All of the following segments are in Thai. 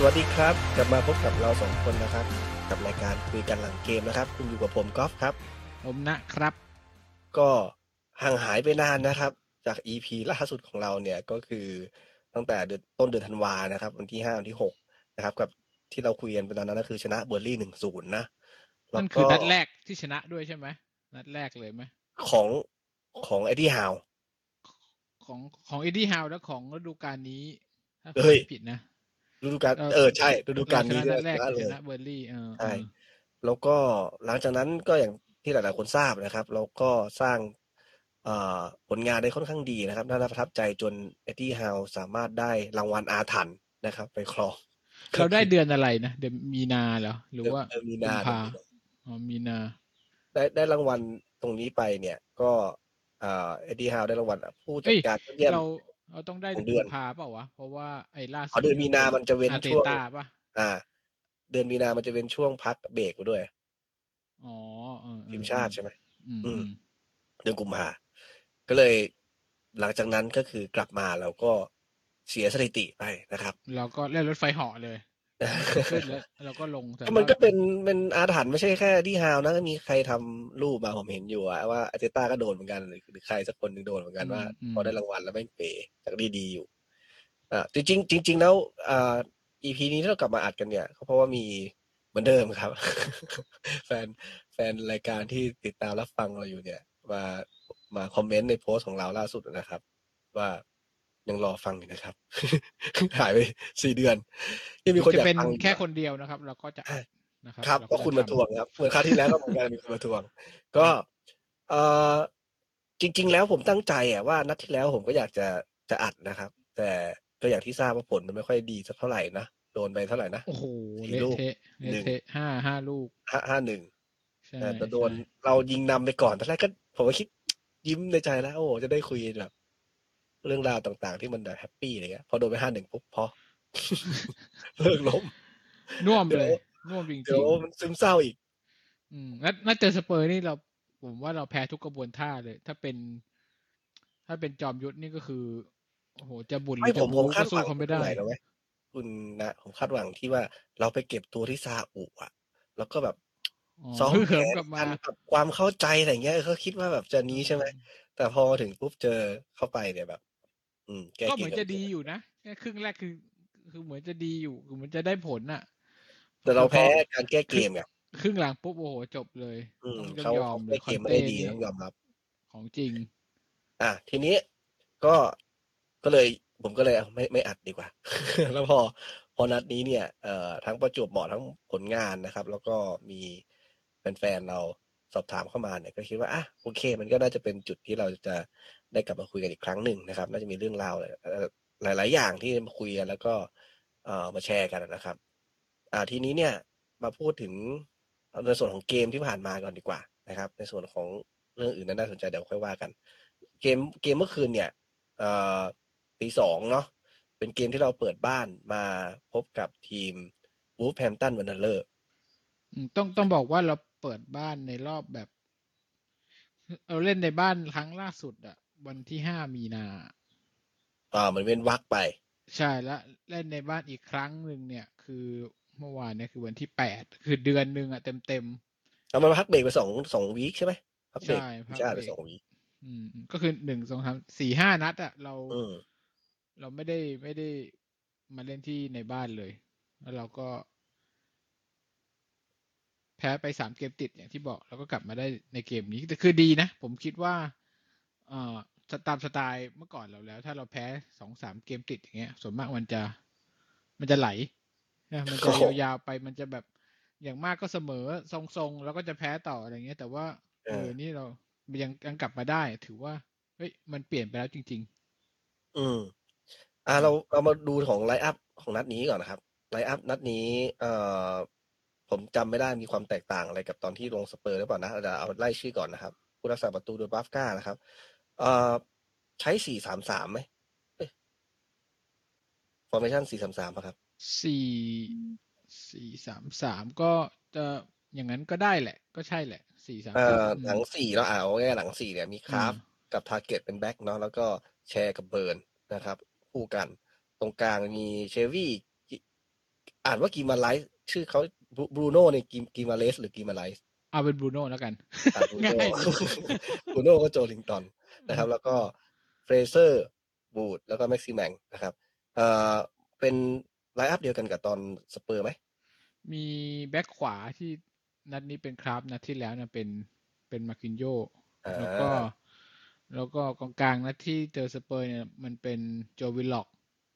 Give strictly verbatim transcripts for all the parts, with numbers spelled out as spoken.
วัสดีครับกลับมาพบกับเราสองคนนะครับกับรายการคุยกันหลังเกมนะครับคุณอยู่กับผมกอล์ฟครับผมนะครับก็ห่างหายไปนานนะครับจาก อี พี ล่าสุดของเราเนี่ยก็คือตั้งแต่เดือนต้นเดือนธันวานะครับวันที่ห้าวันที่หกนะครับกับที่เราคุยกันไปตอนนั้นก็คือชนะเบอร์ลี่หนึ่งศูนย์นะแล้นั่วก็นคือนัดแรกที่ชนะด้วยใช่ไหมนัดแรกเลยไหมของของเอ็ดดี้ฮาวของของเอ็ดดี้ฮาวและของฤดูกาลนี้ถ้าผมเฮ้ยไม่ผิดนะฤดูกาลเราเออใช่ฤดูเรากาลนี้เนี่ยชนะนัดแรชนะเลยกคือชนะเบอร์ลี่เออเอใช่อแล้วก็หลังจากนั้นก็อย่างที่หลายๆคนทราบนะครับเราก็สร้างเอ่อผลงานได้ค่อนข้างดีนะครับน่าประทับใจจนเอ็ดดี้ฮาวสามารถได้รางวัลอาถรรพ์นะครับไปครองก็เราได้คือเดือนอะไรนะเดือนมีนาเหรอหรือว่าเดือนเดือนมีกุมภานาเดือนมีนาอ๋อมีนาได้ได้รางวัลตรงนี้ไปเนี่ยก็เอ่อเอ็ดดี้ฮาวได้รางวัลผู้จัเอ้ยดการยอดเยี่ยมเราเราต้องได้ของเดือนกุมภาเปล่าวะเพราะว่าไอ้ล่าอ๋อเดือนมีสุดนี่เป็นนามันจะเว้นอาร์เตช่วงต้าป่ะอ่าเดือนมีนามันจะเป็นช่วงพักเบรกด้วยอ๋อเออเอทีมอเออชาติใช่ไหมอืมอืมอืมเดือนกุมภาก็เลยหลังจากนั้นก็คือกลับมาเราก็เสียสถิติไปนะครับเราก็เล่นรถไฟเหาะเลยขึ้นแล้วเราก็ลงแต่ก็มัว่านก็เป็นเป็นอาถรรพ์ไม่ใช่แค่ที่ฮาวนะก็มีใครทำรูปมาผมเห็นอยู่อะว่าอาร์เตต้าก็โดนเหมือนกันหรือหรือใครสักคนหนึ่งโดนเหมือนกันอืว่ามอืมพอได้รางวัลแล้วแม่งเป๋จากดีๆอยู่อ่าจริงๆจริงๆแล้วอ่า อี พี นี้ที่เรากลับมาอัดกันเนี่ยก็เพราะว่ามีเหมือนเดิมครับแฟนแฟนรายการที่ติดตามรับฟังเราอยู่เนี่ยมามาคอมเมนต์ในโพสต์ของเราล่าสุดนะครับว่ายังรอฟังอยู่นะครับหายไปสี่เดือนยังมีคนอยากถึงจะเป็นฟังอยู่แค่คนเดียวนะครับเราก็จะอัดนะครับครับเราก็คุณมาทก็จะทวงครับเหมือนคราวที่แล้วก็เหมือนกันมีคนมาทวงก็เอ่อจริงๆแล้วผมตั้งใจอะว่านัดที่แล้วผมก็อยากจะจะอัดนะครับแต่ก็อย่างที่ทราบว่าผลมันไม่ค่อยดีสักเท่าไหร่นะโดนไปเท่าไหร่นะำโอ้โหสี่ลูกเละเทะเละหนึ่งเทะห้าห้าลูกห้าห้าหนึ่งใช่แต่แต่โดใช่นเรายิงนำไปก่อนตอนแรกก็ผมก็คิดยิ้มในใจแล้วโอ้จะได้คุยแบบเรื่องราวต่างๆที่มันแบบแฮปปี้อะไรเงี้ยพอโดนไปห้าหนึ่งปุ๊บพอเลิกล้มน่วมเดี๋ยวเลยน่วมจเดี๋ยวริงมันซึมเศร้าอีกๆอืมแล้วนัดเจอสเปอร์นี่เราผมว่าเราแพ้ทุกกระบวนท่าเลยถ้าเป็นถ้าเป็นจอมยุทธนี่ก็คือโอ้โหจะบุญหรืไม่อจะบู๊ก็ผมผมคาดหสู้เขาไม่ได้วังตรงไหนรู้ไหมคุณนะผมคาดหวังที่ว่าเราไปเก็บตัวที่ซาอุอะแล้วก็แบบอ๋อซ้อมฮึ่แผเหิมกลับมานกันปรับความเข้าใจอะไรเงี้ยเออเขาคิดว่าแบบจะเอนี้ใช่ไหมอแต่พอถึงปุ๊บเจอเข้าไปเนี่ยแบบอืมแก้ก็เกมกันไม่เหมือนจะดีได้อยู่นะแค่ครึ่งแรกคือคือเหมือนจะดีอยู่คือเหมือนจะได้ผลน่ะแต่พอแต่เราแพ้การแก้ครึ่งเกมไงครึ่งหลังปุ๊บโอ้โหจบเลยอืมต้องต้องเขายอมเขาแก้เลยคอนเกมไม่ได้ดีเต้นี่ต้องยอมรับของจริงอ่ะทีนี้ก็ก็เลยผมก็เลยเอาไม่ไม่อัดดีกว่าแล้วพอพอนัดนี้เนี่ยเอ่อทั้งประจวบเหมาะทั้งผลงานนะครับแล้วก็มีแฟนๆเราสอบถามเข้ามาเนี่ยก็คิดว่าอ่ะโอเคมันก็น่าจะเป็นจุดที่เราจะได้กลับมาคุยกันอีกครั้งหนึ่งนะครับน่าจะมีเรื่องราวเอ่อหลายๆอย่างที่มาคุยกันแล้วก็เอ่อมาแชร์กันนะครับอ่าทีนี้เนี่ยมาพูดถึงในส่วนของเกมที่ผ่านมาก่อนดีกว่านะครับในส่วนของเรื่องอื่นนั้นน่าสนใจเดี๋ยวค่อยว่ากันเกมเกมเมื่อคืนเนี่ยเอ่อตีสองเนาะ เป็นเกมที่เราเปิดบ้านมาพบกับทีม Wolverhampton Wanderers อืมต้องต้องบอกว่าเราเปิดบ้านในรอบแบบเราเล่นในบ้านครั้งล่าสุดอะวันที่ห้ามีนาอ่ามันเว้นวรรคไปใช่แล้วเล่นในบ้านอีกครั้งหนึ่งเนี่ยคือเมื่อวานเนี่ยคือวันที่แปดคือเดือนหนึ่งอะเต็มเต็มเอามันพักเบรกไปสองสองวีคใช่ไหมพักเบรกใช่ทีมชาติพักเบรกไปสองวีคอืมก็คือหนึ่งสองสามสี่ห้านัดอะเราอืมเราไม่ได้ไม่ได้มาเล่นที่ในบ้านเลยแล้วเราก็แพ้ไปสามเกมติดอย่างที่บอกแล้วก็กลับมาได้ในเกมนี้แต่คือดีนะผมคิดว่าเอ่อตามสไตล์เมื่อก่อนเราแล้วถ้าเราแพ้สองสามเกมติดอย่างเงี้ยส่วนมากมันจะมันจะไหลนะมันจะโอ้โหยาวๆไปมันจะแบบอย่างมากก็เสมอทรงๆแล้วก็จะแพ้ต่ออะไรเงี้ยแต่ว่าเอเอออนี่เรายังยังกลับมาได้ถือว่าเฮ้ยมันเปลี่ยนไปแล้วจริงอืมอ่าๆอืมเราเรามาดูของไลน์อัพของนัดนี้ก่อนนะครับไลน์อัพนัดนี้เอ่อผมจำไม่ได้มีความแตกต่างอะไรกับตอนที่ลงสเปอร์หรือเปล่านะเดี๋ยวเอาไล่ชื่อก่อนนะครับผู้รักษาประตูโดยบาฟก้านะครับเอ่อใช้สี่สามสามไหมเอ้ย formation สี่สามสามป่ะครับสี่สี่สามสามก็จะอย่างนั้นก็ได้แหละก็ใช่แหละสี่สามเอ่สามออืมหลังสี่แล้วอ่าเอาง่ายๆหลังสี่เนี่ยมีคราฟเออกับทาร์เก็ตเป็นแบ็คเนาะแล้วก็แชร์กับเบิร์นนะครับคู่กันตรงกลางมีเชวี่อ่านว่ากิมาไลส์ชื่อเขาบรูโน่เนี่ยกิมาเลสหรือกิมาไลส์เอาเป็นบรูโน่แล้วกันอ่าบรูโน่ง่ายดีบรูโน่ก็โจลิงตันนะครับ แล้วก็เฟรเซอร์บูดแล้วก็แม็กซิแมงนะครับเอ่อเป็นไลน์อัพเดียวกันกับตอนสเปอร์ไหมมีแบ็คขวาที่นัดนี้เป็นคราฟนัดที่แล้วนะเป็นเป็นมาร์คินโยอ่าแล้วก็ แล้วก็กองกลางนัดที่เจอสเปอร์เนี่ยมันเป็นโจวิลล็อก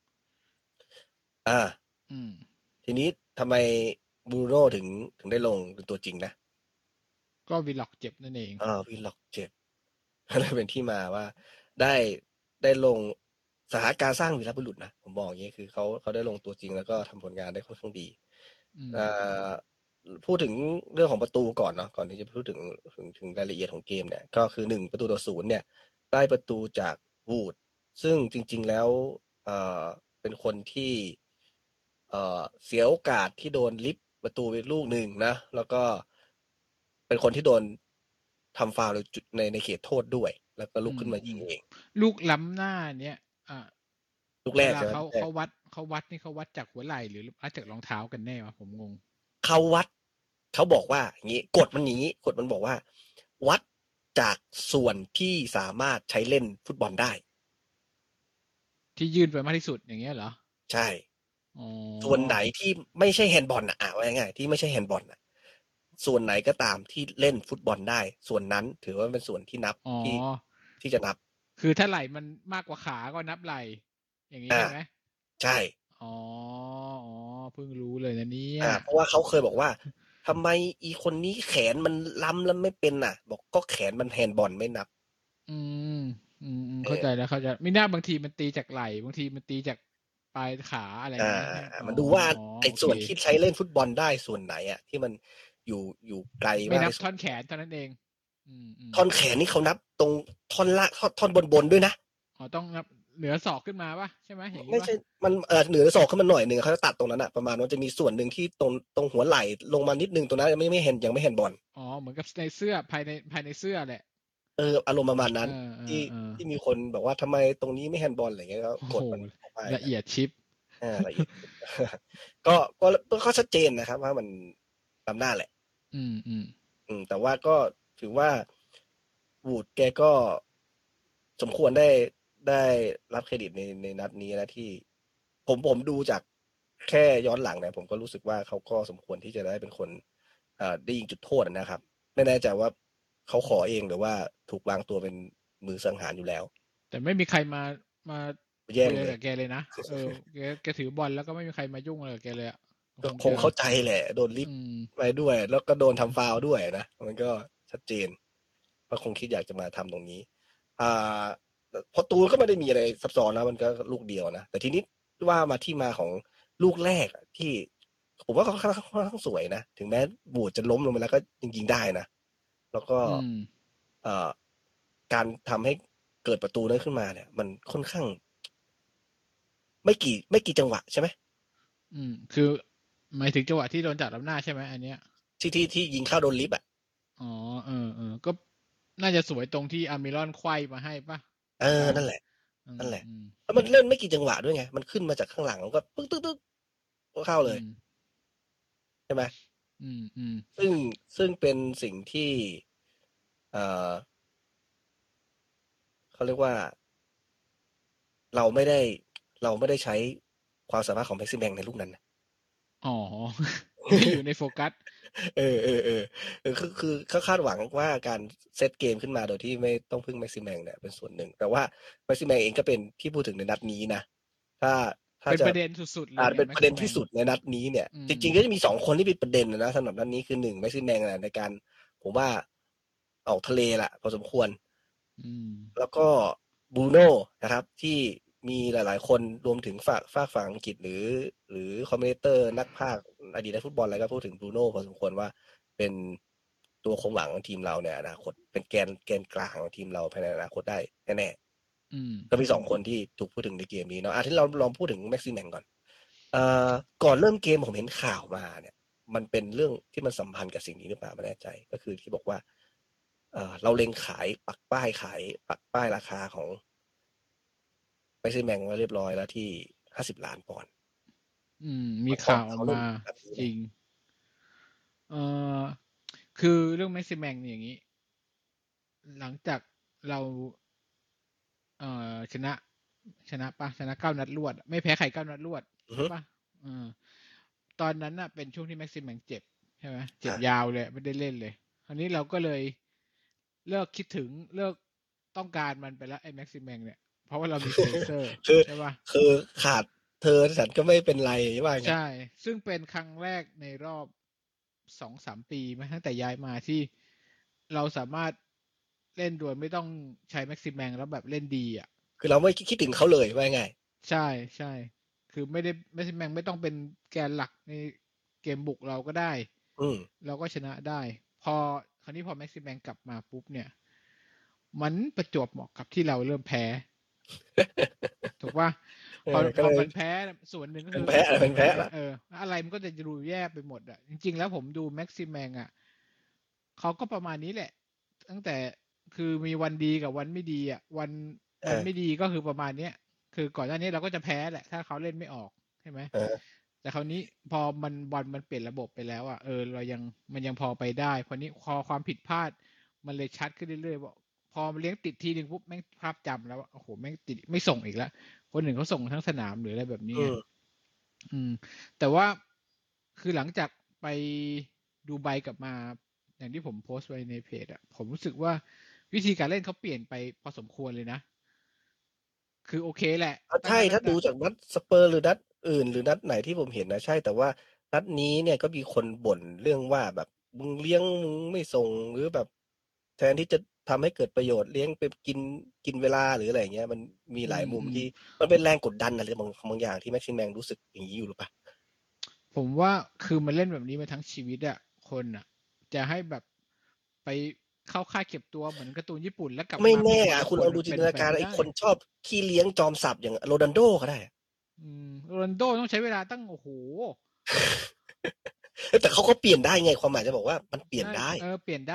อ่าอืมทีนี้ทำไมบรูโน่ถึงถึงได้ลงเป็นตัวจริงนะก็วิลล็อกเจ็บนั่นเองอ่าวิลล็อกเจ็บ ก็เลยเป็นที่มาว่าได้ได้ลงสถานการณ์สร้างวีรบุรุษนะผมบอกอย่างนี้คือเขาเขาได้ลงตัวจริงแล้วก็ทำผลงานได้ค่อนข้างดีอืมอ่าพูดถึงเรื่องของประตูก่อนเนาะก่อนที่จะพูดถึงถึงถึงรายละเอียดของเกมเนี่ยก็คือหนึ่งประตูต่อศูนย์เนี่ยได้ประตูจากวูดซึ่งจริงๆแล้วเอ่อเป็นคนที่เอ่อเสียโอกาสที่โดนลิฟประตูไปลูกหนึ่งนะแล้วก็เป็นคนที่โดนทำฟาวล์ในจุดในในเขตโทษด้วย แล้วก็ลุกขึ้นมายิงเองลูกล้ำหน้าเนี่ยอ่าลูกแรเวกลาใช่ไหมเขาลูกแรกเขาวัดเขาวัดนี่เขาวัดจากหัวไหล่หรือวัดจากรองเท้ากันแน่วะผมงงเขาวัดเขาบอกว่าอย่างนี้กฎมันอย่างนี้กฎมันบอกว่า วัดจากส่วนที่สามารถใช้เล่นฟุตบอลได้ที่ยื่นไปมากที่สุดอย่างเงี้ยเหรอใช่อ๋อส่วนไหนที่ไม่ใช่แฮนด์บอลนะอ่ะว่าง่ายๆที่ไม่ใช่แฮนด์บอลนะส่วนไหนก็ตามที่เล่นฟุตบอลได้ ส่วนนั้นถือว่าเป็นส่วนที่นับอ๋อที่ที่จะนับคือถ้าไหล่มันมากกว่าขาก็นับไหล่อย่างนี้อ่าใช่ไหมใช่อ๋ออ๋อเพิ่งรู้เลยนะเนี่ยอ่าเพราะว่าเขาเคยบอกว่าทำไมอีคนนี้แขนมันล้ำแล้วไม่เป็นน่ะ บอกก็แขนมันแฮนด์บอลไม่นับอืมอืมอืมเออเข้าใจแล้วเข้าใจไม่น่าบางทีมันตีจากไหล่บางทีมันตีจากปลายขาอะไรอย่างอ่าเงี้ยใช่ไหมันดูว่าอ๋อไอ้โอเคส่วนที่ใช้เล่นฟุตบอลได้ส่วนไหนอ่ะที่มันอยู่อยู่ไกลไม่มากนับที่สุดท่อนแขนเท่านั้นเอง อืมอืมท่อนแขนนี่เขานับตรงท่อนล่างท่อนท่อนบนบนๆด้วยนะอ๋อต้องนับเหนือศอกขึ้นมาป่ะใช่ไหมอย่างนี้ไม่ป่ะใช่มันเออเหนือศอกขึ้นมาหน่อยหนึ่งเขาจะตัดตรงนั้นอ่ะประมาณว่าจะมีส่วนหนึ่งที่ตรงตรงหัวไหล่ลงมานิดนึงตรงนั้นยังไม่ไม่เห็นยังไม่เห็นบอลอ๋อเหมือนกับในเสื้อภายในภายในเสื้อแหละเอออารมณ์ประมาณนั้นเออเออที่เออที่มีคนบอกว่าทำไมตรงนี้ไม่แฮนด์บอลอะไรเงี้ยก็โอ้กโหดมันบอกว่าละเอียดชิปอ่าละเอียด ก็ก็ก็ชัดเจนนะครับว่ามันตามหน้าแหละอืมอืมอืมแต่ว่าก็ถือว่าวูดแกก็สมควรได้ได้รับเครดิตในในนัดนี้นะที่ ผมผมดูจากแค่ย้อนหลังเนี่ยผมก็รู้สึกว่าเขาก็สมควรที่จะได้เป็นคนเอ่อได้ยิงจุดโทษนะครับ ไม่แน่ใจว่าเขาขอเองหรือว่าถูกวางตัวเป็นมือสังหารอยู่แล้วแต่ไม่มีใครมามาแย่งคุยอะไรเลยกับแกเลยนะเออแกแกถือบอลแล้วก็ไม่มีใครมายุ่งอะไรกับแกเลยอะก็คงเข้าใจแหละ โดนลิฟอืต์มไปด้วย แล้วก็โดนทำฟาวล์ด้วยนะมันก็ชัดเจนว่าคงคิดอยากจะมาทำตรงนี้ อ่าเพอตูนก็ไม่ได้มีอะไรซับซ้อนนะมันก็ลูกเดียวนะแต่ทีนี้ว่ามาที่มาของลูกแรกอะที่ผมว่าเขาค่อนข้างค่อนข้างสวยนะถึงแม้บูดจะล้มลงไปแล้วก็ยังยิงได้นะแล้วก็อืมเอ่อการทำให้เกิดประตูนั้นขึ้นมาเนี่ย มันค่อนข้าง ไม่กี่ไม่กี่จังหวะใช่ไหมอืม คือหมายถึงจังหวะที่โดนจับลำหน้าใช่ไหมอันเนี้ยที่ที่ที่ยิงเข้าโดนลิฟต์อ่ะอ๋อเออเออก็น่าจะสวยตรงที่อามิรอนไขว้มาให้ป่ะเออนั่นแหละอืมนั่นแหละอืมแล้วมันเล่นไม่กี่จังหวะด้วยไง มันขึ้นมาจากข้างหลังแล้วก็ปึ๊กตึ๊กตึ๊กก็เข้าเลยอืมใช่ไหมอืมอืมซึ่งซึ่งเป็นสิ่งที่เอ่อเขาเรียกว่า เราไม่ได้ เราไม่ได้ใช้ความสามารถของแม็กซิแมงในลูกนั้นนะอ๋อ ไม่อยู่ในโฟกัสเออเออเออเออคือคือเขาคาดหวังว่าการเซตเกมขึ้นมาโดยที่ไม่ต้องพึ่งแม็กซิแมงเนี่ยเป็นส่วนหนึ่ง แต่ว่าแม็กซิแมงเองก็เป็นที่พูดถึงในนัดนี้นะถ้าถ้าเป็นจะประเด็นสุดๆเลยอาจไงเป็นประเด็น Maximan ที่สุดในนัดนี้เนี่ยอืมจริงๆก็จะมีสองคนที่เป็นประเด็นนะสำหรับนัดนี้คือหนึ่งแม็กซิแมงนะในการผมว่าออกทะเลละพอสมควรอืมแล้วก็บรูโน่นะครับ ที่มีหลายๆคนรวมถึงฝากฝากฝั่งอังกฤษหรือ หรือคอมเมนเตอร์นักพากย์อดีตนักฟุตบอลอะไรก็พูดถึงบรูโน่พอสมควรว่าเป็นตัวคงหวังของทีมเราในอนาคตเป็นแกนแกนกลางของทีมเราภายในอนาคตได้แน่อืมๆก็มีสองคนที่ถูกพูดถึงในเกมนี้เนาะอ่ะที่เราลองพูดถึงแม็กซิแมงก่อนเอ่อก่อนเริ่มเกมผมเห็นข่าวมาเนี่ย มันเป็นเรื่องที่มันสัมพันธ์กับสิ่งนี้หรือเปล่าไม่แน่ใจก็คือที่บอกว่า เอ่อเราเล็งขายปักป้ายขายปักป้ายราคาของแม็กซิแมงไว้เรียบร้อยแล้วที่ห้าสิบล้านปอนด์อืม มีก่อนข่าวอเขอกาเล่มานแบบนี้ไหม? จริง เอ่อ คือเรื่อง Maximeng เนี่ยอย่างงี้ หลังจากเรา เอ่อ ชนะ ชนะเปล่า? ชนะ เก้า นัดรวด ไม่แพ้ใคร เก้า นัดรวดอือใชฮึ่เปล่า? เออ ตอนนั้นน่ะเป็นช่วงที่ Maximeng เจ็บ ใช่ไหม เจ็อบายาวเลยอะ ไม่ได้เล่นเลย คราวนี้เราก็เลยเลิกคิดถึง เลิกต้องการมันไปแล้วไอ้ Maximeng เนี่ย เพราะว่าเรามี Tracer คือใช่เปล่า? คือขาดเธอฉันก็ไม่เป็นไร ว่าใชงั้น่ ซึ่งเป็นครั้งแรกในรอบ สองสาม ปีไหม ตั้งแต่ย้ายมา ที่เราสามารถเล่นโดยไม่ต้องใช้ Maximeng แล้วแบบเล่นดีอะคือเราไม่ คิ คิดถึงเขาเลย ว่าง่าย ๆใช่ ๆ คือไม่ได้ Maximeng ไม่ต้องเป็นแกนหลักในเกมบุกเราก็ได้อืมเราก็ชนะได้ พอ คราวนี้พอ Maximeng กลับมาปุ๊บเนี่ย มันประจวบเหมาะกับที่เราเริ่มแพ้ ถูกเปล่า? เอพออ ก็เลยพอมันแพ้ส่วนหนึ่ง ก็เป็คนือแพ้อะ เป็นแพ้ Maximeng แดห้วลยะเออ อะไรมันก็จะดูแย่ไปหมดอะ จริง ๆ แล้วผมดู Maximeng อะ เขาก็ประมาณนี้แหละ ตั้งแต่ คือมีวันดีกับวันไม่ดีอะ วันเวันไออม่ดีก็คือประมาณเนี้ย คือก่อนหน้านี้เราก็จะแพ้แหละ ถ้าเขาเล่นไม่ออก ใช่ไหมอะฮะแต่คราวนี้พอมัน บอลมันเปลี่ยนระบบไปแล้วอะ เออ เรายัง มันยังพอไปได้ คราวนี้พอความผิดพลาดมันเลยชัดขึ้นเรื่อย ๆ ว่า พอเลี้ยงติดทีหนึ่งปุ๊บ แม่งภาพจำแล้วว่า โอ้โฮ แม่งติด ไม่ส่งอีกแล้ว คนอื่นเขาส่งทั้งสนาม หรืออะไรแบบนี้อืไงมอืม แต่ว่าคือหลังจากไปดูไบกลับมา อย่างที่ผมโพสต์ไว้ในเพจอะ ผมรู้สึกว่าวิธีการเล่นเขาเปลี่ยนไปพอสมควรเลยนะ คือโอเคแหละอาตั้ใชง่ตั้งถ้ตั้างแต่ดูจากนัด Spurs หรือนัดอื่น หรือนัดไหนที่ผมเห็นนะ ใช่ แต่ว่านัดนี้เนี่ยก็มีคนบ่นเรื่องว่าแบบมึงเลี้ยง มึงไม่ส่ง หรือแบบแทนที่จะทำให้เกิดประโยชน์ เลี้ยงไปกิน กินเวลา หรืออะไรอย่างเงี้ย มันมีอืหลายมุมทมี่ๆมันเป็นแรงกดดันอะไรบาง บางอย่างที่ Maximeng รู้สึกอย่างงี้อยู่หรือเปล่า? ผมว่าคือมันเล่นแบบนี้มาทั้งชีวิตอะ คนน่ะ จะให้แบบไปเข้าค่ายเก็บตัวเหมือนการ์ตูนญี่ปุ่น แล้วกลับไม่มาแเนป็น่คนอละะคุณลองดูจคนมันเิป็นตนาการนไปไม่ไอไ้ด้คนชอบขี้เลี้ยงจอมสับอย่าง Ronaldo ก็ได้อะอืม Ronaldo ต้องใช้เวลาตั้ง โอ้โฮเออ แต่เขาก็เปลี่ยนได้ไง ความหมายจะบอกว่ามันเปลี่ใยชน่ได้เออ เปลี่ยนได้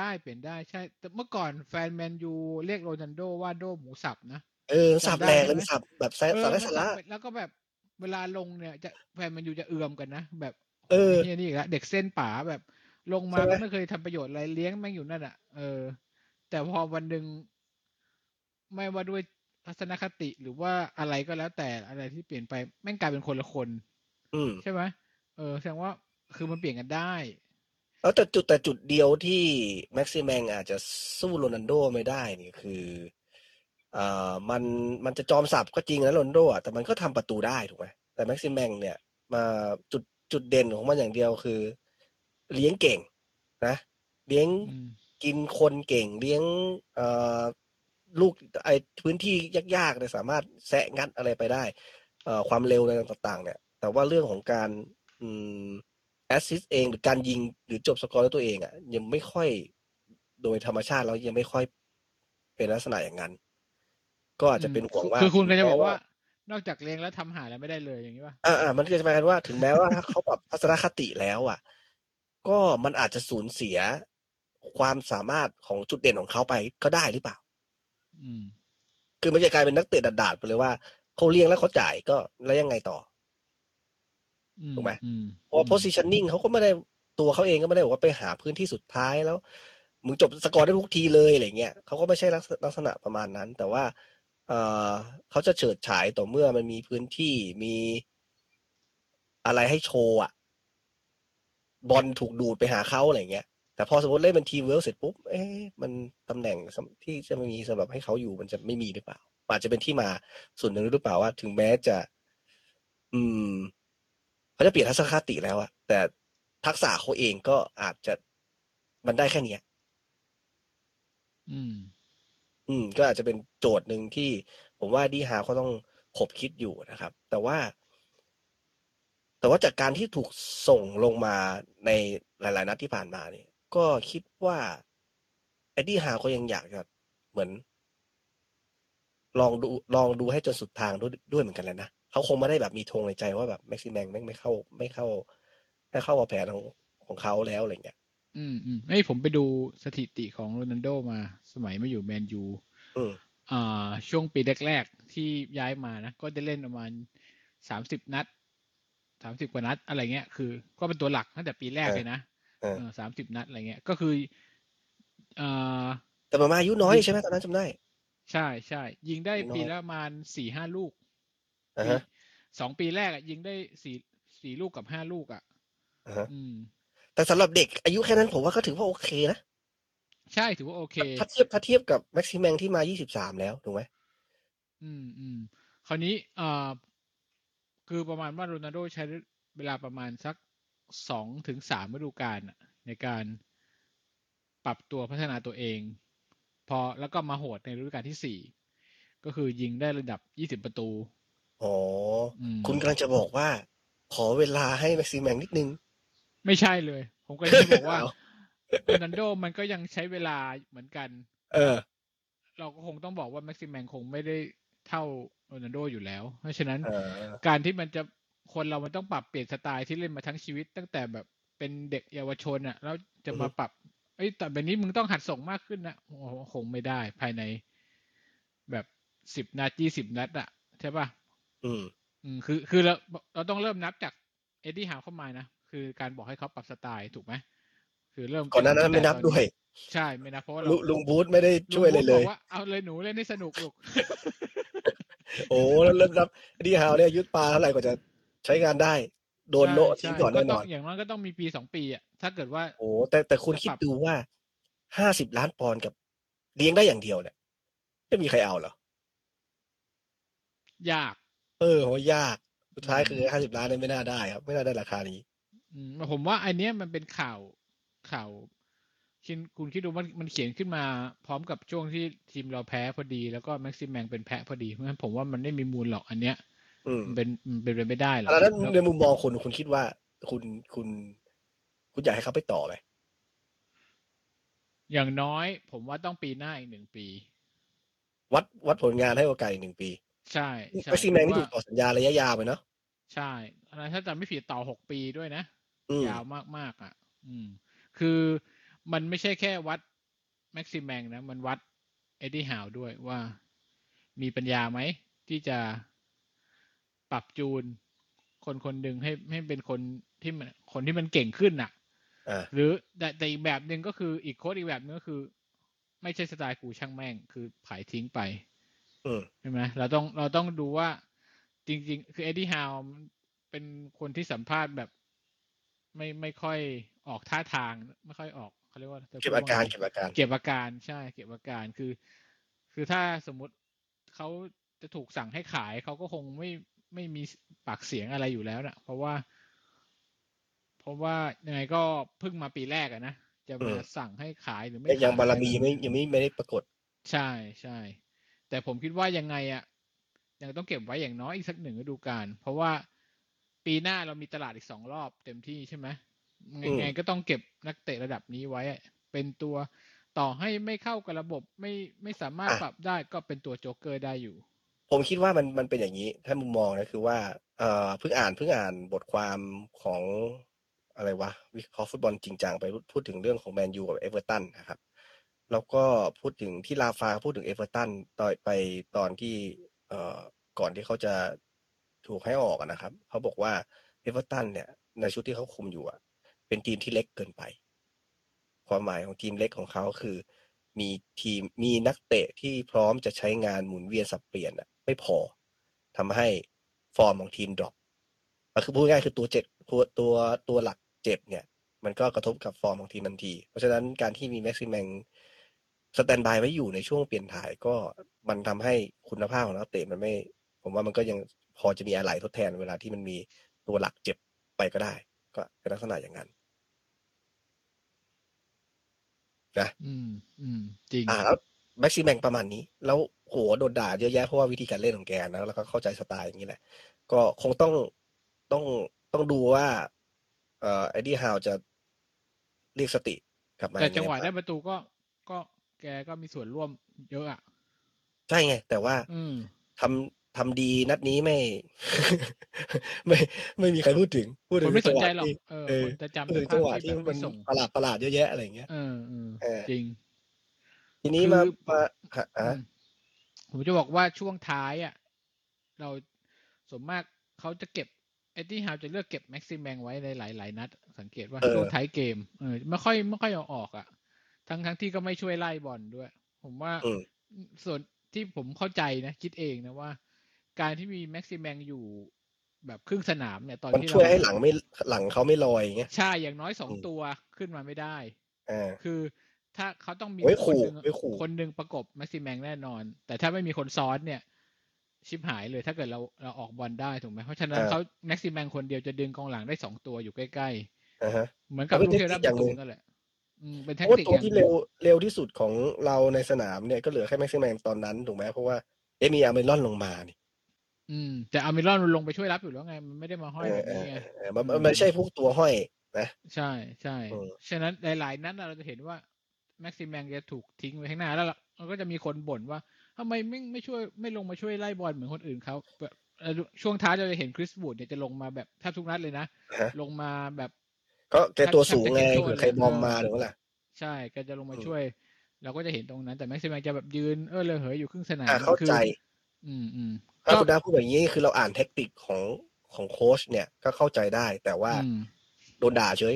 ๆ ใช่ แต่เมื่อก่อนแฟนแมนยูเรียก Ronaldo ว่า โด้หมูสับนะเออจสับำไดแร้งใชเ่ลยไหม? มันสับแบบไซเออสาระมัสนาสรับะบ แล้วก็แบบเวลาลงเนี่ยจะ แฟนแมนยูจะเอือมกันนะ แบบ โอ้โเฮ ไอ้เหี้ออยนี่อีกแล้ว เด็กเส้นป๋าแบบลงใมชา่ไหกม? ็ไม่เคยทำประโยชน์อะไร เลี้ยงแม่งอยู่นั่นน่ะ เออ แต่พอวันหนึ่ง ไม่ว่าด้วยทัศนคติ หรือว่าอะไรก็แล้วแต่ อะไรที่เปลี่ยนไปแม่งกลายเป็นคนละคนอืมใช่ไหม เออ แสดงว่า คือมันเปลี่ยนกันได้แล้วแต่จุด แต่จุดเดียวที่ Maximeng อาจจะสู้ Ronaldo ไม่ได้นี่คือ อ่า มัน มันจะจอมสับก็จริงนะ Ronaldo อะ แต่มันก็ทำประตูได้ถูกไหม แต่ Maximeng เนี่ย มา จุด จุดเด่นของมันอย่างเดียวคือเลี้ยงเก่งนะ เลี้ยงอืมกินคนเก่ง เลี้ยง เอ่อ ลูก ไอ้พื้นที่ยาก ๆ เนี่ยสามารถแซะงัดอะไรไปได้ เอ่อ ความเร็วอะไรต่าง ๆ เนี่ย แต่ว่าเรื่องของการ อืม แอสซิสต์เอง หรือการยิง หรือจบสกอร์ด้วยตัวเองอะยังไม่ค่อย โดยธรรมชาติแล้วยังไม่ค่อยเป็นลักษณะอย่างงั้น ก็อาอจืมจะเป็นห่วงคือว่าคือคุถณึกงำลังแจมะ้วบอก่วา่า นอกจากเลี้ยงแล้วทำหาอะไรไม่ได้เลย อย่างงี้เปล่า? อา ๆ มันก็จะกลายเป็นว่า ถึงแม้ว่าถ้าเขาปรับทัศนคติแล้วอะ ก็มันอาจจะสูญเสียความสามารถของจุดเด่นของเขาไปก็ได้หรือเปล่า? อืมคือมันจะกลายเป็นนักเตะดาด ๆ ไปเลยว่า เขาเลี้ยงแล้วเขาจ่าย ก็ แล้วยังไงต่อ? อืถูกไหมมเพราะว่าๆ ๆ positioning เขาก็ไม่ได้ ตัวเขาเองก็ไม่ได้บอกว่าไปหาพื้นที่สุดท้าย แล้วมึงจบสกอร์ได้ทุกทีเลย อะไรอย่างเงี้ย เขาก็ไม่ใช่ลักษ ลักษณะประมาณนั้น แต่ว่า เอ่อ เขาจะเฉิดฉายต่อเมื่อมันมีพื้นที่ มี อะไรให้โชว์อะ บอลถูกดูดไปหาเขา อะไรอย่างเงี้ย แต่พอสมมุติเล่นเป็นทีมเวิร์กเสร็จปุ๊บ เอ๊ มันตำแหน่ง ส ที่จะมีสำหรับให้เขาอยู่มันจะไม่มีหรือเปล่า อาจจะเป็นที่มาส่วนหนึ่งด้วยหรือเปล่าว่า ถึงแม้จะ อืม เขาจะเปลี่ยนทัศนคติแล้วอะ แต่ทักษะเขาเองก็อาจจะ มันได้แค่เนี้ยอืมอืม ก็อาจจะเป็นโจทย์หนึ่งที่ผมว่า Eddie Howe เขาต้องขบคิดอยู่นะครับ แต่ว่า แต่ว่าจากการที่ถูกส่งลงมาในหลาย ๆ นัดที่ผ่านมานี่ ก็คิดว่า Eddie Howe เขายังอยากจะเหมือน ลองดู ลองดูให้จนสุดทางด้วย ด้วยเหมือนกันแหละนะ เขาคงไม่ได้แบบมีธงในใจว่าแบบ Maximeng แม่งไม่เข้า ไม่เข้า ไม่เข้ากับแผนของ ของเขาแล้ว อะไรอย่างเงี้ยอืม ๆ เฮ้ย ผมไปดูสถิติของ Ronaldo มาสมัยมาอยู่แมนยูอืมอ่า ช่วงปีแรก ๆ ที่ย้ายมานะ ก็ได้เล่นประมาณ สามสิบ นัดสามสิบกว่านัดอะไรเงี้ยคือก็เป็นตัวหลักตั้งแต่ปีแรกเออเลยนะเออเออสามสิบนัดอะไรเงี้ยก็คือเอ่อแต่ประมาณอายุน้อยยิงใช่ไหมตอนนั้นจำได้ใช่ใช่ยิงได้อายุน้ปีอยละประมาณสี่ห้าลูกอ่าปีฮะสองปีแรกอะยิงได้สี่สี่ลูกกับห้าลูกอ่ะอ่าฮะอืมแต่สำหรับเด็กอายุแค่นั้นผมว่าก็ถือว่าโอเคนะใช่ถือว่าโอเคถ้าเทียบถ้าเทียบกับแม็กซิแมงที่มายี่สิบสามแล้วถูกไหมอืมอืมคราวนี้เอ่อคือประมาณว่าโรนัลโดใช้เวลาประมาณสักสองถึงสามฤดูกาลน่ะในการปรับตัวพัฒนาตัวเอง พอแล้วก็มาโหดในฤดูกาลที่สี่ก็คือยิงได้ระดับยี่สิบประตูอ๋ออืมคุณกำลังจะบอกว่า ขอเวลาให้แม็กซิแมงนิดนึงไม่ใช่เลย ผมก็จะบอกว่าอ้าวโรนัลโดมันก็ยังใช้เวลาเหมือนกันเออเราก็คงต้องบอกว่าแม็กซิแมงคงไม่ได้เท่าโรนัลโดอยู่แล้ว เพราะฉะนั้นเออการที่มันจะคนเรามันต้องปรับเปลี่ยนสไตล์ที่เล่นมาทั้งชีวิตตั้งแต่แบบเป็นเด็กเยาวชนอ่ะแล้วจะมาปรับเอ้ยแต่แบบนี้มึงต้องหัดส่งมากขึ้นนะโอ้โหคงไม่ได้ภายในแบบสิบนัดยี่สิบนัดอ่ะใช่ป่ะอืมอืมคือคือเราเราต้องเริ่มนับจากเอ็ดดี้ฮาวเข้ามานะคือการบอกให้เขาปรับสไตล์ถูกไหมคือเริ่มก่อนหน้านั้นไม่นับด้วยใช่ไม่นับเพราะว่าลุเราลุงบูธไม่ได้ลุช่งวยเลบูยธเลบอย กว่าเอาเลยหนูเล่นให้สนุกลูกโอ้แล้วเริ่มนับดีฮาวเนี่ยยุดปลาเท่าไหร่กว่าจะใช้งานได้ โดนโละทิ้งก่อนแน่นอนอย่างน้อยก็ต้องมีปีสองปีอ่ะถ้าเกิดว่าโอ้แต่แต่คุณคิดดูว่าห้าสิบล้านปอนด์กับเลี้ยงได้อย่างเดียวเนี่ยจะมีใครเอาเหรอยากเออผมว่ายากสุดท้ายคือห้าสิบล้านเนี่ยไม่น่าได้ครับไม่น่าได้ราคานี้อืมผมว่าอันเนี้ยมันเป็นข่าวข่าวคิดคุณคิดดูมันมันเขียนขึ้นมาพร้อมกับช่วงที่ทีมเราแพ้พอดีแล้วก็แม็กซิมแมงเป็นแพ้พอดีเพราะฉะนั้นผมว่ามันไม่มีมูลหรอกอันเนี้ยอืมมันเป็นมันเป็นไปไม่ได้หรอกแล้วนั้นแล้วในมุมมองคุณคุณคิดว่าคุณคุณคุณอยากให้เขาไปต่อไหมอย่างน้อยผมว่าต้องปีหน้าอีกหนึ่งปีวัดวัดผลงานให้โอกาสอีกหนึ่งปีใช่ใช่แม็กซิแมงนี่เพถูราะกว่าต่อสัญญาระยะยาวไปเนาะใช่อันนั้นถ้าจำไม่ผิดต่อหกปีด้วยนะอืมยาวมากๆอ่ะ อืม คือมันไม่ใช่แค่วัดแม็กซิแมงนะ มันวัดเอ็ดดี้ฮาวด้วยว่ามีปัญญาไหมที่จะปรับจูนคนคนหนึ่งให้ให้เป็นคนที่มันคนที่มันเก่งขึ้นน่ะอ่าหรือแต่แต่อีกแบบหนึ่งก็คืออีกโค้ดอีกแบบนึงก็คือ ไม่ใช่สไตล์กูช่างแม่งคือผายทิ้งไปอืมใช่ไหมเราต้องเราต้องดูว่าจริงๆ คือเอ็ดดี้ฮาวเป็นคนที่สัมภาษณ์แบบ ไม่ไม่ค่อยออกท่าทางไม่ค่อยออกเขาเรียกว่าเก็บอาการเก็บอาการเก็บอาการใช่เก็บอาการคือ คือถ้าสมมุติเขาจะถูกสั่งให้ขายเขาก็คงไม่ไม่มีปากเสียงอะไรอยู่แล้วนะเพราะว่า เพราะว่ายังไงก็เพิ่งมาปีแรกอะนะจะมาสั่งให้ขายหรือไม่ขายยังบารมีไม่ยังไม่ไม่ได้ปรากฏใช่ใช่แต่ผมคิดว่ายังไงอ่ะยังต้องเก็บไว้อย่างน้อยอีกสักหนึ่งฤดูกาลเพราะว่าปีหน้าเรามีตลาดอีกสองรอบเต็มที่ใช่ไหมยังไงก็ต้องเก็บนักเตะระดับนี้ไว้เป็นตัวต่อให้ไม่เข้ากับระบบไม่ไม่สามารถปรับได้ก็เป็นตัวโจ๊กเกอร์ได้อยู่ผมคิดว่ามันมันเป็นอย่างนี้ถ้ามุมมองนะคือว่าเอ่อเพิ่งอ่านเพิ่งอ่านบทความของอะไรวะวิเคราะห์ฟุตบอลจริงจังไปพูดถึงเรื่องของแมนยูกับเอเวอร์ตันนะครับแล้วก็พูดถึงที่ลาฟาพูดถึงเอเวอร์ตันตอนไปตอนที่เอ่อก่อนที่เขาจะถูกให้ออกนะครับเขาบอกว่าเอเวอร์ตันเนี่ยในชุดที่เขาคุมอยู่อ่ะเป็นทีมที่เล็กเกินไปความหมายของทีมเล็กของเขาคือมีทีมมีนักเตะที่พร้อมจะใช้งานหมุนเวียนสับเปลี่ยนอ่ะไม่พอทำให้ฟอร์มของทีมดรอปก็คือพูดง่ายคือตัวเจ็บตัวตัวตัวหลักเจ็บเนี่ยมันก็กระทบกับฟอร์มของทีมทันทีเพราะฉะนั้นการที่มีแม็กซิแมงสแตนบายไว้อยู่ในช่วงเปลี่ยนถ่ายก็มันทำให้คุณภาพของนักเตะมันไม่ผมว่ามันก็ยังพอจะมีอะไรทดแทนเวลาที่มันมีตัวหลักเจ็บไปก็ได้ก็เป็นลักษณะอย่างนั้นนะอืมอืมจริงอ่าแล้วแม็กซิแมงประมาณนี้แล้วโหโดนด่าเยอะแยะเพราะว่าวิธีการเล่นของแกนะแล้วก็เข้าใจสไตล์อย่างนี้แหละก็คงต้องต้องต้องดูว่าเอ่อเอ็ดดี้ฮาวจะเรียกสติกลับมาแต่จังหวะได้ประตูก็ก็แกก็มีส่วนร่วมเยอะอ่ะใช่ไงแต่ว่าอืมทำทำดีนัดนี้ไม่ ไม่ไม่มีใครพูดถึงพูดคถึนงไม่สจันงหใจวะหรอกที่เออเออคนจะจำพูดแต่ถึงภาจัพงหวะที่ที่แบบมันไปส่งประหลาดประหลาดเยอะแยะอะไรอย่างเงี้ยเออเออเออจริงทีนี้คือมามาฮะอือ่ะมผมจะบอกว่าช่วงท้ายอ่ะ เราส่วนมากเขาจะเก็บเอ็ดดี้ฮาวจะเลือกเก็บแม็กซิแมงไว้ในหลายๆนัดสังเกตว่าเออช่วงท้ายเกมเออไม่ค่อยไม่ค่อยเอาออกอ่ะทั้งทั้งที่ก็ไม่ช่วยไล่บอลด้วย ผมว่าอืมส่วนที่ผมเข้าใจนะคิดเองนะว่า การที่มีแม็กซิแมงอยู่แบบครึ่งสนามเนี่ยตอนมันที่ช่วยเราให้หลังไม่หลังเขาไม่ลอยอย่างเงี้ยใช่อย่างน้อยสองอืมตัวขึ้นมาไม่ได้อ่าคือถ้าเขาต้องมีไว้คขู่นหนึ่งไว้ขู่คนหนึ่งประกบแม็กซิแมงแน่นอน แต่ถ้าไม่มีคนซ้อนเนี่ย ชิบหายเลยถ้าเกิดเราเราออกบอลได้ถูกไหมเพราะฉะนั้นอ่าเขาแม็กซิแมงคนเดียวจะดึงกองหลังได้สองตัวอยู่ใกล้อ่าฮะๆ เหมือนมักับนเป็นลูกเทคที่นิได้คปอย่าระงหตูนึ่งนั่นแหละอืมเป็นเพแท็กราะว่าติกตัวอย่างที่หนึ่เร็งวเร็วที่สุดของเราในสนามเนี่ยก็เหลือแค่แม็กซิแมงตอนนั้นถูกไหมเพราะว่าเอมีอาร์เมรอนลงมานี่อืมแต่อาร์เมรอนลงไปช่วยรับอยู่แล้วไงมันไม่ได้มาห้อยเออแบบเอนี้อไงเออมันอืมันมไม่ใช่พวกตัวห้อยนะใช่อืมๆ ฉะนั้นหลาย ๆ นัดเราจะเห็นว่าแม็กซิแมงจะถูกทิ้งไว้ข้างหน้าแล้วเราเราก็จะมีคนบ่นว่าทำไมไม่ไม่ช่วยไม่ลงมาช่วยไล่บอลเหมือนคนอื่นเขาแบบเอ่อช่วงท้ายเราจะเห็นคริสวูดเนี่ยจะลงมาแบบแทบทุกนัดเลยนะอ่าฮะลงมาแบบก็แกตัวแทบสูงจะไงเก็บโทษเผื่อเลใครยบอมเออมาถูกไหมล่ะใช่แกจะลงมาอืมช่วย เราก็จะเห็นตรงนั้นแต่แม็กซิแมงจะแบบยืนเออระเหยอยู่ครึ่งสนาอ่าม เข้าคืใจอืม ๆถ้าก็คุณน้าพูดแบบนี้คือเราอ่านแทคติกของของโค้ชเนี่ยก็เข้าใจได้ แต่ว่าอืมโดนด่าเฉย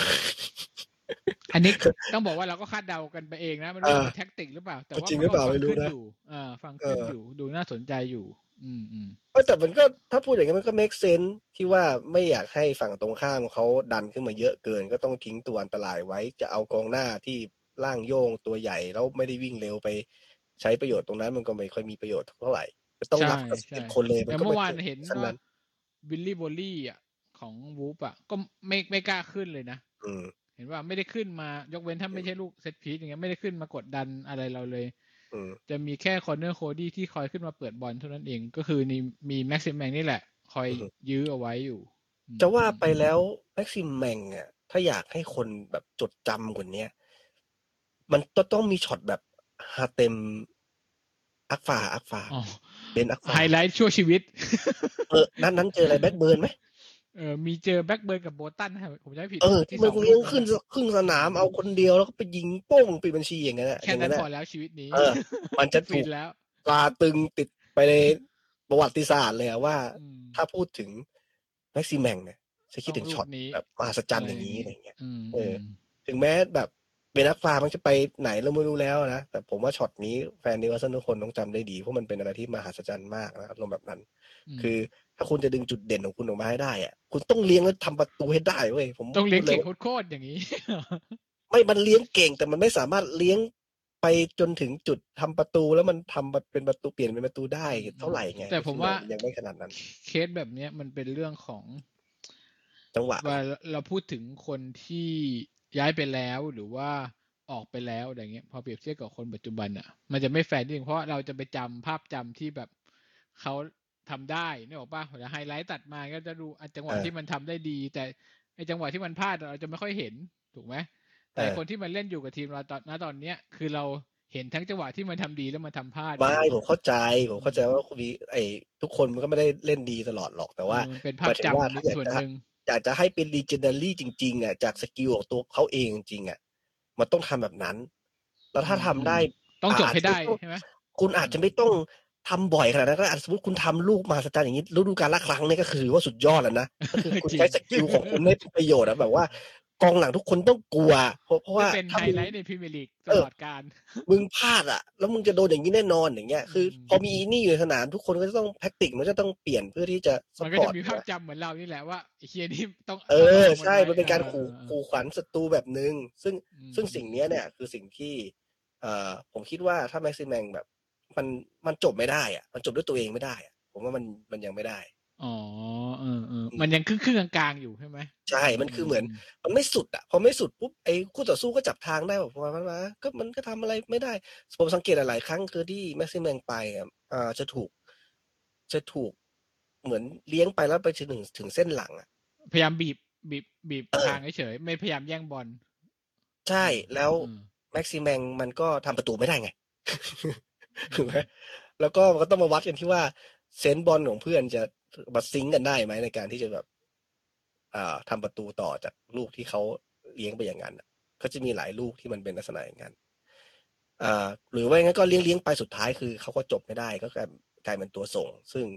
อันนี้ ต้องบอกว่าเราก็คาดเดากันไปเองนะไม่รู้ว่าเป็นแท็กติกหรือเปล่า แต่ว่าจริงมัหนรือก็เปล่าฟังไม่รู้ขึ้นนะอยู่เออฟังเอขึ้นออยู่ดูน่าสนใจอยู่ อืมเออแต่มันก็ถ้าพูดอย่างนี้มันก็ make sense ที่ว่าไม่อยากให้ฝั่งตรงข้ามเขาดันขึ้นมาเยอะเกิน ก็ต้องทิ้งตัวอันตรายไว้ จะเอากองหน้าที่ร่างโย่งตัวใหญ่แล้วไม่ได้วิ่งเร็วไปใช้ประโยชน์ตรงนั้นมันก็ไม่ค่อยมีประโยชน์เท่าไหร่จะต้องใช่รับกับ สิบใช่เอ็ด คนเลยอมันย่างก็เมื่ไม่อวานใช่เห็นฉะว่านั้นบิลลี่โบลลี่อ่ะของวูฟอ่ะก็ไม่ไม่กล้าขึ้นเลยนะอืมเห็นว่าไม่ได้ขึ้นมายกเว้นถ้าไม่ใช่ลูกเซตพีซอย่างเงี้ยไม่ได้ขึ้นมากดดันอะไรเราเลยอืมจะมีแค่คอนเนอร์โคดี้ที่คอยขึ้นมาเปิดบอลเท่านั้นเอง ก็คือมีมีแม็กซิแมงนี่แหละ คอยอือฮึยื้อเอาไว้อยู่อืมจะว่าไปแล้วแม็กซิแมงอ่ะถ้าอยากให้คนแบบจดจำกว่านี้มันจะต้องมีช็อตแบบฮาเต็มอักฟาอักฟาอ๋อเป็นอักฟาไฮไลท์ชั่วชีวิตเออนั้นนั้นเจออะไรแบ็คเบิร์นไหมเออมีเจอแบ็คเบิร์นกับโบตันครับผมจำไม่ผิดเออที่ที่มันสองเลี้ยงลูกขึ้นนั่นแหละครึ่งสนามเอาคนเดียวแล้วก็ไปยิงโป้งปิดบัญชีอย่างนั้นอะแค่อย่างนั้นั้น นพออะแล้วชีวิตนี้เออ มันจะถูฟิกนแล้วตราตรึงติดไปในประวัติศาสตร์เลยอะว่าอืมถ้าพูดถึงแม็กซิแมงเนี่ยจะคิต้ดองถึงลูช็อก ตนี้แบบมหัศจรอะรย์ไรอย่าอง ย่างนี้งี้อะไรอย่างเงี้ยอืมเอออืมถึงแม้แบบเป็นนักฟามันจะไปไหนเราไม่รู้แล้วนะแต่ผมว่าช็อตนี้แฟนนิวคาสเซิลทุกคนต้องจำได้ดีเพราะมันเป็นอะไรที่มหัศจรรย์มากนะอารมณ์แบบนั้นอืมคือถ้าคุณจะดึงจุดเด่นของคุณออกมาให้ได้อะคุณต้องเลี้ยงแล้วทำประตูให้ได้เว้ยผมต้องเลี้ยงพูดเก่งว่าโคตรๆอย่างนี้ไม่มันเลี้ยงเก่งแต่มันไม่สามารถเลี้ยงไปจนถึงจุดทำประตูแล้วมันทำเป็นประตูเปลี่ยนเป็นประตูได้เท่าไหร่ไงแต่ผมว่ายังไม่ขนาดนั้นเคสแบบเนี้ยมันเป็นเรื่องของจังหวะว่าเราพูดถึงคนที่ย้ายไปแล้วหรือว่าออกไปแล้วอะไรเงี้ยพอเปรียบเทียบกับคนปัจจุบันอ่ะมันจะไม่แฟร์จริงเพราะเราจะไปจำภาพจำที่แบบเขาทำได้นึกออกป่ะเวลาไฮไลท์ตัดมาก็จะดูจังหวะเออที่มันทำได้ดี แต่ไอจังหวะที่มันพลาดเราจะไม่ค่อยเห็นถูกไหมแต่เออคนที่มันเล่นอยู่กับทีมเราตอนณตอนเนี้ยคือเราเห็นทั้งจังหวะที่มันทำดีแล้วมันทำพลาดไม่ผมเข้าใจผมเข้าใจว่าคุณมีไอ้ทุกคนมันก็ไม่ได้เล่นดีตลอดหรอกแต่ว่าเออมันเป็นหภาพมายถึงว่าถ้าจำอยากส่วนจะหนึ่งอยากจะให้เป็น legendary จริงๆอ่ะจากสกิลของตัวเขาเองจริงๆอ่ะมันต้องทำแบบนั้น แล้วถ้าอืมทำได้ต้องจบอาจให้จะได้ม่ต้องใช่ไหมคุณอาจจะไม่ต้องทำบ่อยขนาดนั้นก็ได้สมมติคุณทำลูกมหัศจรรย์อย่างนี้ฤดูกาลละครั้งเนี่ยก็คือว่าสุดยอดแล้วนะก็คือคุณจริงใช้สกิลของคุณให้เป็นประโยชน์อะแบบว่ากองหลังทุกคนต้องกลัว เพราะเพราะจะว่าเป็นถ้าไฮมึงไลท์ในพรีเมียร์ลีกตเออลอดการมึงพลาดอ่ะ แล้วมึงจะโดนอย่างนี้แน่นอนอย่างเงี้ย คืออืมพอมีอีนี่อยู่ในสนามทุกคนก็จะต้องแท็กติกมันจะต้องเปลี่ยนเพื่อที่จะซัมัพนก็พอจะร์ตมีภาพจำเหมือนเรานี่แหละว่าไอ้เฮียนี่ต้องเอต้องอระวังใช่ไว้มันเป็นการออขู่เออขู่ขวัญศัตรูแบบนึง ซึ่งอืมซึ่งสิ่งเนี้ยเนี่ยคือสิ่งที่ เอ่อ ผมคิดว่าถ้าแม็กซิแมงแบบ มัน มันจบไม่ได้อะ มันจบด้วยตัวเองไม่ได้อะ ผมว่ามัน มันยังไม่ได้อ๋อ เอออืมๆ มันยังครึ่งๆกลางๆอยู่ใช่ไหม? ใช่ มันคือเหมือนอืมมันไม่สุดอะ พอไม่สุดปุ๊บ ไอ้คู่ต่อสู้ก็จับทางได้แบบประมาณว่า ก็ มันก็ทำอะไรไม่ได้ ผมสังเกตหลาย ๆ ครั้งคือที่แม็กซิแมงไปอะ อ่า จะถูก จะถูกเหมือนเลี้ยงไปแล้วไปถึง ถึงเส้นหลังอะพยายามบีบ บีบ บีบเออทางเฉยๆ ไม่พยายามแย่งบอลใช่อืมแล้วอืมแม็กซิแมงมันก็ทำประตูไม่ได้ไงอืถูกไหมมแล้วก็มันก็ต้องมาวัดกันที่ว่า เซนส์บอลของเพื่อนจะมาซิงก์กันได้ไหมในการที่จะแบบ อ่า ทำประตูต่อจากลูกที่เขาเลี้ยงไปอย่างนั้นน่ะ ก็จะมีหลายลูกที่มันเป็นลักษณะอย่างงั้น อ่า หรือไม่งั้นก็เลี้ยง ๆ ไปสุดท้ายคือเขาก็จบไม่ได้ ก็กลาย กลายเป็นตัวส่ง ซึ่ง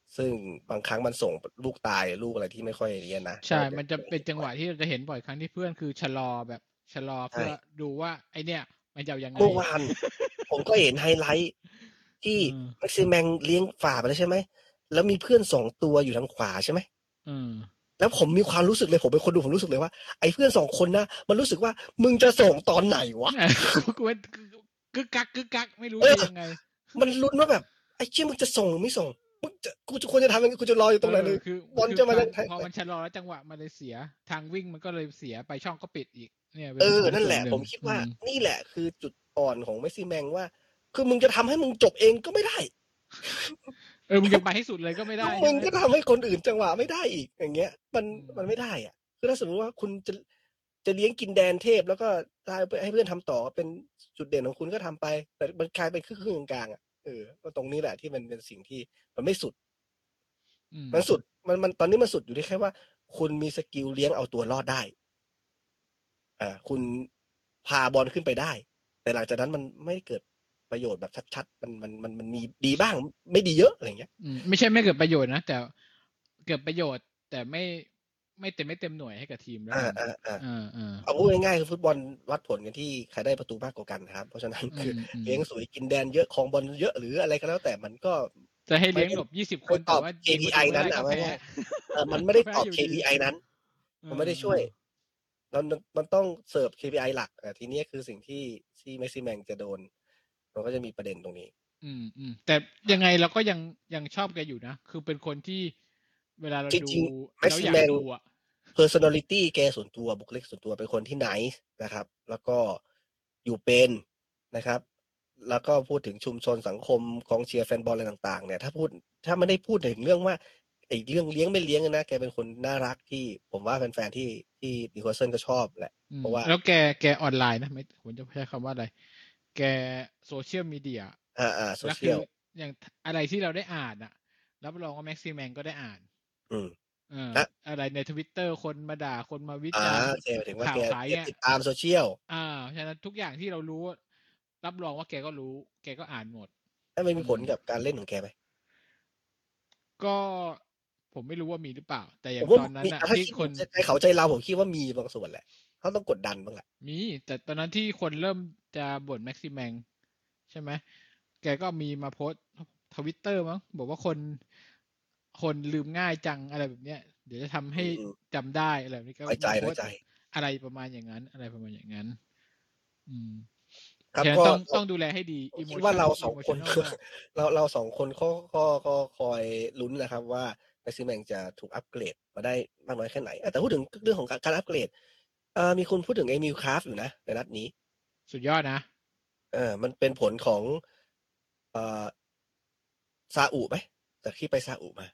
ซึ่งบางครั้งมันส่งลูกตายลูกอะไรที่ไม่ค่อยเนี้ยนะใช่ มันจะเป็นจังหวะที่เราจะเห็นบ่อยครั้งที่เพื่อนคือชะลอแบบชะลอเพื่อใช่ดูว่าไอเนี่ยมันจะเอายังไงเมื่อวาน ผมก็เห็นไฮไลท์ที่อืมแม็กซิแมงเลี้ยงฝ่าไปแล้วใช่ไหมแล้วมีเพื่อนสองตัวอยู่ทางขวาใช่ไหมอืมแล้วผมมีความรู้สึกเลยผมเป็นคนดูผมรู้สึกเลยว่าไอ้เพื่อนสองคนนะมันรู้สึกว่ามึงจะส่งตอนไหนวะกูว่ากึกกักกึกกักไม่รู้เออจะยังไงมันลุ้นว่าแบบไอ้เชี่ยมึงจะส่งหรือไม่ส่งมึงจะกูจะควรจะทำยังไงกูจะรออยู่ตรงไหนเลยออคือบอลคือจะมาทางทางพอมันชะลอแล้วจังหวะมันเลยเสีย ทางวิ่งมันก็เลยเสียไปช่องก็ปิดอีกเนี่ยป็เออป็นั่นส่วแหละงผมคิดว่าอืมนี่แหละคือจุดอ่อนของเมสซี่แมงว่า คือมึงจะทำให้มึงจบเองก็ไม่ได้เออมึงจะไปให้สุดเลยก็ไม่ได้แล้วใช่มึงไหมก็ทำให้คนอื่นจังหวะไม่ได้อีกอย่างเงี้ย มันอืมมันไม่ได้อ่ะคือถ้าสมมติว่าคุณจะจะเลี้ยงกินแดนเทพ แล้วก็ให้เพื่อนทำต่อเป็นจุดเด่นของคุณก็ทำไป แต่มันกลายเป็นครึ่งๆกลางๆอ่ะเออก็ตรงนี้แหละที่มันเป็นสิ่งที่มันไม่สุดอืมมันสุดมันมันตอนนี้มันสุดอยู่ที่แค่ว่า คุณมีสกิลเลี้ยงเอาตัวรอดได้อ่าคุณพาบอลขึ้นไปได้ แต่หลังจากนั้นมันไม่เกิดประโยชน์แบบชัดๆมันมันมันมันมีดีบ้าง ไม่ดีเยอะอะไรอย่างเงี้ยอืมไม่ใช่ไม่เกิดประโยชน์นะแต่เกิดประโยชน์ แต่ไม่ไม่เต็มไม่เต็มหน่วยให้กับทีมแล้วอ่ากันอ่าอ่าอ่าอ่าเอาพูดง่ายๆคือฟุตบอลวัดผลกันที่ใครได้ประตูมากกว่ากันครับ เพราะฉะนั้นอืคือมอืมเลี้ยงสวยกินแดนเยอะครองบอลเยอะหรืออะไรก็แล้วแต่มันก็จะให้ไม่เลี้ยงได้หลบยี่สิบคไม่นตแต่อบว่าเคยิงพีประไอตูไม่นั้นได้อ่ะก็ว่าแพ้ง่ายๆเออมันไม่ได้ตอบแพ้อยู่เคดีพี ไอ นั้นเอมันไม่ได้อช่วยเรามันต้องเสิร์ฟ เค พี ไอ หลักแต่ทีนี้คือสิ่งที่ที่เมสซี่แมงจะโดนมันก็จะมีประเด็นตรงนี้อืมอืมแต่ยังไงเราก็ยังยังชอบแกอยู่นะ คือเป็นคนที่เวลาเราจดูริงๆเราอยาก Maximin ดูอ่ะ personality แกส่วนตัวบุคลิกส่วนตัวเป็นคนที่ nice นะครับ แล้วก็อยู่เป็นนะครับ แล้วก็พูดถึงชุมชนสังคมกองเชียร์แฟนบอลอะไรต่างๆเนี่ยถ้าพูดถ้าไม่ได้พูดถึงเรื่องว่าไอ้เรื่องเลี้ยงไม่เลี้ยงนะแกเป็นคนน่ารักที่ผมว่าแฟนๆที่ที่นิโคลสันก็ชอบแหละอืมเพราะว่าแล้วแกแกออนไลน์นะไม่ผมจะใช้คำว่าอะไร แกโซเชียลมีเดียอ่าอ่าโซแล้วเชีคืยอลอย่างอะไรที่เราได้อ่านอ่ะรับรองว่าแม็กซิแมนก็ได้อ่านอืมเออนะอะไรในทวิตเตอร์คนมาด่าคนมาวิอ่าจารณ์โอเคหมายถึงว่าข่าแกวขายแกเนี่ยติดตามโซเชียลอ่าฉะนั้นทุกอย่างที่เรารู้รับรองว่าแกก็รู้ แกก็อ่านหมดแล้วมันมีผลอืมกับการเล่นของแกไหมก็ผมไม่รู้ว่ามีหรือเปล่า แต่อผย่างมว่าตอนนั้นมีน่ะถ้าที่คิดคนใจเขาใจเราผมคิดว่ามีบางส่วนแหละเขาต้องกดดันบ้างแหละมี แต่ตอนนั้นที่คนเริ่มจะบ่นแม็กซิแมงใช่ไหมแกก็มีมาโพสต์ทวิตเตอร์มั้งบอกว่าคน คนลืมง่ายจังอะไรแบบเนี้ย เดี๋ยวจะทำให้อืมจำได้อะไรแบบนี้ก็น้อยใจมาโพน้สอยต์ใจอะไรประมาณอย่างนั้น อะไรประมาณอย่างนั้น อืมครับฉะนั้ก็นต้องก็ต้องดูแลให้ดีผมคิดว่า emotion เราสองคน emotional มากเราเราสองคนก็ก็ก็คอยลุ้นนะครับว่าแม็กซิแมงจะถูกอัปเกรดมาได้มากน้อยแค่ไหนเออแต่พูดถึงเรื่องของการอัปเกรดเอ่อมีคนพูดถึง Emil Kraft อยู่นะในนัดนี้สุดยอดนะเออมันเป็นผลของเอ่อซาอุไหมจากที่ไปซาอุมา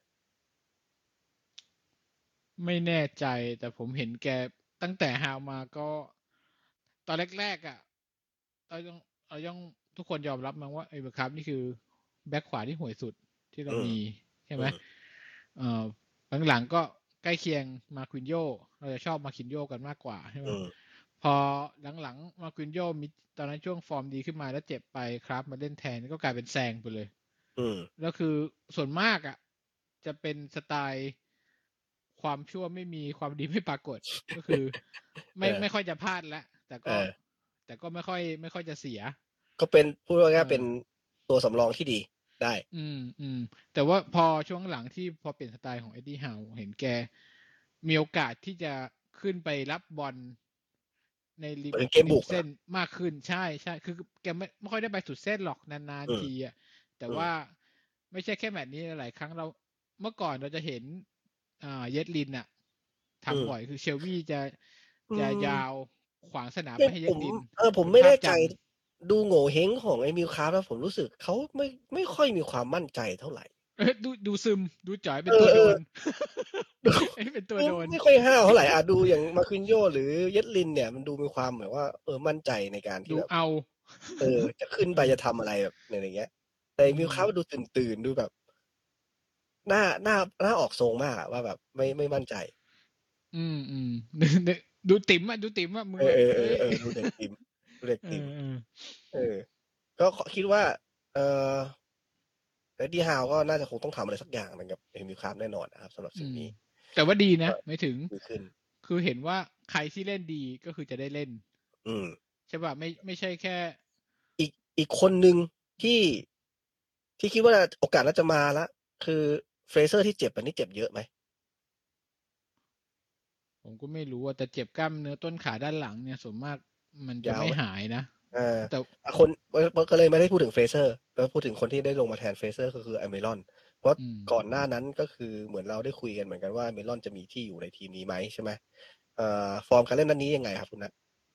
ไม่แน่ใจแต่ผมเห็นแกตั้งแต่ฮาวมาก็ ตอนแรกๆอ่ะเราต้องเราต้องทุกคนยอมรับมั้งว่าไอ้เบอร์คัพนี่คือแบ็คขวาที่ห่วยสุดที่เราอืมมีใช่ไหมอืมเอ่อหลังๆก็ใกล้เคียงมาควินโยเราจะชอบมาควินโยกันมากกว่าใช่ไหมอืมพอหลังๆมาควินโยมีตอนนั้นช่วงฟอร์มดีขึ้นมาแล้วเจ็บไปครับมาเล่นแทนก็กลายเป็นแซงไปเลยอืมแล้วคือส่วนมากอ่ะจะเป็นสไตล์ความชั่วไม่มีความดีไม่ปรากฏ ก็คือ ไม่เออไม่ค่อยจะพลาดแล้วแต่ก็เออแต่ก็ไม่ค่อย ไม่ค่อยจะเสียก็เป็นพูดง่ายๆเออเป็นตัวสำรองที่ดีได้อืมอืมแต่ว่าพอช่วงหลังที่พอเปลี่ยนสไตล์ของเอ็ดดี้ฮาวเห็นแกมีโอกาสที่จะขึ้นไปรับบอลในริมเหมือนเกมบุกเส้นมากขึ้นใช่ใช่คือแกไม่ไม่ค่อยได้ไปสุดเส้นหรอกนานอืมๆทีอ่ะแต่อืมว่าไม่ใช่แค่แมตช์นี้หลายครั้งเราเมื่อก่อนเราจะเห็นอ่าเยดลินอ่ะอืมทำบ่อยคือเชลวี่จะอืจะมยาวขวางสนามไม่ไม่ให้เยผดมลินเออผมเห็นไม่ภาแน่พใจจำดูโง่เฮงของ Emil Kraft แล้วผมรู้สึกเขาไม่ไม่ค่อยมีความมั่นใจเท่าไหร่เออดูดูซึมดูจ๋อยเป็นเอตัวอโดๆนดูไอ้เป็นตัวไม่โดนไม่ค่อยห้าวเท่าไหร่อะดูอย่าง Marquinhos หรือเยดลินเนี่ยมันดูมีความแบบว่า เออมั่นใจในการที่ดูแบบเอาเออ จะขึ้นเอไปอจะทำอะไรแบบเนี่ยอย่างเงี้ย แต่อื Emil ม Kraft ดูตื่น ๆ ดูแบบ น่า น่า น่าออกทรงมากอะว่าแบบไม่ ไม่มั่นใจอืม ๆ ด ด ดูติ๋มอะดูติ๋มอะมึงเอแบบอเฮ้ยๆ ๆ ๆ ดูเด็กติ๋ม ดูเด็กเอติ๋มอ ๆเออ ก็ ข คิดว่า เอ่อแต่ดีฮาวก็น่าจะคงต้องทำอะไรสักอย่างเหมือนกับเอ็มยูคราฟแน่นอนนะครับสำหรับสิ่งนี้แต่ว่าดีนะก็ไม่ถึงดีขึ้นคือเห็นว่าใครที่เล่นดีก็คือจะได้เล่นอืมใช่ป่ะไม่ไม่ใช่แค่อีกอีกคนหนึ่งที่ที่คิดว่าโอกาสน่าจะมาละคือเฟรเซอร์ที่เจ็บอันนี้เจ็บเยอะไหมผมก็ไม่รู้ว่าแต่เจ็บกล้ามเนื้อต้นขาด้านหลังเนี่ยส่วนมากมันจะยาวไม่ไหมหายนะอ่าแต่คนก็เลยไม่ได้พูดถึงเฟรเซอร์แล้วพูดถึงคนที่ได้ลงมาแทนเฟรเซอร์ก็คืออเมรอนเพราะอืมก่อนหน้านั้นก็คือเหมือนเราได้คุยกันเหมือนกันว่าอเมรอนจะมีที่อยู่ในทีมนี้ไหมใช่ไหมเอ่อฟอร์มการเล่นนัดนี้ยังไงครับคุณนัท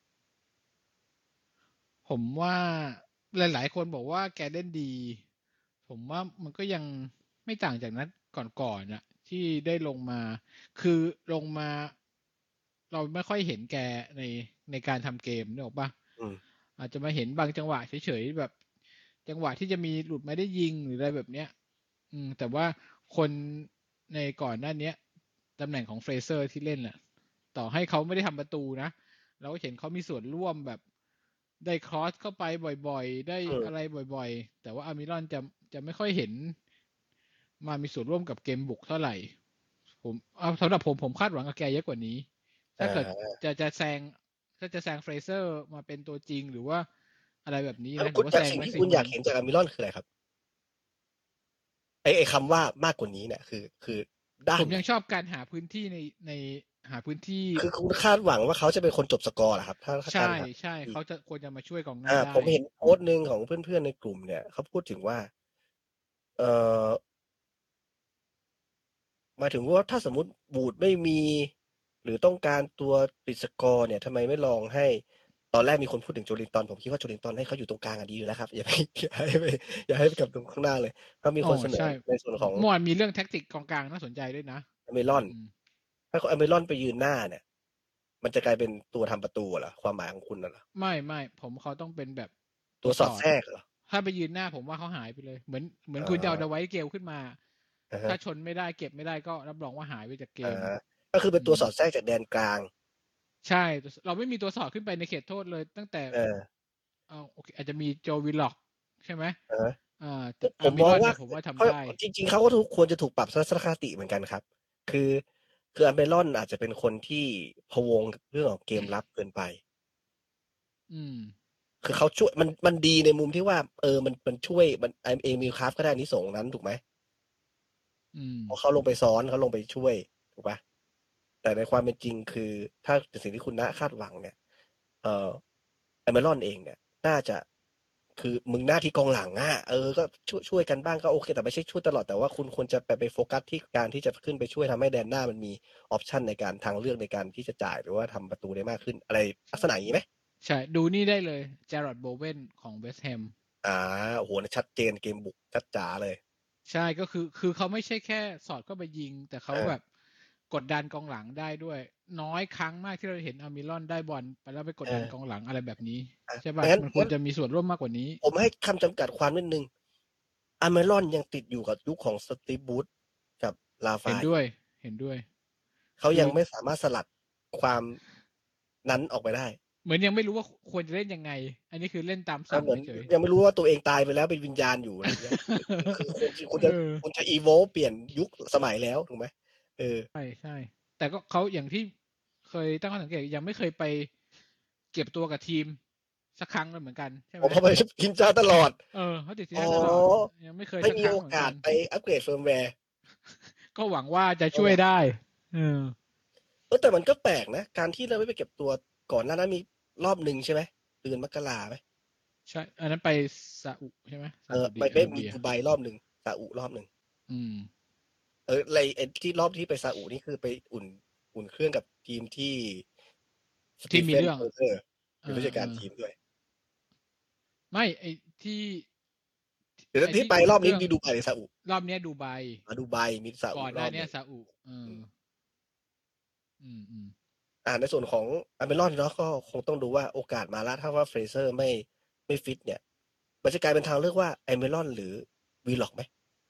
ผมว่าหลายๆคนบอกว่าแกเล่นดี ผมว่ามันก็ยังไม่ต่างจากนัดก่อนๆน่ะ ที่ได้ลงมา คือลงมา เราไม่ค่อยเห็นแกในในการทำเกมนึกออกปะอืมอาจจะมาเห็นบางจังหวะเฉยๆแบบ จังหวะที่จะมีหลุดไม่ได้ยิงหรืออะไรแบบเนี้ย อืม แต่ว่าคนในก่อนหน้านี้ตำแหน่งของเฟรเซอร์ที่เล่นน่ะ ต่อให้เขาไม่ได้ทำประตูนะเราก็เห็นเขามีส่วนร่วมแบบได้ครอสเข้าไปบ่อยๆ ได้อืมอะไรบ่อยๆ แต่ว่าอามิรอนจะจะไม่ค่อยเห็น มามีส่วนร่วมกับเกมบุกเท่าไหร่ ผมเอาสำหรับผมผมคาดหวังกับแกเยอะกว่านี้ ถ้าเกิดอ่าจะจะแซงถ้าจะแซงเฟรเซอร์มาเป็นตัวจริงหรือว่าอะไรแบบนี้แล้วนะหรืคุอณว่าแต่แซงสิ่งแม็กที่ซิคุณอมัยากมเห็นจากอเมรอนคืออะไรครับไอ้ไอ้คำว่ามากกว่านี้เนี่ยคือคือด้าผนมไหนยังชอบการหาพื้นที่ในในหาพื้นที่คือคุณคาดหวังว่าเขาจะเป็นคนจบสกอร์เหรอครับถ้าถ้าใชการ่หาใช่ที่เขาจะควรจะมาช่วยกองหน้าอ่าได้ผมเห็นโพสต์หนึ่งของเพื่อนๆในกลุ่มเนี่ยเขาพูดถึงว่า เอ่อ หมายถึงว่าถ้าสมมุติบูดไม่มี หรือต้องการตัวปิดสกอร์เนี่ยทำไมไม่ลองให้ ตอนแรกมีคนพูดถึงโจลินตันผมคิดว่าโจลินตันให้เขาอยู่ตรงกลางอะดีอยู่แล้วครับ อย่าไป อย่าให้ไป อย่าให้ไปกลับตรงข้างหน้าเลยก็มีอ๋คอนเสนใช่อในส่วนของเมื่อวานมีเรื่องแท็กติกกองกลางน่าสนใจด้วยนะอเมรอนอืมถ้าอเมรอนไปยืนหน้าเนี่ย มันจะกลายเป็นตัวทำประตูเหรอความหมายของคุณน่ะเหรอไม่ ๆ ผมเขาต้องเป็นแบบตัวสอดแทรกเหรอถ้าไปยืนหน้าผมว่าเขาหายไปเลย เหมือนเหมือนอ๋อคุณจะเอา Dwight Gale ขึ้นมาอะฮะถ้าชนไม่ได้เก็บไม่ได้ก็รับรองว่าหายไปจากเกอมา ก็คือเป็นตัวอืมสอดแทรกจากแดนกลางใช่ เราไม่มีตัวสอดขึ้นไปในเขตโทษเลยตั้งแต่เอออ้าว โอเค อาจจะมี Joe Willock ใช่ไหมอะฮะอ่า แตผ่อามผมมิรออง นว่าเนี่ยผมว่าทำเขาได้จริง ๆ เขาก็ทุก ควรจะถูกปรับทัศนคติเหมือนกันครับ คือ คืออเมรอนอาจจะเป็นคนที่พะวงเรื่องของเกมลับเกินไปอืมคือเขาช่วย มัน มันดีในมุมที่ว่า เออ มัน มันช่วย มัน ไอ เอมิลคราฟก็ได้อานิสงส์นั้นถูกไหม? อืมเพราะเขาลงไปซ้อน เขาลงไปช่วย ถูกเปล่า? แต่ในความเป็นจริงคือ ถ้าเป็นสิ่งที่คุณ ณ คาดหวังเนี่ย เอ่อ อเมรอนเองเนี่ยน่าจะ คือมึงหน้าที่กองหลังอะ เออ ก็ช่วย ช่วยกันบ้างก็โอเค แต่ไม่ใช่ช่วยตลอด แต่ว่าคุณควรจะไป ไปโฟกัสที่การที่จะขึ้นไปช่วยทำให้แดนหน้ามันมี ออปชัน ในการ ทางเลือกในการที่จะจ่ายหรือว่าทำประตูได้มากขึ้น อะไรลักษณะอย่างงี้ไหม? ใช่ ดูนี่ได้เลย Jarrod Bowen ของ West Ham อา โอ้โฮ ชัดเจนเกมบุกจ๊ะจ๋าเลยใช่ ก็คือ คือเขาไม่ใช่แค่สอดเข้าไปยิง แต่เขาเออแบบกดดันกองหลังได้ด้วย น้อยครั้งมากที่เราเห็นอามิรอนได้บอลไปแล้วไปกดดันเออกองหลัง อะไรแบบนี้อะใช่เปล่างั้นมันควงัร้นจะมีส่วนร่วมมากกว่านี้ผมให้คำจำกัดความนิดหนึ่ง อเมรอนยังติดอยู่กับยุคของ Steve Bruce กับเห็น Rafa ด้วย เห็นด้วยเขาคือยังไม่สามารถสลัดความนั้นออกไปได้เหมือนยังไม่รู้ว่า ค ควรจะเล่นยังไง อันนี้คือเล่นตามเออสั่งเหมือนเฉย ๆยังไม่รู้ว่าตัวเองตายไปแล้วเป็นวิญญาณอยู่ อะไรอย่างเงี้ย คือคุณ คุณจะเออคุณจะ evolve เปลี่ยนยุคสมัยแล้วถูกไหม? เออใช่ ๆ แต่ก็เขาอย่างที่เคยตั้งข้อสังเกต ยังไม่เคยไปเก็บตัวกับทีมสักครั้งเลยเหมือนกัน ใช่ไหอ๋ม? อ เขาไป ทีมชาติตลอดเออ เขาติดทีมอ๋อชาติตลอด ยังไม่เคยไม่มีโอสักครั้งเหมือนกกาัสนไปอัปเกรด Firmware ก็หวังว่าจะก็ช่วยได้ เออเออ แต่มันก็แปลกนะ การที่เราไม่ไปเก็บตัว ก่อนหน้านั้นมีรอบหนึ่งใช่ไหม เดือนมกราไหม? ใช่ อันนั้นไปซาอุใช่ไหม? เอซาออุดิไป ไปอาระมีเบียดูไบรอบหนึ่ง ซาอุรอบหนึ่งอืมเออ ไร ไอ้ที่รอบที่ไปซาอุนี่คือไปอุ่น อุ่นเครื่องกับทีมที่ที่มีเรื่ Steven อง Gerrard เอเป็นผู้จัดการอ ๆทีมด้วยไม่ ไอ้ที่เดี๋ยวนไอ้ะทที่ี่ไปอุ่นเครรอบนี้ื่องมีดูไบหรือซาอุ? รอบเนี้ยดูไบอา ดูไบ มีซาอุก่อนหน้รอาบหนึ่งเนี้ยซาอุ เอออืมอืม ๆอ่า ในส่วนของอเมรอนเนาะ ก็คงต้องดูว่าโอกาสมาแล้ว ถ้าว่า Fraser ไม่ ไม่ฟิตเนี่ย มันจะกลายเป็นทางเลือกว่าอเมรอนหรือ Willock ไหม?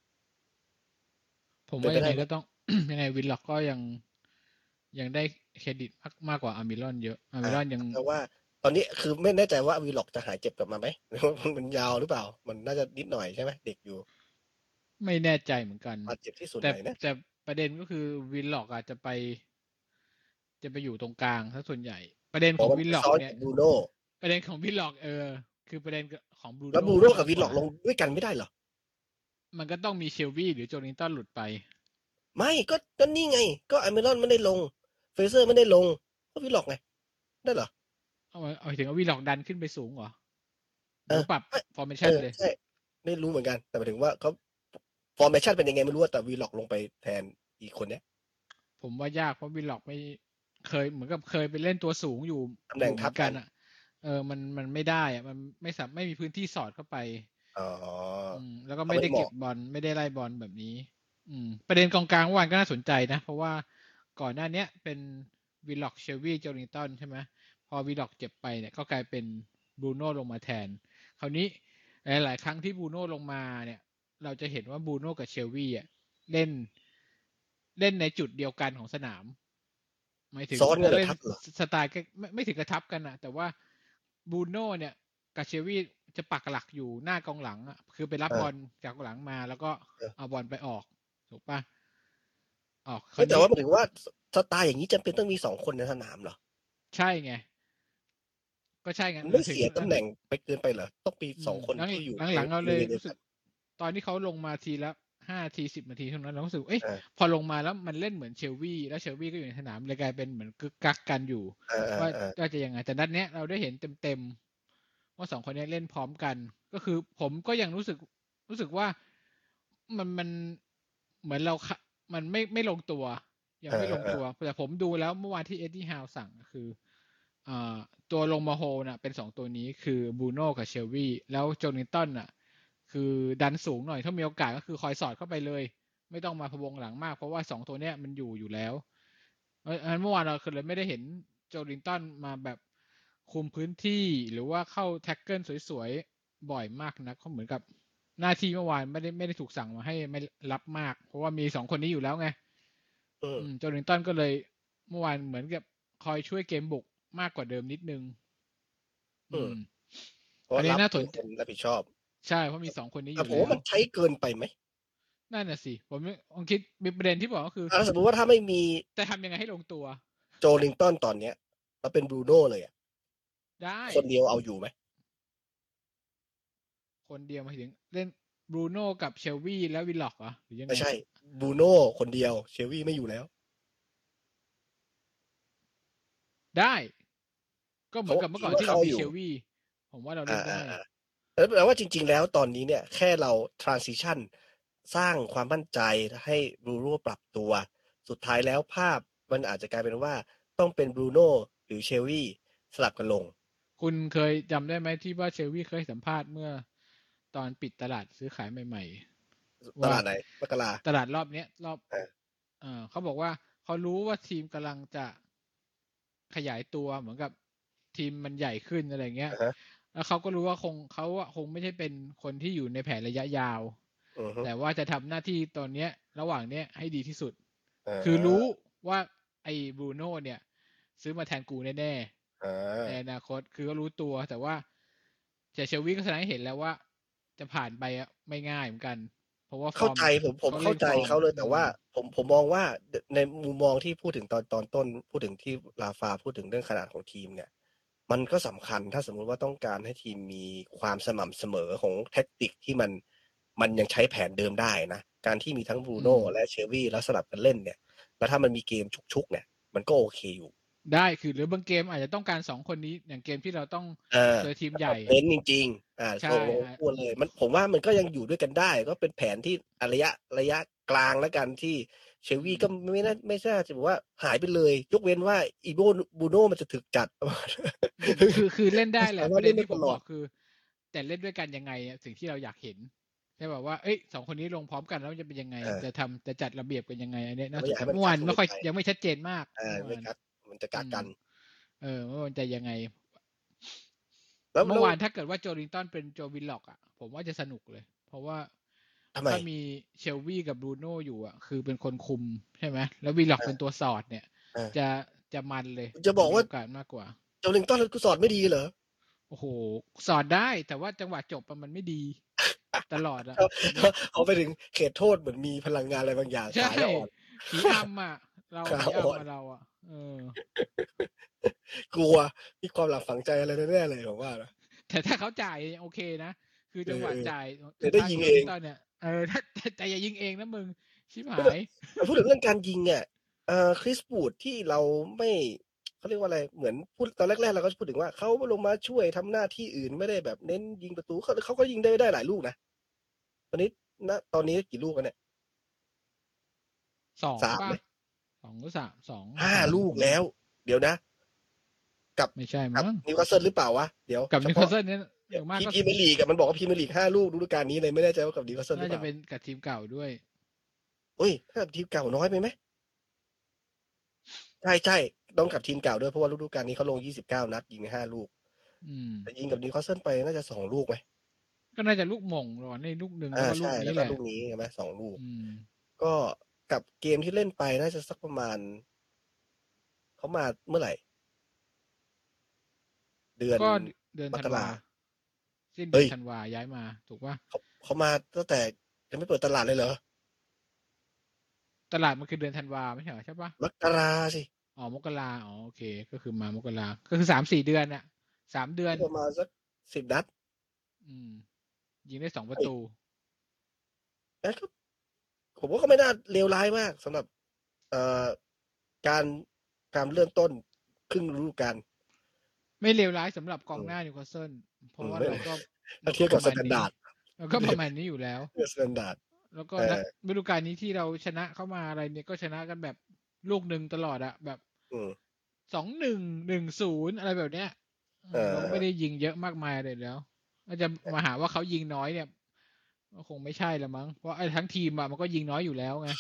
ผมเปว็่นาไปไดยังไ้งไหม? ก็ต้อง ยังไง Willock ก็ยัง ยังได้เครดิตมาก มากกว่าอามิรอนเยอะ อาอมิารอนยังแต่ว่าตอนนี้คือไม่แน่ใจว่า Willock จะหายเจ็บกลับมาไหม? หรือว่ามัน มันยาวหรือเปล่า? มันน่าจะนิดหน่อยใช่ไหม? เด็กอยู่ไม่แน่ใจเหมือนกันบาดเจ็บที่ส่วนแต่ไหนนะแต่ประเด็นก็คือวินล็อกอาจจะไป จะไปอยู่ตรงกลางซะส่วนใหญ่ ประเด็นอ๋ขอองมันวินไปล็อซก้อนเนี่กัยบ Bruno ประเด็นของวินล็อก เออ คือประเด็น ก ของแล้ว Bruno Bruno มากับกกว่า Willock ลงด้วยกันไม่ได้เหรอ? มันก็ต้องมี Shelvey หรือ Joelinton หลุดไปไม่ ก็ ก็นี่ไง ก็ Almiron ไม่ได้ลง Fraser ไม่ได้ลง ก็ Willock ไง ได้เหรอ? เอาหมาย หมายถึงว่า Willock ดันขึ้นไปสูงเหรอ? หเออรือปรับไม่ฟอร์เมชเอันอเลย? ใช่ ไม่รู้เหมือนกัน แต่หมายถึงว่าเขา ฟอร์เมชันเป็นยังไงไม่รู้อะ แต่ Willock ลงไปแทนอีกคนเนี้ยผมว่ายาก เพราะ Willock ไม่ เคย เหมือนกับเคยไปเล่นตัวสูงอยู่ตำแอหนยู่่งเหมทืัอนกบกัันนอะ เออ มัน มันไม่ได้อะ มันไม่สาม ไม่มีพื้นที่สอดเข้าไปอ๋ออืม แล้วก็เขไาม่ไม่ไไดด้้เหมเก็าะบบอล ไม่ได้ไล่บอลแบบนี้ อืม ประเด็นกองกลางเมื่อวานก็น่าสนใจนะ เพราะว่าก่อนหน้าเนี้ยเป็น Willock Shelvey Joelinton ใช่ไหม พอ Willock เจ็บไปเนี่ย ก็กลายเป็น Bruno ลงมาแทน คราวนี้หลาย ๆ ครั้งที่ Bruno ลงมาเนี่ย เราจะเห็นว่า Bruno กับ Shelvey อะเล่น เล่นในจุดเดียวกันของสนาม หมายถึงซ้อนกันเหรเอ? ล่นทับเหรอ? ส สไตล์ใกล้ ไม่ ไม่ถึงกับทับกันน่ะ แต่ว่า Bruno เนี่ยกับ Shelvey จะปักหลักอยู่หน้ากองหลังอะ คือไปรับบเอออลจากกองหลังมา แล้วก็เออเอาบอลไปออก ถูกเปล่า? อ้าว คเรฮา้วยย แต่นี้ว่าหมายถึงว่า ส สไตล์อย่างงี้จำเป็นต้องมี สอง คนในสนามเหรอ? ใช่ไง ก็ใช่ไงมันหไม่ถึเสงียตลำแหน่งไปเกินไปเหรอ? ต้องมีอืมสอง คนหลังที่อยู่ในหลัง ๆ เราบเลยริเวณเดีรยูว้สกึักนตอนที่เขาลงมาทีละ ห้า นาที สิบ นาทีเท่านั้น เรารู้สึก เอ๊ะเออพอลงมาแล้วมันเล่นเหมือน Shelvey แล้ว Shelvey ก็อยู่ในสนาม เลยกลายเป็นเหมือนกึกกักกันอยู่เอว่าอ ๆ ๆว่าจะยังไง แต่นัดเนี้ยเราได้เห็นเต็ม ๆ ว่า สอง คนเนี้ยเล่นพร้อมกัน ก็คือผมก็ยังรู้สึก รู้สึกว่า มัน มันเหมือนเรา ค มันไม่ ไม่ลงตัว ยัเงไม่ลงออตัวๆแต่ผมดูแล้วเมื่อวานที่ Eddie Howe สั่ง คือ อ่า ตัวลงมาโฮลด์น่ะเป็น สอง ตัวนี้ คือ Bruno กับ Shelvey แล้ว Joelinton น่ะ คือดันสูงหน่อย ถ้ามีโอกาสก็คือคอยสอดเข้าไปเลย ไม่ต้องมาพะวงหลังมาก เพราะว่า สอง ตัวเนี้ยมันอยู่อยู่แล้ว เออ อันนั้นเมื่อวานเราคือเลยไม่ได้เห็น Joelinton มาแบบคุมพื้นที่ หรือว่าเข้า tackle สวย ๆ บ่อยมากนัก เพราะเหมือนกับหน้าที่เมื่อวานไม่ได้ ไม่ได้ถูกสั่งมาให้ไม่ รับมาก เพราะว่ามี สอง คนนี้อยู่แล้วไงอืมอืม Joelinton ก็เลยเมื่อวานเหมือนกับคอยช่วยเกมบุกมากกว่าเดิมนิดหนึ่งออืืมมเพราะอันนรี้ับน่าเปส็นน จคนรับผิดชอบใช่ เพราะมี สอง คนนี้แตอ่ยู่แลผมว่้าวมันใช้เกินไปไหม? นั่นน่ะสิ ผมไม่ ผมคิด มีประเด็นที่บอกก็คืออา สมมุติว่าถ้าไม่มีจะทำยังไงให้ลงตัว? Joelinton ตอนเนี้ย แล้วเป็น Bruno เลยอะได้คนเดียวเอาอยู่ไหม? คนเดียวหมายถึงเล่น Bruno กับ Shelvey และ Willock เหรอ หรือยังไมไง? ่ใช่ Bruno คนเดียว Shelvey ไม่อยู่แล้วได้ ก็เหเมขือานกับเมื่คอิก่อนว่าที่เขเราามีอยู่ Shelvey ผมว่าเราอเล่นได้า ๆ ๆ แล้วแปลว่าจริง ๆ แล้วตอนนี้เนี่ย แค่เรา transition สร้างความมั่นใจให้ Bruno ปรับตัว สุดท้ายแล้วภาพมันอาจจะกลายเป็นว่า ต้องเป็น Bruno หรือ Shelvey สลับกันลงคุณเคยจำได้ไหมที่ว่า Shelvey เคยให้สัมภาษณ์เมื่อตอนปิดตลาดซื้อขายใหม่ ๆตว่าลาดไหน? มกราตลาดรอบเนี้ย รอบเออเอ่อ เขาบอกว่าเขารู้ว่าทีมกำลังจะขยายตัวเหมือนกับทีมมันใหญ่ขึ้น อะไรอย่างเงี้อยะฮะแล้วเขาก็รู้ว่าคง เขาอะคงไม่ใช่เป็นคนที่อยู่ในแผนระยะยาวอือฮึแต่ว่าจะทำหน้าที่ตอนเนี้ย ระหว่างเนี้ยให้ดีที่สุดอ๋คือรู้อว่าไอ้ Bruno เนี่ยซื้อมาแทนกูแน่อๆ ในาอนาคต คือก็รู้ตัว แต่ว่า แต่ Shelvey ก็แสดงให้เห็นแล้วว่า จะผ่านไปอะไม่ง่ายเหมือนกัน เพราะว่าเฟข้าอร์มใจ ผม ผเขมาเเข้รา่งใจฟอร์เมขาเลยอืแต่ว่ามผม ผมมองว่า ด ในมุมมองที่พูดถึงตอน ตอนต้น พูดถึงที่ Rafa พูดถึงเรื่องขนาดของทีมเนี่ย มันก็สำคัญ ถ้าสมมุติว่าต้องการให้ทีมมีความสม่ำเสมอของแท็กติกที่มัน มันยังใช้แผนเดิมได้นะ การที่มีทั้งอื Bruno มและ Shelvey แล้วสลับกันเล่นเนี่ย แล้วถ้ามันมีเกมชุก ๆ เนี่ย มันก็โอเคอยู่ได้ คือ หรือบางเกมอาจจะต้องการ สอง คนนี้ อย่างเกมที่เราต้องเออเจอทีมถ้าใหญแบ่บเน้นจริง ๆ อาใช่ส่งลงอาตัวเลย มัน ผมว่ามันก็ยังอยู่ด้วยกันได้ ก็เป็นแผนที่ อะ ระยะ ระยะกลางแล้วกัน ที่อื Shelvey ก็มไม่น่า ไม่น่าจะแบบว่าหายไปเลย ยกเว้นว่า อีโบ้ Bruno มันจะถึกจัดอืม คือ คือเล่นได้แหสละามปารรถะเเดล็่นทนไีด้่ผมตลอดบอกคือ แต่เล่นด้วยกันยังไงอะ สิ่งที่เราอยากเห็น แค่แบบว่า เฮ้ย สอง คนนี้ลงพร้อมกันแล้วมันจะเป็นยังไงเออจะทำ จะจัดระเบียบกันยังไง อันเนี้ยแตน่่าไม่อยากสนใใจห้มัเนมื่อวกัากเกนไิม่ค่อยนไปยังไม่ชัดเจนมากอาเมื่อวไม่านกัก มันจะอกัืมกกันเออ ว่ามันจะยังไงแล้วเมแืล่้วอวานถ้าเกิดว่า Joelinton เป็น Joe Willock อะ ผมว่าจะสนุกเลย เพราะว่าทำไม? ถ้ามี Shelvey กับ Bruno อยู่อะ คือเป็นคนคุม ใช่ไหม แล้ว Willock อเป็านตัวสอดเนี่ยอาจะ จะมันเลยคุณจะบอกว่าจะมีโอกาสมากกว่า Joelinton คือสอดไม่ดีเหรอ? โอ้โฮ สอดได้ แต่ว่าจังหวะจบอะมันไม่ดีตลอดอ่ะเขาเขาเขาไปถึงเขตโทษเหมือนมีพลังงานอะไรบางอย่างใช่ขายแล้วอ่อนผีอำอ่ะ เราขาผีอ่อนอำมาเราอ่ะเออกลัวมีความหลังฝังใจอะไรแน่ๆเลยผมว่านะแต่ถ้าเขาจ่ายโอเคนะคือจังหวะเออจ่ายเดี๋ยวได้ยิงเองตอนเนี่ยเออถ้าแต่อย่ายิงเองนะมึงชิบหายแต่พูดถึงเรื่องการยิงอ่ะเอ่อคริสบูดที่เราไม่เขาเรียกว่าอะไรเหมือนพูดตอนแรกๆเราก็พูดถึงว่าเขาลงมาช่วยทำหน้าที่อื่นไม่ได้แบบเน้นยิงประตูเขาเขาก็ยิงได้ได้หลายลูกนะตอนนี้ณตอนนี้กี่ลูกกันเนี่ยสองสามป่ะไหมสองหรือสามสองห้าสามลูกแล้ว เดี๋ยวนะ กับไม่ใช่กับมั้งนิวคาสเซิลหรือเปล่าวะเดี๋ยวกับเฉนิวพาะคาสเซิลเนี่ยอย่างมากพีก็พีเมลีกับมันบอกว่าพีเมลีกห้าลูกฤดูกาลนี้เลยไม่แน่ใจว่ากับนิวคาสเซิลหรืน่าอเปจะล่าเป็นกับทีมเก่าด้วยเฮ้ยถ้ากับทีมเก่าน้อยไปไหมใช่ใช่ต้องกับทีมเก่าด้วยเพราะว่าฤดูกาลนี้เขาลงยี่สิบเก้านัดยิงห้าลูกอืมแต่ยิงกับนิวคาสเซิลไปน่าจะสองลูกไหมก็น่าจะลูกหม่งหรอในลูกหนึ่งแล้อ่าวก็ลูกใช่นี้แล้วแหก็ละลูกนี้ใช่ไหมสองลูกอืมก็กับเกมที่เล่นไปน่าจะสักประมาณเขามาเมื่อไหร่ เดือนก็เดือนมธักนวาราสิ้นเฮ้เดือนยธันวาย้ายมาถูกป่ะเขาเขามาตั้งแต่ยังไม่เปิดตลาดเลยเหรอตลาดมันคือเดือนธันวาไม่ใช่เหรอใช่ป่ะมกราสิอ๋อมกราอ๋อโอเค ก็คือมามกราก็คือสามสี่เดือนน่ะสามเดือนประมาณสักสิบนัดอืม ยิงได้สองประเฮ้ยตูเอ้ยก็ผมว่าก็ไม่น่าเลวร้ายมากสำหรับเอ่อการการเริ่มต้นครึ่งฤดูกาลไม่เลวร้ายสำหรับกองอืมหน้านิวคาสเซิลเพราะอืมว่าไม่เราก็ถ้าเทียบกับประมาณสแตนนี้ดาร์ดเราก็ประมาณนี้อยู่แล้วเทียบกับสแตนดาร์ดแล้วก็เออนัดฤดูกาลนี้ที่เราชนะเข้ามาอะไรเนี่ยก็ชนะกันแบบลูกหนึ่งตลอดอะแบบอืมสองหนึ่งหนึ่งศูนย์อะไรแบบเนี้ยเออเราก็ไม่ได้ยิงเยอะมากมายเลยแล้วก็จะมาหาว่าเขายิงน้อยเนี่ยก็คงไม่ใช่ละมั้งเพราะไอ้ทั้งทีมอะมันก็ยิงน้อยอยู่แล้วไง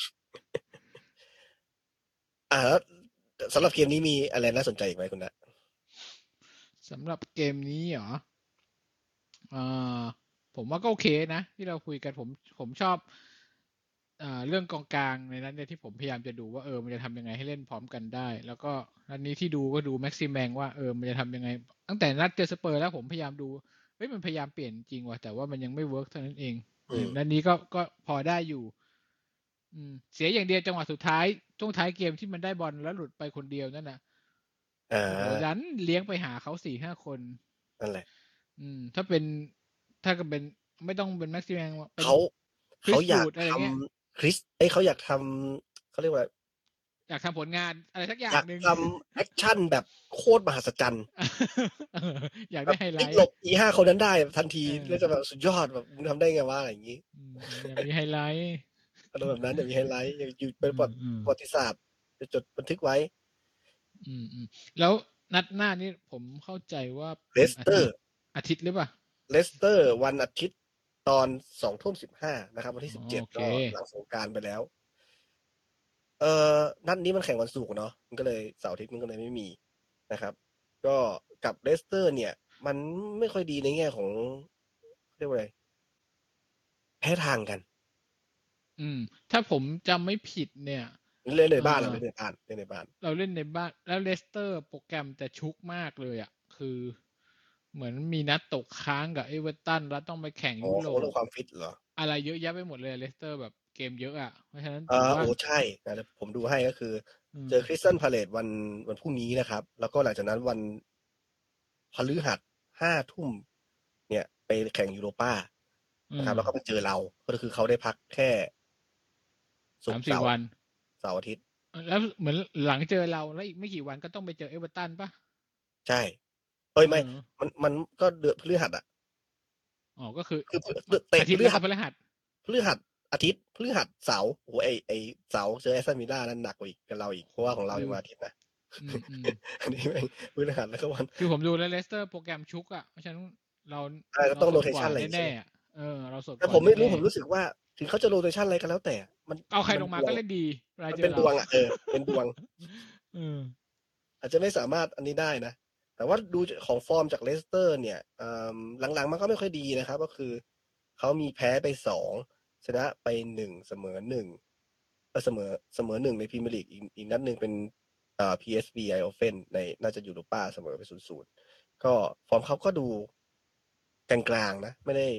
อ่าแล้วสำหรับเกมนี้มีอะไรน่าสนใจอีกไหมคุณนะสำหรับเกมนี้เหรออ่าผมว่าก็โอเคนะที่เราคุยกันผมผมชอบอ่าเรื่องกองกลางในนั้นเนี่ยที่ผมพยายามจะดูว่าเออมันจะทำยังไงให้เล่นพร้อมกันได้ แล้วก็อันนี้ที่ดูก็ดูแม็กซิแมงว่าเออมันจะทำยังไงตั้งแต่นัดเจอสเปอร์แล้วผมพยายามดูเฮ้ยมันพยายามเปลี่ยนจริงว่ะแต่ว่ามันยังไม่เวิร์กเท่านั้นเองอืมนัดนี้ก็ก็พอได้อยู่ อืมเสียอย่างเดียวจังหวะสุดท้ายช่วงท้ายเกมที่มันได้บอลแล้วหลุดไปคนเดียวนั่นน่ะอ่าโอ้โหดันเลี้ยงไปหาเขาสี่ห้าคนนั่นแหละอืม ถ้าเป็นถ้าก็เป็นไม่ต้องเป็นแม็กซิแมงเป็นเขาคริเขาสอยาบูกดอะไรทเงี้ยำคริสเอ้ยเขาอยากทำเขาเรียกว่าอยากทำผลงานอะไรสักอย่าอง ยากหนึ่งทำแอคชั่นแบบโคตรมหัศจรรย์อยากแบได้บไฮไลพลิกท์หลบอีห้าคนนั้นได้ทันทีเออแล้วจะแบบสุดยอดแบบมึงทำได้ไงวะอะไรอย่างงี้อืมอยากมีไฮไลท์อารมณ์แบบนั้นอยากมีไฮไลท์อยากอยู่เป็นประวัติอืมประวัติศาสตร์จะจดบันทึกไว้อืมอืมแล้วนัดหน้านี้ผมเข้าใจว่าเลเป็นสอาเตอทิตร์ย์อาทิตย์หรือเปล่าเลสเตอร์วันอาทิตย์ตอนสองทุ่มสิบห้านะครับ วันที่อ๋สิอบเจ็ดโอเคก็หลังสงกรานต์ไปแล้ว เอ่อนัดนี้มันแข่งวันศุกร์เนาะมันก็เลยเสาร์อาทิตย์มันก็เลยไม่มีนะครับ ก็กับเลสเตอร์ เนี่ย มันไม่ค่อยดีในแง่ของเรียกว่าอะไรแพ้ทางกันอืม ถ้าผมจำไม่ผิดเนี่ยเล่นในบ้านเอ่เราอเล่นในบ้านเล่นในบ้านเราเล่นในบ้านแล้วเลสเตอร์โปรแกรมจะชุกมากเลยอ่ะ คือเหมือนมีนัดตกค้างกับเอเวอร์ตันแล้วต้องไปแข่งอ๋อยุโรเขาเรื่ปองความฟิตเหรออะไรเยอะแยะไปหมดเลยเลสเตอร์แบบเกมเยอะอ่ะ เพราะฉะนั้นเอผมอว่าโอ้ใช่นะเดี๋ยวผมดูให้ก็คืออืมเจอคริสตัลพาเลซวันวันพรุ่งนี้นะครับ แล้วก็หลังจากนั้นวันพฤหัสห้าทุ่มเนี่ย ไปแข่งยูโรป้าอืนะครับมแล้วก็มาเจอเรา ก็คือเขาได้พักแค่ศุสาก มร์สี่เสาร์วันเสาร์อาทิตย์แล้วเหมือนหลังเจอเราแล้วอีกไม่กี่วันก็ต้องไปเจอเอเวอร์ตันป่ะใช่ เอ้ย ไม่เออมันมันก็เดือนพฤหัสอะอ๋อก็คือคือเตะอาทิตย์พฤแล้วหัก็สพฤหัสพฤหัสอาทิตย์พฤหัสเสาร์โอ้โหไอไอเสาร์เจอแอสตันวิลล่านั้นหนักกว่าอีกกับเราอีกเพราะว่าของเรายังวันอาทิตย์นะอืมอืมอันนี้แม่งพฤหัสแล้วก็วันคือผมดูแล้วเลสเตอร์โปรแกรมชุกอ่ะเพราะฉะนั้นเราใช่ก็ต้องเราสดก rotation ว่าอะไรอย่างงี้ใช่แน่ไหมๆอะเออเราสดกแต่ว่าผมไม่รู้แน่ๆผมรู้สึกว่า ถึงเขาจะโรเตชันอะไรก็แล้วแต่ มันเอาใครมันลงมาดวก็งเล่นดีเวลามันเจเป็อนดเราวงอะเออเป็นดวงเอออาจจะไม่สามารถอันนี้ได้นะ แต่ว่าดูของฟอร์มจากเลสเตอร์เนี่ยเอ่อหลังๆมันก็ไม่ค่อยดีนะครับ ก็คือเขามีแพ้ไปสองชนะไปหนึ่งเสมอหนึ่งก็เสมอเสมอหนึ่งในพรีเมียร์ลีกอีกอีกนัดหนึ่งเป็นเอ่อ พี เอส วี Eindhoven ในน่าจะยูโรป้าเสมอไปศูนย์ศูนย์ก็ฟอร์มเขาก็ดูกลางๆนะ ไม่ได้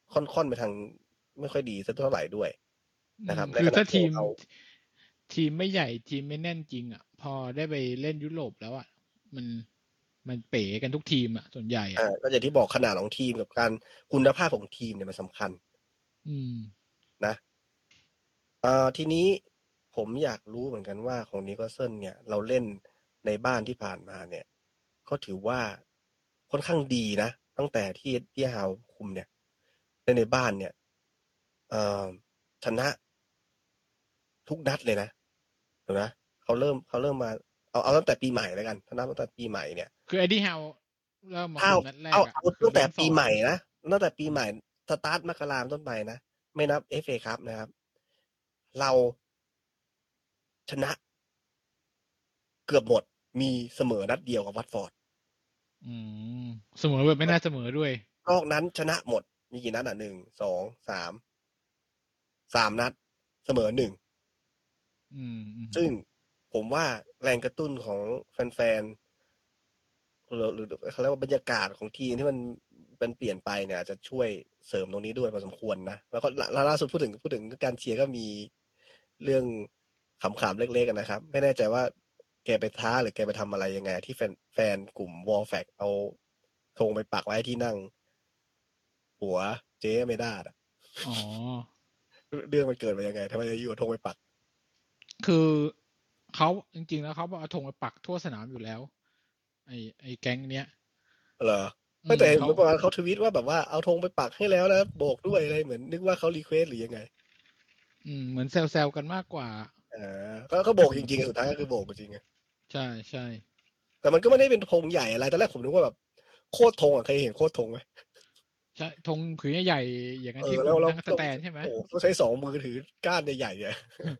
ค่อนๆไปทางไม่ค่อยดีสักเท่าไหร่ด้วยนะครับในคือขณะถ้าที่ทีมเราทีมไม่ใหญ่ทีมไม่แน่นจริงอ่ะพอได้ไปเล่นยุโรปแล้วอ่ะมันมันเป๋กันทุกทีมอ่ะส่วนใหญ่อ่ะอ่าก็อย่างที่บอกขนาดของทีมกับการคุณภาพของทีมเนี่ยมันสำคัญอืมนะเอ่อทีนี้ผมอยากรู้เหมือนกันว่าของนิวคาสเซิลเนี่ยเราเล่นในบ้านที่ผ่านมาเนี่ยก็ถือว่าค่อนข้างดีนะตั้งแต่ที่ที่ฮาวคุมเนี่ยเล่นในบ้านเนี่ยเอ่อชนะทุกนัดเลยนะเห็นไหมเขาเริ่มเขาเริ่มมาเอาเอาตั้งแต่ปีใหม่แล้วกันถ้านับตั้งแต่ปีใหม่เนี่ยคือเอ็ดดี้ฮาวเริ่มมาถ้าคุมนัดแรเอากอ่ะเอาคือตั้งเบแต่รนท์ฟปีอร์ดใหม่นะตั้งแต่ปีใหม่สตาร์ทมกราคมต้นไปนะไม่นับ เอฟ เอ ครับนะครับเราชนะเกือบหมดมีเสมอนัดเดียวกับวัตฟอร์ดอืมเสมอแบบไม่น่าเสมอด้วยนอกนั้นชนะหมดมีกี่นัดอ่ะหนึ่งสองสามสามนัดเสมอหนึ่งอืมอืมซึ่งผมว่าแรงกระตุ้นของแฟนๆหรือหรือเขาเรียกว่าบรรยากาศของทีมที่มันเป็นเปลี่ยนไปเนี่ยจะช่วยเสริมตรงนี้ด้วยพอสมควรนะแล้วก็ล่าล่าสุดพูดถึงพูดถึงการเชียร์ก็มีเรื่องขำๆเล็กๆกันนะครับ ไม่แน่ใจว่าแกไปท้าหรือแกไปทำอะไรยังไง ที่แฟนแฟนกลุ่มวอลแฟกเอาธงไปปักไว้ที่นั่ง หัวเจ๊ไม่ได้อะอ๋อเรื่องมันเกิดมายังไงทำไมอยู่ๆธงไปปักคือเขาจริงๆแล้วเขาเอาธงไปปักทั่วสนามอยู่แล้ว ไอไอแก๊งเนี้ยเหรออืไม่มแต่เห็นเขาเมื่อวานเขาทวีตว่าแบบว่าเอาธงไปปักให้แล้วนะโบกด้วยอะไรเหมือนนึกว่าเขารีเควสหรือยังไงอืมเหมือนแซวๆกันมากกว่าอ่าก็ก็โบกจริงๆสุดท้ายก็คือโบกจริงๆใช่ใช่แต่มันก็ไม่ได้เป็นธงใหญ่อะไรตอนแรกผมนึกว่าแบบโคตรธงอ่ะเคยเห็นโคตรธงไหมใช่ธงผืนใหญ่ๆอย่างนั้เอนที่อคุแล้วณแล้วนั่งสแตนใช่ไหมโอ้โหต้องใช้สองมือถือก้านใหญ่ๆเนี่ย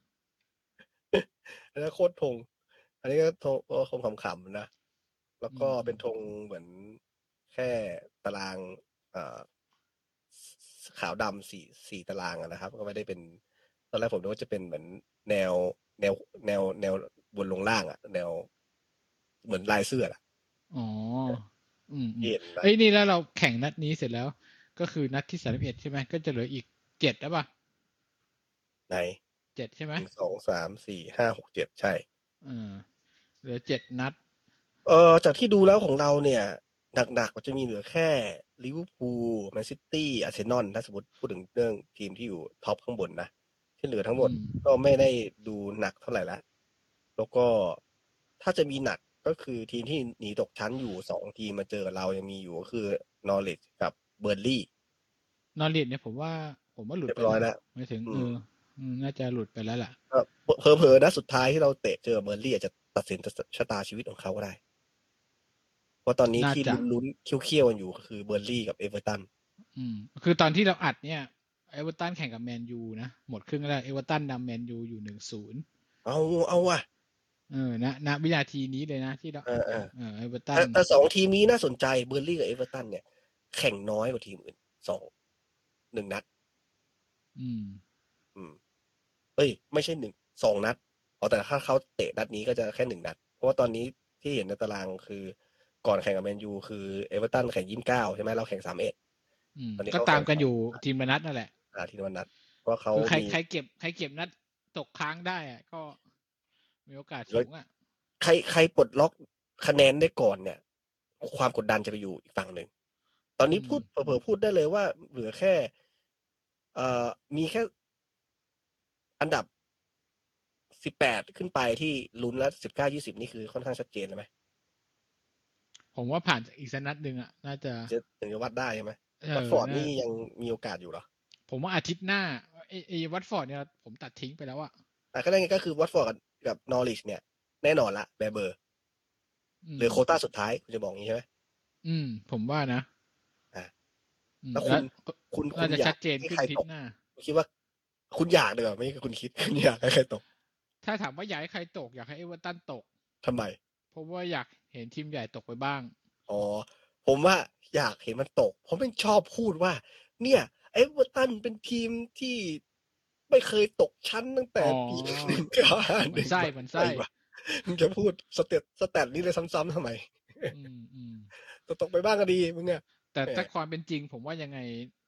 แล้วโคตรธงอันนี้ก็ธงก็คงขำๆนะ แล้วก็อืมเป็นธงเหมือนแค่ตารางเอ่อขาวดำสี่สี่ตารางอะนะครับ ก็ไม่ได้เป็นตอนแรกผมนึกว่าจะเป็นเหมือนแนวแนวแนวแนวบนลงล่างอะแนวเหมือนลายเสื้ออะอ๋อ อืมอืมเห็นนะเอ้ยนี่แล้วเราแข่งนัดนี้เสร็จแล้ว ก็คือนัดที่สามสิบเอ็ดใช่ไหมก็จะเหลืออีกเจ็ดแล้วป่ะไหนเจ็ดใช่ไหมหนึ่งสองสามสี่ห้าหกเจ็ดใช่เออเหลือเจ็ดนัดเออจากที่ดูแล้วของเราเนี่ยหนักๆก็จะมีเหลือแค่ลิเวอร์พูลแมนซิตี้อาร์เซนอลถ้าสมมติพูดถึงเรื่องทีมที่อยู่ท็อปข้างบนนะที่เหลือทั้งหมดอืมก็ไม่ได้ดูหนักเท่าไหร่ละแล้วก็ถ้าจะมีหนักก็คือทีมที่หนีตกชั้นอยู่สองทีมมาเจอกับเรายังมีอยู่ก็คือนอริทกับเบอร์ลี่นอริทเนี่ยผมว่า ผมว่าหลุดเรียไปบร้อยแล้วแล้วไม่ถึงอืเอมออืมน่าจะหลุดไปแล้วล่ะก็เผลอๆนะสุดท้ายที่เราเตะเจอเบอร์ลี่อาจจะตัดสินชะตาชีวิตของเขาก็ได้ เพราะตอนนี้น่าที่จะลุ้นๆเคี่ยวๆกันอยู่ก็คือเบอร์ลี่กับเอเวอร์ตันอืม คือตอนที่เราอัดเนี่ยเอเวอร์ตันแข่งกับแมนยูนะ หมดครึ่งแรกเอเวอร์ตันนำแมนยูอยู่หนึ่งศูนย์เอาเอาว่ะเออณณวินาทีนี้เลยนะที่เราเออเออเออเอเวอร์ตัแต่นแต่สองทีมนี้น่าสนใจเบอร์ลี่กับเอเวอร์ตันเนี่ย แข่งน้อยกว่าทีมอื่นสองหนึ่งนัดอืมอืมเอ้ย ไม่ใช่หนึ่งสองนัดอ๋อแต่ถ้าเขาเตะนัดนี้ก็จะแค่หนึ่งนัด เพราะว่าตอนนี้ที่เห็นในตารางคือก่อนแข่งกับแมนยูคือเอเวอร์ตันแข่งยี่สิบเก้าใช่ไหมเราแข่งสามเอ็ดอืมตอนนี้ก็เขาตาแข่มงกันอยู่ทีมละนัดนั่นแหละอ่าทีมละนัด เพราะเขาคือใครมีใครเก็บใครเก็บนัดตกค้างได้อะก็มีโอกาสแล้สูวงอ่ะใครใครปลดล็อกคะแนนได้ก่อนเนี่ย ความกดดันจะไปอยู่อีกฝั่งหนึ่ง ตอนนี้อืมพูดเผลอๆพูดได้เลยว่าเหลือแค่เอ่อมีแค่อันดับสิบแปดขึ้นไปที่ลุ้นแล้วสิบเก้ายี่สิบนี่คือค่อนข้างชัดเจนเลยไหมผมว่าผ่านอีกสักนัดหนึ่งอ่ะน่าจะจะถึงจะวัดได้ใช่ไหมเอวัตอฟอร์ดน่านี่ยังมีโอกาสอยู่เหรอผมว่าอาทิตย์หน้าไอไอวัตฟอร์ดเนี่ยผมตัดทิ้งไปแล้วอ่ะแต่ก็ได้ไงก็คือวัตฟอร์ดกับนอริชเนี่ย แน่นอนละแบร์เบอร์อืมเหลือโควต้าสุดท้ายคุณจะบอกงี้ใช่ไหมอืม ผมว่านะอ่าอืมแล้วคุแล้ณวคุณคุน่าณจะอยาชักดเจนให้ขึ้นใครอาทิตตกย์หน้าคิดว่า คุณอยากดีกว่าไม่ใช่คุณคิด คุณอยากให้ใครตกถ้าถามว่าอยากให้ใครตกอยากให้เอเวอร์ตันตกทำไมเพราะว่าอยากเห็นทีมใหญ่ตกไปบ้างอ๋อ ผมว่าอยากเห็นมันตก เพราะมันชอบพูดว่า เนี่ยเอเวอร์ตันเป็นทีมที่ไม่เคยตกชั้นตั้งแต่อ๋อปีหนึ่งเก้าห้าหมันึ่นงไส้มันไส้วะมึงจะพูดสเตตสแตทนี้เลยซ้ำๆทำไมอืมอืมตกตกไปบ้างก็ดีมึงอะแต่แหมถ้าความเป็นจริง ผมว่ายังไง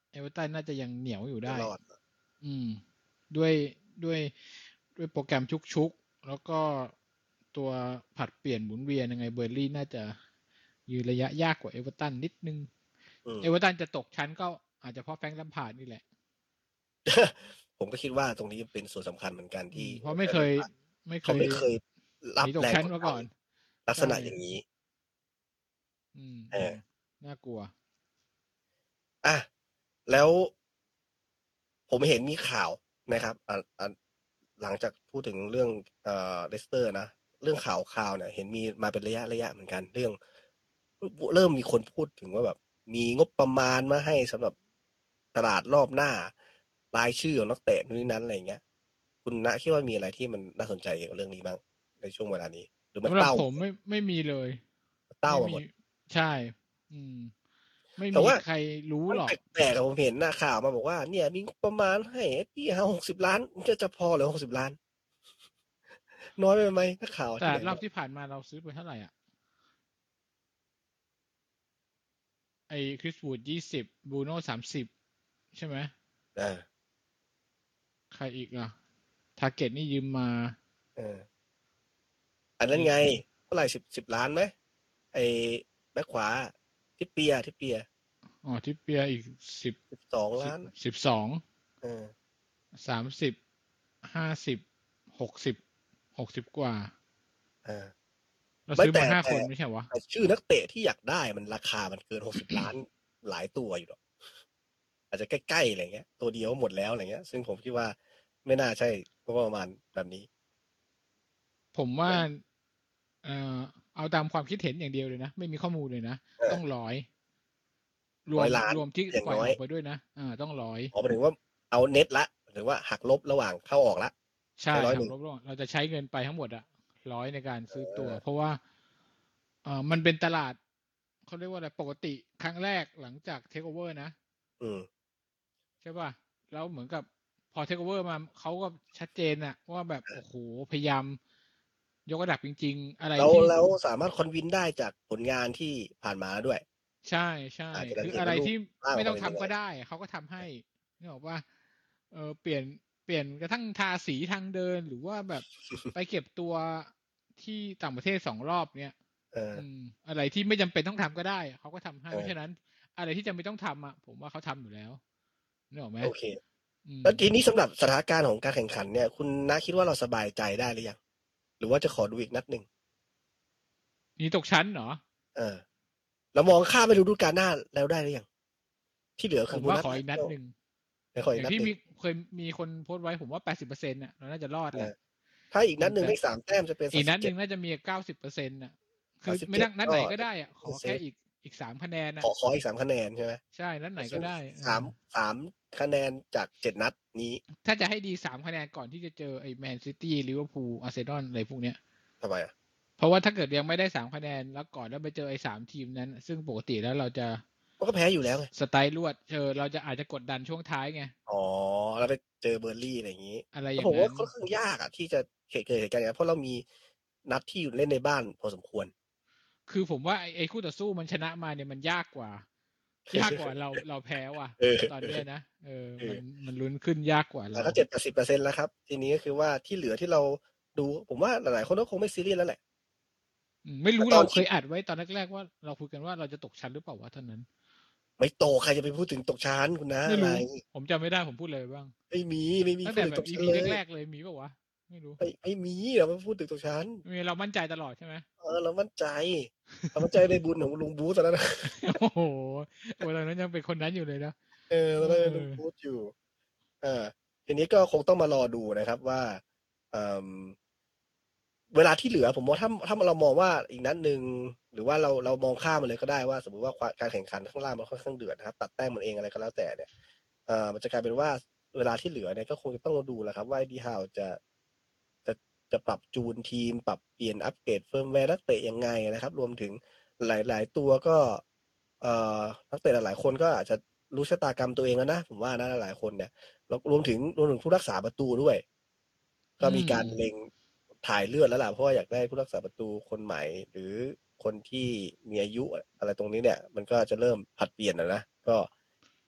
เอเวอร์ตันน่าจะยังเหนียวอยู่ได้รอดอืม ด้วยด้วยด้วยโปรแกรมชุกๆแล้วก็ตัวผัดเปลี่ยนหมุนเวียนยังไงเบอร์ลี่น่าจะยืนระยะยากกว่าเอเวอร์ตันนิดนึงอืมเอเวอร์ตันจะตกชั้นก็อาจจะเพราะแฟรงค์แลมพาร์ดนี่แหละผมก็คิดว่าตรงนี้เป็นส่วนสำคัญเหมือนกันอืที่มเพราะไม่เคย ไม่เคเขายไม่เคยรับหนีตกแรงชั้นกดมาดัก่อนนลักษณะใช่อย่างนี้อืมเออน่ากลัวอ่ะแล้ว ผมเห็นมีข่าวนะครับอ่าอ่าหลังจากพูดถึงเรื่องเอ่อเลสเตอร์นะ เรื่องข่าวข่าวเนี่ยเห็นมีมาเป็นระยะระยะเหมือนกัน เรื่อง เริ่มมีคนพูดถึงว่าแบบ มีงบประมาณมาให้สำหรับตลาดรอบหน้ารายชื่อของนักเตะนู่นนี่นั้นอะไรอย่างเงี้ย คุณณคิดว่ามีอะไรที่มันน่าสนใจเกี่ยวกับเรื่องนี้บ้างในช่วงเวลานี้ หรือมันสำหรับเต้าผมไม่ไม่มีเลยเต้าไม่มามีหมดใช่ อืม ไม่แต่มีว่าใครรู้มันหรอกแปลกๆอะผมเห็นน่ะข่าวมาบอกว่า เนี่ยมีงบประมาณให้พี่เอาหกสิบล้านมันจะจะพอเหรอหกสิบล้าน น้อยไปไหมถ้าข่าวแต่ที่ไหนรอบบ อกที่ผ่านมาเราซื้อไปเท่าไหร่อะ ไอ้ Chris Wood ยี่สิบ Bruno สามสิบ ใช่ไหมเออใครอีกล่ะ Target นี่ยืมมาเออ อันนั้นไง เท่าไหร่ สิบ สิบ ล้านไหม ไอ้แบ็คขวา Trippier Trippier อ๋อ Trippier อีก สิบสิบสอง ล้านสิบสองเออสามสิบ ห้าสิบ หกสิบ หกสิบ กว่าเออเราไม่ซื้อแต่มา ห้าแต่คนไม่ใช่เหรอวะ? แต่ชื่อนักเตะที่อยากได้มันราคามันเกิน หกสิบ ล้าน หลายตัวอยู่หรอก อาจจะใกล้ ๆ อะไรอย่างเงี้ย ตัวเดียวหมดแล้ว อะไรอย่างเงี้ย ซึ่งผมคิดว่าไม่น่าใช่งบประมาณแบบนี้ผมว่าเหมือนเอ่อ เอาตามความคิดเห็นอย่างเดียวเลยนะ ไม่มีข้อมูลเลยนะเออต้อง ร้อย รร้วอมย ล้านรวมที่อย่างปล่อยน้ออย อกไปด้วยนะ อา ต้อง ร้อยอ๋อ หมายถึงว่าเอาเน็ตแล้ว หมายถึงว่าหักลบระหว่างเข้าออกแล้วใช่ได้ ร้อยหัหนกึ่งลบระหว่าง เราจะใช้เงินไปทั้งหมดอะ ร้อย ในการซื้อตัวเออเพราะว่า เอ่อ มันเป็นตลาด เขาเรียกว่าอะไร ปกติครั้งแรกหลังจาก Take over นะอืมใช่เปล่า แล้วเหมือนกับพอ Take over มา เขาก็ชัดเจนอะว่าแบบ โอ้โฮ พยายามยกระดับจริง ๆ อะไรแล้วที่แล้วสามารถ convince ได้จากผลงานที่ผ่านมาด้วยใช่อาจจะๆ คือเห็นอะว่ไรรูปที่ร่างไม่มัต้องเป็นทำยังไก็งได้ เขาก็ทำให้ นึกออกเปล่า เอ่อ เปลี่ยน เปลี่ยนกระทั่งทาสีทางเดิน หรือว่าแบบ ไปเก็บตัวที่ต่างประเทศ สอง รอบ เงี้ยเอออืม อะไรที่ไม่จำเป็นต้องทำก็ได้ เขาก็ทำให้เเพราะฉะออนั้นอะไรที่จำเป็นต้องทำอะ ผมว่าเขาทำอยู่แล้ว นึกออกไหม? โอเคอืมแล้วทีนี้สำหรับสถานการณ์ของการแข่งขันเนี่ย คุณณคิดว่าเราสบายใจได้หรือยัง? หรือว่าจะขอดูอีกนัดหนึ่ง? หนีตกชั้นเหรอ? เออ เรามองข้ามไปฤดูกาลหน้าแล้วได้หรือยัง? ที่เหลือผคือมโบว่านัสขออีกนัดหนึ่งเดี๋ยวขอออีย่กางนัดที่หนึ่มีงเคยมีคนโพสต์ไว้ ผมว่า แปดสิบเปอร์เซ็นต์ น่ะ เราน่าจะรอดเอแหละอ ถ้าอีกนัดหนึ่งแต่ได้ สาม แต้มจะเป็นอีสามกสนิับเจดหน็ึ่ดงน่าจะมี เก้าสิบเปอร์เซ็นต์ น่ะ คสืาอมสิบไมเ่จ็นดนัดก็ไหนก็ได้อะ ขอเซแค่อีก อีก สาม คะแนนน่ะขอ ขออีก สาม คะแนนใช่ไหม? ใช่ นัดไหนก็ได้ เอสามอสาม คะแนนจาก เจ็ด นัดนี้ถ้าจะให้ดี สาม คะแนนก่อนที่จะเจอไอ้แมนซิตี ลิเวอร์พูล อาร์เซนอล อะไรพวกเนี้ยทำไมอะ? เพราะว่าถ้าเกิดยังไม่ได้ สาม คะแนน แล้วก่อนแล้วไปเจอไอ้ สาม ทีมนั้น ซึ่งปกติแล้วเราจะมันก็แพ้อยู่แล้วไงสไตล์รวด เออ เราจะ อาจจะกดดันช่วงท้ายไงอ๋อ แล้วไปเจอ Burnley อะไรอย่างงี้อะไรแตอ่ย่าผงมงัว่้านค่อนข้างยากอะที่จะเขต เกิดเหตุการณ์อย่างงั้น เพราะเรามีนัดที่อยู่เล่นในบ้านพอสมควรคือผมว่าไอ้ ไอ้คู่ต่อสู้มันชนะมาเนี่ยมันยากกว่า ยากกว่าเรา เราแพ้ว่ะเออตอนเนี้ยนะ เออเออมัน มันลุ้นขึ้นยากกว่าแตเร่าก็ เจ็ดแปดสิบเปอร์เซ็นต์ แล้วครับ ทีนี้ก็คือว่าที่เหลือที่เราดู ผมว่าหลาย ๆ คนก็คงไม่ซีเรียสแล้วแหละอืม ไม่รแตู่้ตอนเราเคที่ยอัดไว้ตอนแรก ๆ ว่า เราคุยกันว่าเราจะตกชั้นหรือเปล่าวะตอนนั้น? ไม่ตก ใครจะไปพูดถึงตกชั้นคุณน้าไม่อะไรรู้ ผมจำไม่ได้ ผมพูดอะไรไปบ้าง? ไม่มี ไม่มีตั้งพแูตด่ถึแงบบ อี พีตกชั้นเลยแรก ๆ เลย มีเปล่าวะ? ไม่รู้ไม่ ไม่มี เราไม่พูดถึงตกชั้นมี เรามั่นใจตลอดใช่ไหม? เออ เรามั่นใจ เรามั่นใจในบุญของลุงบู๊ตอนนั้น น่ะโอ้โฮ โอ้ ตอนนั้นยังเป็นคนนั้นอยู่เลยนะเออเตออนนั้นยังลุงอบู๊ตอยู่ เออ ทีนี้ก็คงต้องมารอดูนะครับว่า เอ่อ เวลาที่เหลือผมว่าถ้า ถ้าเรามองว่าอีกนัดหนึ่ง หรือว่าเรา เรามองข้ามมันเลยก็ได้ว่า สมมุติว่าควา การแข่งขันข้างล่างมันค่อนข้างเดือดนะครับ ตัดแต้มกันเองอะไรก็แล้วแต่เนี่ย เอ่อ มันจะกลายเป็นว่าเวลาที่เหลือเนี่ยก็คงจะต้องมาดูแหละครับว่า Eddie Howe จะ จะ จะปรับจูนทีม ปรับเปลี่ยน อัปเกรด firmware นักเตะยังไงนะครับ รวมถึงหลาย ๆ ตัวก็ เอ่อ นักเตะหลาย ๆ คนก็อาจจะรู้ชะตากรรมตัวเองแล้วนะ ผมว่านะหลาย ๆ คนเนี่ย แล้วรวมถึง รวมถึงผู้รักษาประตูด้วยอืก็มีการมเล็งถ่ายเลือดแล้วล่ะ เพราะว่าอยากได้ผู้รักษาประตูคนใหม่ หรือคนที่มีอายุ อะไรตรงนี้เนี่ย มันก็จะเริ่มผลัดเปลี่ยนอะนะ ก็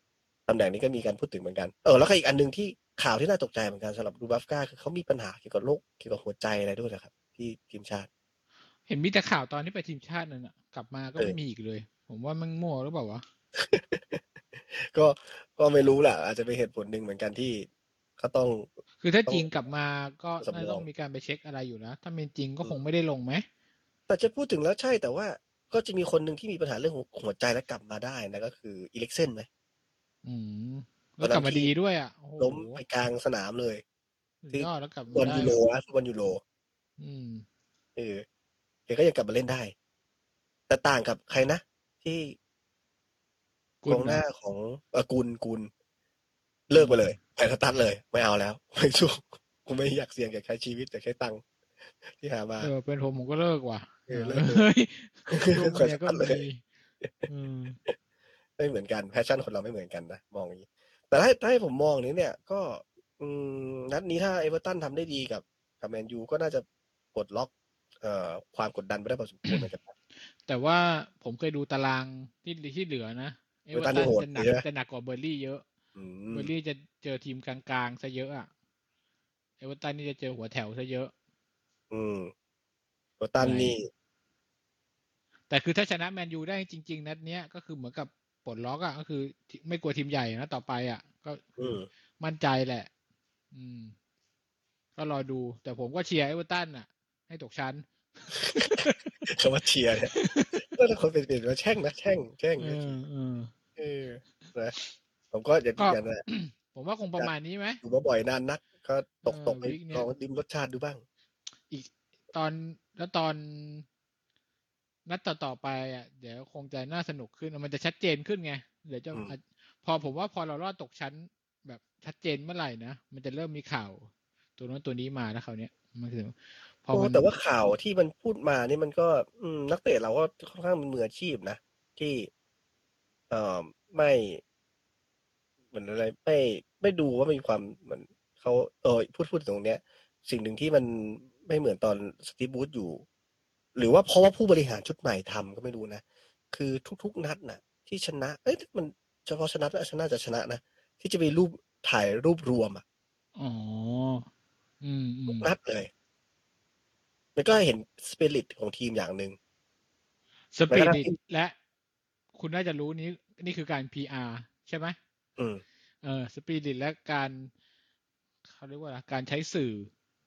ตำแหน่งนี้ก็มีการพูดถึงเหมือนกันเออแล้วก็อีกอันนึงที่ข่าวที่น่าตกใจเหมือนกันสำหรับดูบัฟก้าคือเขามีปัญหาเกี่ยวกับโรคเกี่ยวกับหัวใจอะไรด้วยนะครับที่ทีมชาติเห็นมีแต่ข่าวตอนที่ไปทีมชาตินั่นน่ะกลับมาก็เออไม่มีอีกเลย ผมว่ามันมั่วหรือเปล่าวะก็ก็ไม่รู้แหละอาจจะเป็นเหตุผลหนึ่งเหมือนกันที่เขาต้องคือถ้าต้อจงริงกลับมาก็สำรน่าองต้องมีการไปเช็คอะไรอยู่นะถ้าเป็นจริงก็อืคงมไม่ได้ลงไหมแต่จะพูดถึงแล้วใช่แต่ว่าก็จะมีคนหนึ่งที่มีปัญหาเรื่องหัวหัวใจแล้วกลับมาได้นะก็คืออีเล็กเซนไหมอืมตแล้อวน กนั้ลับนมาที่ดีด้วยอ่ะ โอ้โหล้มไปกลางสนามเลยสุดที่ยอด แล้วกลับบอมาลได้ยูโรแบบนะ ฟุตบอลยูโรอืมเออ แกก็ยังกลับมาเล่นได้ แต่ต่างกับใครนะ ที่กุกลองเหหรอ? น้าของ เอ่อ กุล กุลอเลืิกไปเลยมแขวนสตั๊ดเลย ไม่เอาแล้ว ไม่สู้ กูไม่อยากเสี่ยงกับใช้ชีวิต อยากใช้ตังค์ที่หามาเออ เป็นผม ผมก็เลิกว่ะเออเออเลิกเลยเฮ้ย ลูกแขเวมนีสตยก็ั๊ดมเลียอืมไม่เหมือนกัน passion คนเราไม่เหมือนกันนะ มองอย่างงี้ แต่ถ้าให้ ถ้าให้ผมมองนี้เนี่ย ก็ อืม นัดนี้ถ้าเอเวอร์ตันทำได้ดีกับ กับแมนยู ก็น่าจะปลดล็อก เอ่อ ความกดดันไปได้พอสมควรเหมือนกันนะแต่ว่าผมเคยดูตารางที่ ที่เหลือนะ เอเอเวอเวอร์ตันร์ตนี่ันโหดจะหนดีักใช่ไหม? จะหนักกว่า Burnley เยอะอืม Burnley จะเจอทีมกลาง ๆ เสียเยอะอะ เอเวอร์ตันนี่จะเจอหัวแถวเสียเยอะอืม เอเวอร์ตัเหนนื่อยนี่แต่คือถ้าชนะแมนยูได้จริง ๆ นัดเนี้ย ก็คือเหมือนกับปลดล็อกอะ ก็คือ ท ไม่กลัวทีมใหญ่นัดต่อไปอะ ก็คอืือมมั่นใจแหละ อืม ก็รอดู แต่ผมก็เชียร์เอเวอร์ตันน่ะให้ตกชั้นคำว่าเชียร์เนี่ย เออ ถ้าคนเป็น ๆ มาแช่งนะ แช่ง แช่งเอไม่ จริงอ ๆเออ นะ ผมก็อย่าก็อย่านั่นแหละผมว่าคงปอรยะากมาณนี้ไหม? อยู่มาบ่อยนานนัก ก็เออตก ๆ ไปวีกเนลี้ยองลิ้มรสชาติดูบ้างอีก ตอน แล้วตอน นัดต่อ ๆ ไปอะ เดี๋ยวคงจะน่าสนุกขึ้น มันจะชัดเจนขึ้นไง เดี๋ยวจะอืมอ พอ ผมว่าพอเรารอดตกชั้นแบบชัดเจนเมื่อไหร่นะ มันจะเริ่มมีข่าวตัวโน้นตัวนี้มาแล้วคราวเนี้ย มันถึง พอโอ้มันแต่ว่าข่าวที่มันพูดมานี่มันก็ อืม นักเตะเราก็ค่อนข้างเป็นมืออาชีพนะ ที่ เอ่อ ไม่ เหมือนอะไร ไม่ ไม่ดูว่ามีความ เหมือนเขา เอ่อ พูด พูดถึงตรงเนี้ย สิ่งหนึ่งที่มันไม่เหมือนตอน Steve Bruce อยู่ หรือว่าเพราะว่าผู้บริหารชุดใหม่ทำก็ไม่รู้นะ คือทุก ๆ นัดน่ะที่ชนะ เอ๊ะ มันเฉพาะชนะ น่าจะ น่าจะชนะนะ ที่จะมีรูป ถ่ายรูปรวมอะอ๋อ อืทุกม ๆนัดเลย มันก็ให้เห็น Spirit ของทีมอย่างหนึ่ง แม้กระทั่ง Spirit ที่และ คุณน่าจะรู้นี้ นี่คือการ พี อาร์ ใช่ไหม? อืมเออ Spirit และการ เขาเรียกว่าอะไร การใช้สื่อ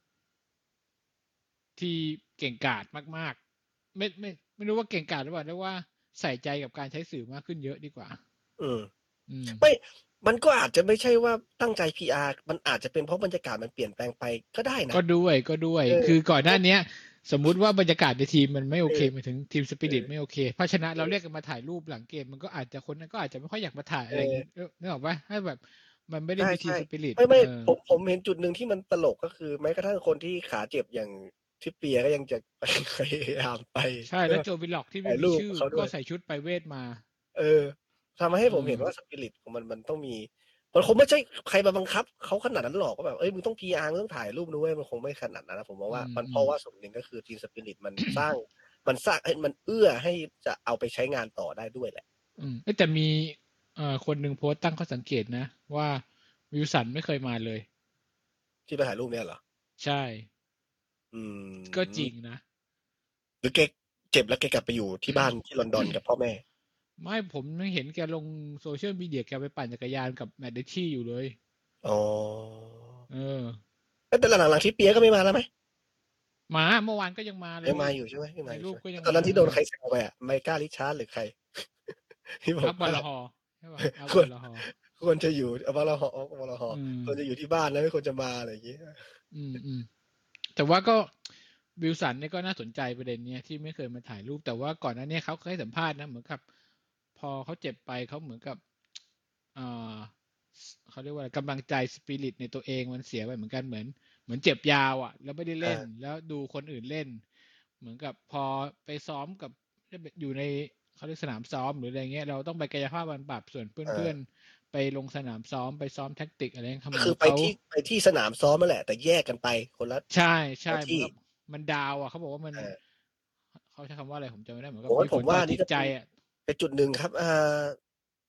ที่เก่งกาจมาก ๆ ไม่ ไม่ ไม่รู้ว่าเก่งกาจหรือเปล่า เรียกว่าใส่ใจกับการใช้สื่อมากขึ้นเยอะดีกว่าอืมอืมไม่ มันก็อาจจะไม่ใช่ว่าตั้งใจ พี อาร์ มันอาจจะเป็นเพราะบรรยากาศมันเปลี่ยนแปลงไปก็ได้นะก็ด้วย ก็ด้วยเออคือก่อนหน้าเนี้ย สมมุติว่าบรรยากาศในทีมมันไม่โอเคเออหมายถึงทีม Spirit เออไม่โอเค เพราะฉะนั้นเเราเรีออยกกันมาถ่ายรูปหลังเกม มันก็อาจจะ คนนั้นก็อาจจะไม่ค่อยอยากมาถ่ายเอะไรอย่างงี้ออนึก นึกออกเปล่า? ให้แบบมันไม่ใได้มีทีชม่ Spirit ๆ ไม่เออๆ ผม ผมเห็นจุดหนึ่งที่มันตลก ก็คือแม้กระทั่งคนที่ขาเจ็บอย่าง Trippier ก็ยังจะ พยายามไปใช่เพืแ่ล้วอ Joe Willock ที่ถไ่มา่ยมรีูปชื่อกับเขาดก้็วยใส่ชุดไปเวทมาเออ ทำให้ผมเห็นว่าเออ Spirit ของมัน มันต้องมี มันคงไม่ใช่ใครมาบังคับเขาขนาดนั้นหรอก ว่าแบบ เฮ้ย มึงต้อง พี อาร์ มึงต้องถ่ายรูปนะเว้ย มันคงไม่ขนาดนั้นนะ ผมมองอืว่ามันเพราะมว่าๆส่วนหนึ่ง ก็คือทีม Spirit มันสร้าง มันสร้าง เอ๊ย มันเอื้อให้จะเอาไปใช้งานต่อได้ด้วยแหละอืม เอ๊ะ แต่มี เอ่อ คนหนึ่งโพสต์ตั้งข้อสังเกตนะว่า Wilson ไม่เคยมาเลยที่ไปถ่ายรูปเนี่ยเหรอ? ใช่อืก็จริมงนะหรือแกเจ็บแล้วแกกลับไปอยู่ที่บ้านที่ลอนดอนกับพ่อแม่? ไม่ ผมยังเห็นแกลง Social Media แกไปปั่นจักรยานกับ Matt Ritchie อยู่เลยอ๋อเออเอ๊ะ แต่หลัง ๆ ๆ Trippier ก็ไม่มาแล้วไหม? มา เมื่อวานก็ยังมาเลยังมายอยู่ใช่ไหม? ยังในรมาอยูู่ใชป่ไหม? ก็ยังมตอนนัา้นที่เโออดนใครแซวไปอะ Micah Richards หรือใคร? ที่บออักปว่า Gallagher ใช่เปล่า? อัปควร Gallagher ควรจะอยู่ อัป Gallagher อัปอื Gallagher ควรมจะอยู่ที่บ้านนะ ไม่ควรจะมา อะไรอย่างงี้อืม ๆ แต่ว่าก็ Wilson เนี่ยก็น่าสนใจประเด็นเนี้ย ที่ไม่เคยมาถ่ายรูป แต่ว่าก่อนหน้าเนี้ยเขาเคยให้สัมภาษณ์นะ เหมือนกับพอเขาเจ็บไปเขาเหมือนกับ อ่า ส เขาเรียกว่าอะไร กำลังใจ Spirit ในตัวเองมันเสียไปเหมือนกัน เหมือน เหมือนเจ็บยาวอะ แล้วไม่ได้เล่นอาแล้วดูคนอื่นเล่น เหมือนกับพอไปซ้อมกับ ถ้าแบบอยู่ใน เขาเรียกสนามซ้อม หรืออะไรเงี้ย เราต้องไปกายภาพบำบัด ส่วนเพื่อนอาๆ ไปลงสนามซ้อม ไปซ้อมแท็กติก อะไรเงี้ย ทำกเ็หมืคอืนอไปเขาที่ ไปที่สนามซ้อมนั่นแหละ แต่แยกกันไปคนละใช่คนละๆ เหทมือนี่กับมันดาวน์อะ เขาบอกว่ามันเออเขาใช้คำว่าอะไรผมจำไม่ได้ เหมือนผกับมว่มีา ผมว่ผลต่าอจนิี่ตใจจะเป็นอะเป็นจุดหนึ่งครับ อ่า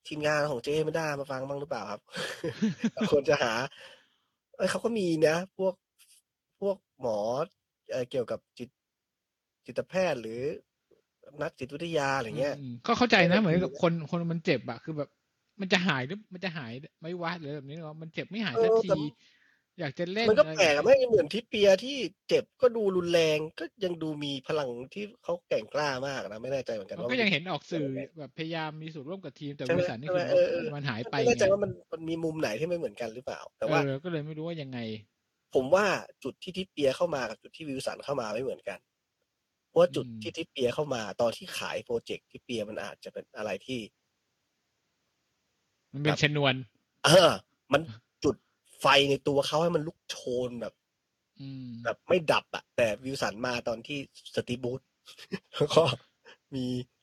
ทีมงานของเจไม่ได้มาฟังบ้างหรือเปล่าครับ ควรจะหาเอ้ยเขาก็มีนะพวกพวกหมอเอ่อเกี่ยวกับจิตจิตแพทย์หรือนักจิตวิทยาอะไรเงี้ยอืมก็เข้าใจนะก็เหมือนดีกับนะคนคนมันเจ็บอะคือแบบ มันจะหายหรือมันจะหายไหม่วะหรือแบบนี้เนาะมันเจ็บไม่หายเอสักอทีแต่อยากจะเล่นมันก็อะไรแปลกแบบอะเนี้ยไม่เหมือนทริปเปียร์ที่เจ็บก็ดูรุนแรง ก็ยังดูมีพลังที่เขาแกร่งกล้ามากนะ ไม่แน่ใจเหมือนกันมันว่าก็มันยังเห็นออกสื่อยังไงแบบพยายามมีส่วนร่วมกับทีม แต่ใช่ไหม Wilson ใชนี่่ไคหืมอเอมันอมันหายๆไปไม่แน่ไใจงว่ามัน มันมีมุมไหนที่ไม่เหมือนกันหรือเปล่า แต่เอว่าอ ก็เลยไม่รู้ว่ายังไงผมว่าจุดที่ทริปเปียร์เข้ามากับจุดที่ Wilson เข้ามาไม่เหมือนกัน เพราะว่าอืจุดที่มทริปเปียร์เข้ามาตอนที่ขายพรอเจกต์ทริปเปียร์มันอาจจะเป็นอะไรที่มันแเบป็นบชนวนเออ มันจุดไฟในตัวเขาให้มันลุกโชนแบบอืมแบบไม่ดับอะ แต่ Wilson มาตอนที่ Steve Bruce แล้วก็มี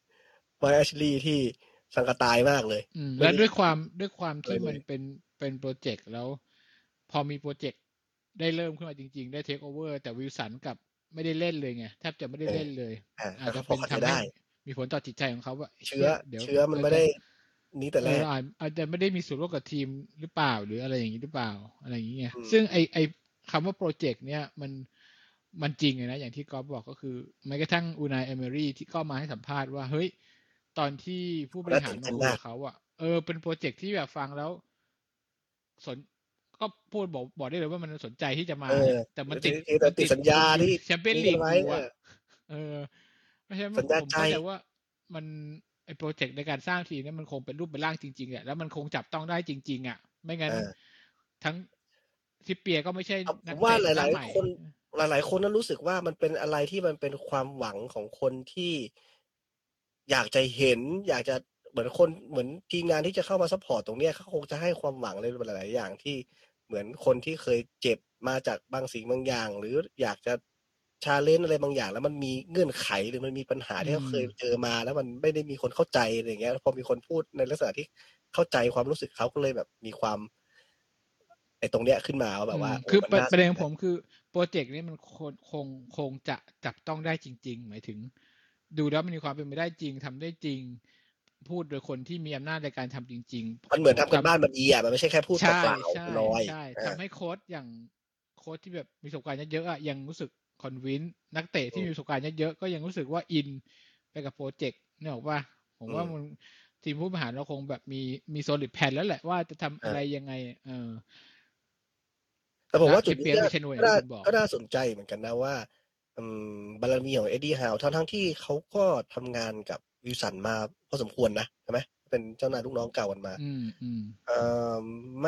Mike Ashley ที่สังกะตายมากเลยอืมไมแล่ได้ด้วยความ ด้วยความอะทไรี่เลมันยเป็น เป็นพรอเจกต์ แล้วพอมีพรอเจกต์ได้เริ่มขึ้นมาจริง ๆ ได้ Take over แต่ Wilson กลับไม่ได้เล่นเลยไง แทบจะไม่ได้เออเล่นเลยอาอาจจะพเปอ็นเข้าใทจำใไหด้้มีผลต่อจิตใจของเขาว่าเชเชื้ีอ่ย เดี๋ยวเชื้อมันเราไม่จได้นี้แต่เออแรกเราอาจ อาจจะไม่ได้มีส่วนร่วมกับทีมหรือเปล่า หรืออะไรอย่างงี้หรือเปล่า อะไรอย่างงี้ไงอืมซึ่งไอ้ ไอ้คำว่าพรอเจกต์เนี้ย มัน มันจริงเลยนะ อย่างที่ก๊อฟบอก ก็คือแม้กระทั่ง Unai Emery ที่ก็มาให้สัมภาษณ์ว่า เฮ้ย ตอนที่ผู้บน่ริาหาตรื่นเมต้านมคุยากกับเขาอะ เออ เป็นพรอเจกต์ที่แบบฟังแล้ว สน ก็พูดบอก บอกได้เลยว่ามันสนใจที่จะมเอาอเนี่ย แต่มันติดเพียงแตม่ันติดติดสัญญาคุมที่ Champions มีกัน League ไว้อยู่อเออะ เออ เพราะฉะนั้นสัญญาผมใจเข้าใจว่ามัน ไอ้พรอเจกต์ในการสร้างทีมเนี่ยมันคงเป็นรูปเป็นร่างจริง ๆ แหละ แล้วมันคงจับต้องได้จริง ๆ อะ ไม่งั้นเออทั้ง ทริปเปียร์ก็ไม่ใช่ครับ ผนักมว่เตาะหหน้าลายใหม่ๆ คน หลาย ๆ คนน่ะรู้สึกว่า มันเป็นอะไรที่มันเป็นความหวังของคนที่ อยากจะเห็น อยากจะ เหมือนคน เหมือนทีมงานที่จะเข้ามาซัปพอร์ตตรงเนี้ย เขาคงจะให้ความหวังอะไรหลาย ๆ อย่าง ที่เหมือนคนที่เคยเจ็บมาจากบางสิ่งบางอย่าง หรืออยากจะ challenge อะไรบางอย่าง แล้วมันมีเงื่อนไข หรือมันมีปัญหาอืที่เขาเคยมเจอมา แล้วมันไม่ได้มีคนเข้าใจ อะไรอย่างเงี้ย พอมีคนพูดในลักษณะที่เข้าใจความรู้สึกเขา ก็เลยแบบมีความ ไอ้ตรงเนี้ยขึ้นมาว่าแบอืมบว่า โอค้ือมันประน่าประเด็นขอสนใงจผมคือพรอเจกต์นี้มันคน คง คงจะจับต้องได้จริง ๆ หมายถึงดูแล้วมันมีความเป็นไปได้จริง ทำได้จริง พูดโดยคนที่มีอำนาจในการทำจริงมันเหมือนทำๆ ทการบ้านมาดีอะ มันไม่ใช่แค่พูดำ ใเชปล่า ๆ ลอย่ๆ เอๆ ๆ ทอำให้โคชอย่าง โคชที่แบบมีประสบการณ์เยอะ ๆ อะ ยังรู้สึก convince นักเตะอทืี่มีมประสบการณ์เยอะ ๆ ก็ยังรู้สึกว่าอินไปกับพรอเจกต์ นึกออกเปล่า? ผมอืมว่ามัน ทีมผู้บริหารเราคงแบบมี มี solid plan แล้วแหละว่าจะทำออะไรายังไง เออแต่ผแมล้วทรว่าจุิดนปเปี้ยร์กก็็เป็นชนวนอกย่็างน่ทาี่คุณบอกก็น่าสนใจเหมือนกันนะว่า อืม บารมีของ Eddie Howe ทั้ง ๆ ที่เขาก็ทำงานกับ Wilson มาพอสมควรนะ ใช่ไหม เป็นเจ้านายลูกน้องเก่ากันมาอืม ๆเอ่อ ไม่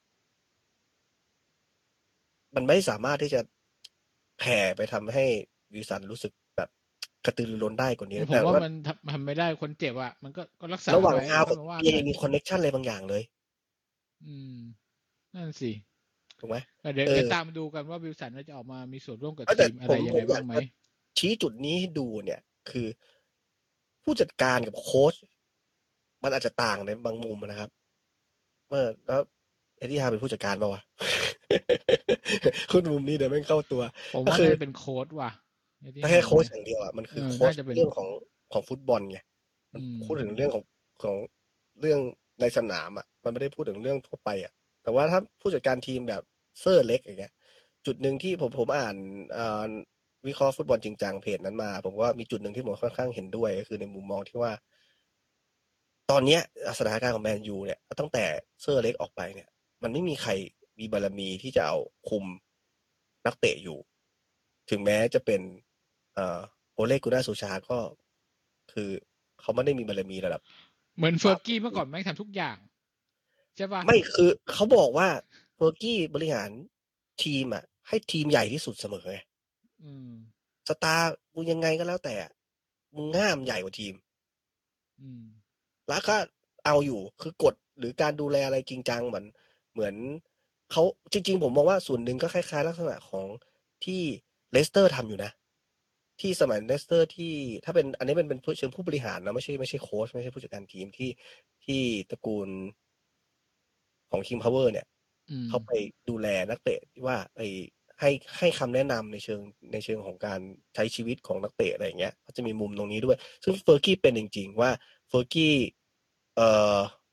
มันไม่สามารถที่จะ แผ่ไปทำให้ Wilson รู้สึกแบบ กระตือรือร้นได้กว่านี้ผแต่ว่ามว่ามันทำ ทำไม่ได้ คนเจ็บอะ มันก็ ก็รักษาระหว่ไางว้ Howe ค่อกยับมาว่าเปียกันยังมีคอนเน็กชันอะไรบางอย่างเลยอืม นั่นสิถูกไหม? แต่เดี๋ยวเออเดี๋ยวตามดูกันว่า Wilson น่าจะออกมามีส่วนร่วมกับเฮ้ยทแต่ีมอะผมไรยังไงบผมอ้ยาากงไหม? จะชี้จุดนี้ให้ดูเนี่ย คือ ผู้จัดการกับโคช มันอาจจะต่างในบางมุมอะนะครับ เออ แล้ว Eddie Howe เป็นผู้จัดการเปล่าวะ? พูดมุมนี้เดี๋ยวแม่งเข้าตัวผมวก็่าคืน่าอจะเป็นโคชว่ะ Eddie ถ้าแค่โค Howe ชเนี่ยอย่างเดียวอะ มันเคอืออโคชน่าจะเป็นเรื่องของ ของฟุตบอลไง มัอนืพูดถึงมเรื่องของ ของเรื่องในสนามอะ มันไม่ได้พูดถึงเรื่องทั่วไปอะ แต่ว่าถ้าผู้จัดการทีมแบบเซอร์เล็ก อย่างเงี้ย จุดหนึ่งที่ผม ผมอ่าน อ่า วิเคราะห์ฟุตบอลจริงจังเพจนั้นมา ผมว่ามีจุดหนึ่งที่ผมค่อนข้างเห็นด้วย ก็คือในมุมมองที่ว่า ตอนเนี้ย อ่า สถานการณ์ของแมนยูเนี่ย ตั้งแต่เซอร์เล็กออกไปเนี่ย มันไม่มีใครมีบารมีที่จะเอา คุมนักเตะอยู่ ถึงแม้จะเป็น เอ่อ Ole Gunnar Solskjaer ก็ คือเขาไม่ได้มีบารมีระดับเหมือนปราบ Fergie เมื่อก่อนแม่งทำทุกอย่าง ใช่เปล่า? ไม่ คือเขาบอกว่า Fergie บริหารทีมอะให้ทีมใหญ่ที่สุดเสมอไงอืมสตาร์มึงยังไงก็แล้วแต่อะ มึงห้ามใหญ่กว่าทีมอืมแล้วก็เอาอยู่ คือกฎหรือการดูแลอะไรจริงจัง เหมือน เหมือนเขา จริง ๆ ผมมองว่าส่วนหนึ่งก็คล้าย ๆ ลักษณะของที่เลสเตอร์ทำอยู่นะ ที่สมัยเลสเตอร์ที่ ถ้าเป็น อันนี้เป็น เป็นเชิงผู้บริหารนะ ไม่ใช่ ไม่ใช่โคช ไม่ใช่ผู้จัดการทีม ที่ ที่ตระกูล ของ King Power เนี่ยอืมเขาไปดูแลนักเตะที่ว่า ไอ้ ให้ ให้คำแนะนำในเชิง ในเชิงของการใช้ชีวิตของนักเตะ อะไรอย่างเงี้ย ก็จะมีมุมตรงนี้ด้วย ซึ่ง Fergie เป็นจริง ๆ ว่า Fergie เอ่อ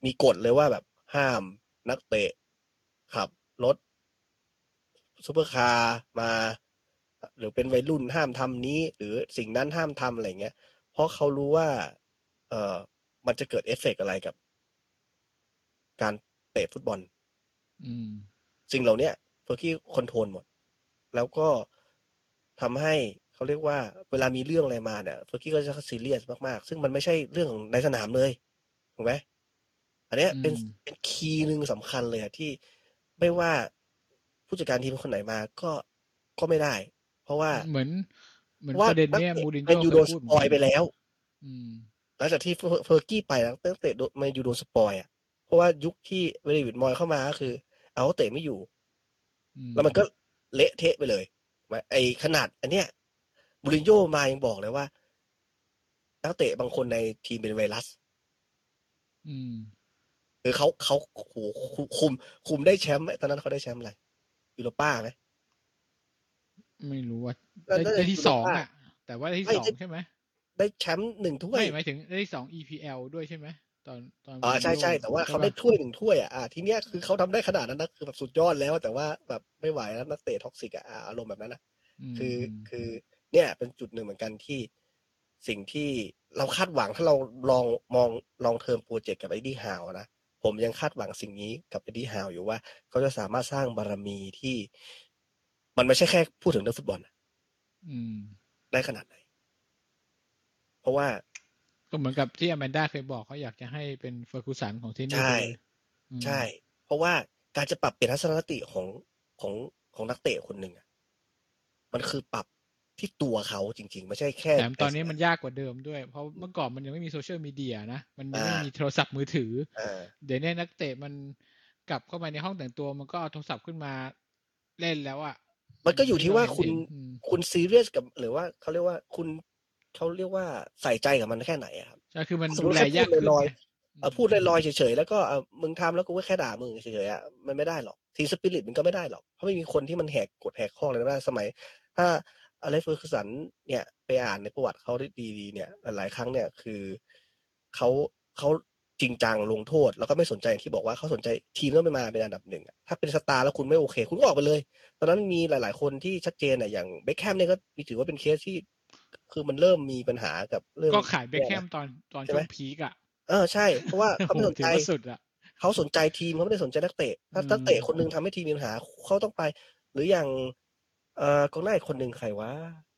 มีกฎเลยว่าแบบห้ามนักเตะขับรถซุปเปอร์คาร์มา หรือเป็นวัยรุ่นห้ามทำนี้ หรือสิ่งนั้นห้ามทำอะไรเงี้ย เพราะเขารู้ว่า เอ่อ มันจะเกิดเอฟเฟกต์อะไรกับ การเตะฟุตบอลอืมสิ่งเหล่าเนี้ยเฟอร์กี้คอนโทรลหมด แล้วก็ทำให้เขาเรียกว่า เวลามีเรื่องอะไรมาเนี่ยเฟอร์กี้ก็จะซีเรียสมากๆ ซึ่งมันไม่ใช่เรื่องของในสนามเลยถูกไหมอันเนี้ยอืเป็นมเป็นคีย์หนึ่งสำคัญเลยอะที่ไม่ว่าผู้จัดการทีมคนไหนมาก็ก็ไม่ได้ เพราะว่าเหมือน เหมือนว่าประเด็นนักเนี้ยเตะมูรินแมโญ่นยูเคโดยนพูสดเหมืปอนอยกันล์ไปแล้วอืมหลังจากที่ เฟอร์ เฟอร์กี้ไปนักเตะโดน แมนยู โดนสปอยล์อะ เพราะว่ายุคที่เดวิด มอยส์เข้ามาก็คือเอานักเตะไม่อยู่อืมแล้วมันก็เละเทะไปเลย ไอ้ขนาดอันเนี้ย มูรินโญ่มายังบอกเลยว่า นักเตะบางคนในทีมเป็นไวรัสอืมคือเขา เขา โอ้โฮ คุ คุม คุมได้แชมป์ไหม ตอนนั้นเขาได้แชมป์อะไร ยูโรป้าไหม? ไม่รู้อะน่าได้น่าไดจะ้ทียู่โรป้าสอง อะ แต่ว่าได้ที่ไม่สอไงด้ใช่ไหม? ได้แชมป์ หนึ่ง ถ้วไม่ยหมายถึงได้ที่ สอง อี พี แอล ด้วยใช่ไหม? ตอน ตอนอ๋อมูริในโญ่ช่ ๆ แต่ว่าใชเ่ขาเปไลด้่า? ถ้วย หนึ่ง ถ้วยอะ อา ทีเนี้ยคือเขาทำได้ขนาดนั้นนะ คือแบบสุดยอดแล้ว แต่ว่าแบบไม่ไหวแล้วนักเตะ toxic อะ อา อารมณ์แบบนั้นน่ะอืคือม ๆคือเนี่ยเป็นจุดหนึ่งเหมือนกันที่ สิ่งที่เราคาดหวัง ถ้าเราลองมอง long term พรอเจกต์กับ Eddie Howe อะนะ ผมยังคาดหวังสิ่งนี้กับ Eddie Howe อยู่ว่า เขาจะสามารถสร้างบารมีที่ มันไม่ใช่แค่พูดถึงเรื่องฟุตบอลอะอืมได้ขนาดไหน เพราะว่าก็เหมือนกับที่ Amanda เคยบอก เขาอยากจะให้เป็น Ferguson ของที่ในชี่ไป่เลย อืใช่มเพราะว่าการจะปรับเปลี่ยนทัศนคติของ ของ ของนักเตะคนหนึ่งอะ มันคือปรับที่ตัวเขาจริง ๆ ไม่ใช่แค่แถมในสนตอนนี้มัามนยากกว่าเดิมด้วย เพราะเมื่อก่อนมันยังไม่มี Social Media นะ มันยัองไม่ามีโทรศัพท์มือถืออาเดี๋ยวเนี้ยนักเตะมันกลับเข้าไปในห้องแต่งตัว มันก็เอาโทรศัพท์ขึ้นมาเล่นแล้วอะมันก็ออยู่ที่ว่าคุณเห็น ๆ อืมคุณซีเรียสกับ หรือว่าเขาเรียกว่า คุณ เขาเรียกว่าใส่ใจกับมันแค่ไหนอะครับใช่ คือมันถ้าสมดมุูติแลยแค่พูดากขึ้นลอยไงๆอืเอ่อมพูดลอย ๆ เฉย ๆ แล้วก็ อ่า มึงทำแล้วกูก็แค่ด่ามึงเฉย ๆ อะ มันไม่ได้หรอก Team Spirit มันก็ไม่ได้หรอก เพราะไม่มีคนที่มันแหกกฎแหกข้ออะไรได้ สมัย ถ้า Alex Ferguson เนี่ย ไปอ่านในประวัติเขาได้ดี ๆ เนี่ย หลาย ๆ ครั้งเนี่ย คือเขา เขาจริงจังลงโทษ แล้วก็ไม่สนใจ อย่างที่บอกว่าเขาสนใจทีมต้องไม่มาเป็นอันดับ หนึ่ง อะ ถ้าเป็นสตาร์แล้วคุณไม่โอเค คุณก็ออกไปเลย ตอนนั้นมีหลาย ๆ คนที่ชัดเจนอะ อย่าง Beckham เนี่ยก็มี ถือว่าเป็นเคสที่ คือมันเริ่มมีปัญหากับเรื่อกง็ขายเนี่ยนะ Beckham ตอน ตอนใช่ไหมช่วงพีกอะเออ ใช่ เพราะว่าโเอข้าโฮ ถไม่สนใืจอว่าสุดอะเขาสนใจทีม เขาไม่ได้สนใจนักเตะอืถ้านักเตะคนหนึ่งมทำให้ทีมมีปัญหา เขาต้องไป หรืออย่าง เอ่อ กองหน้าอีกคนหนึ่งใครวะ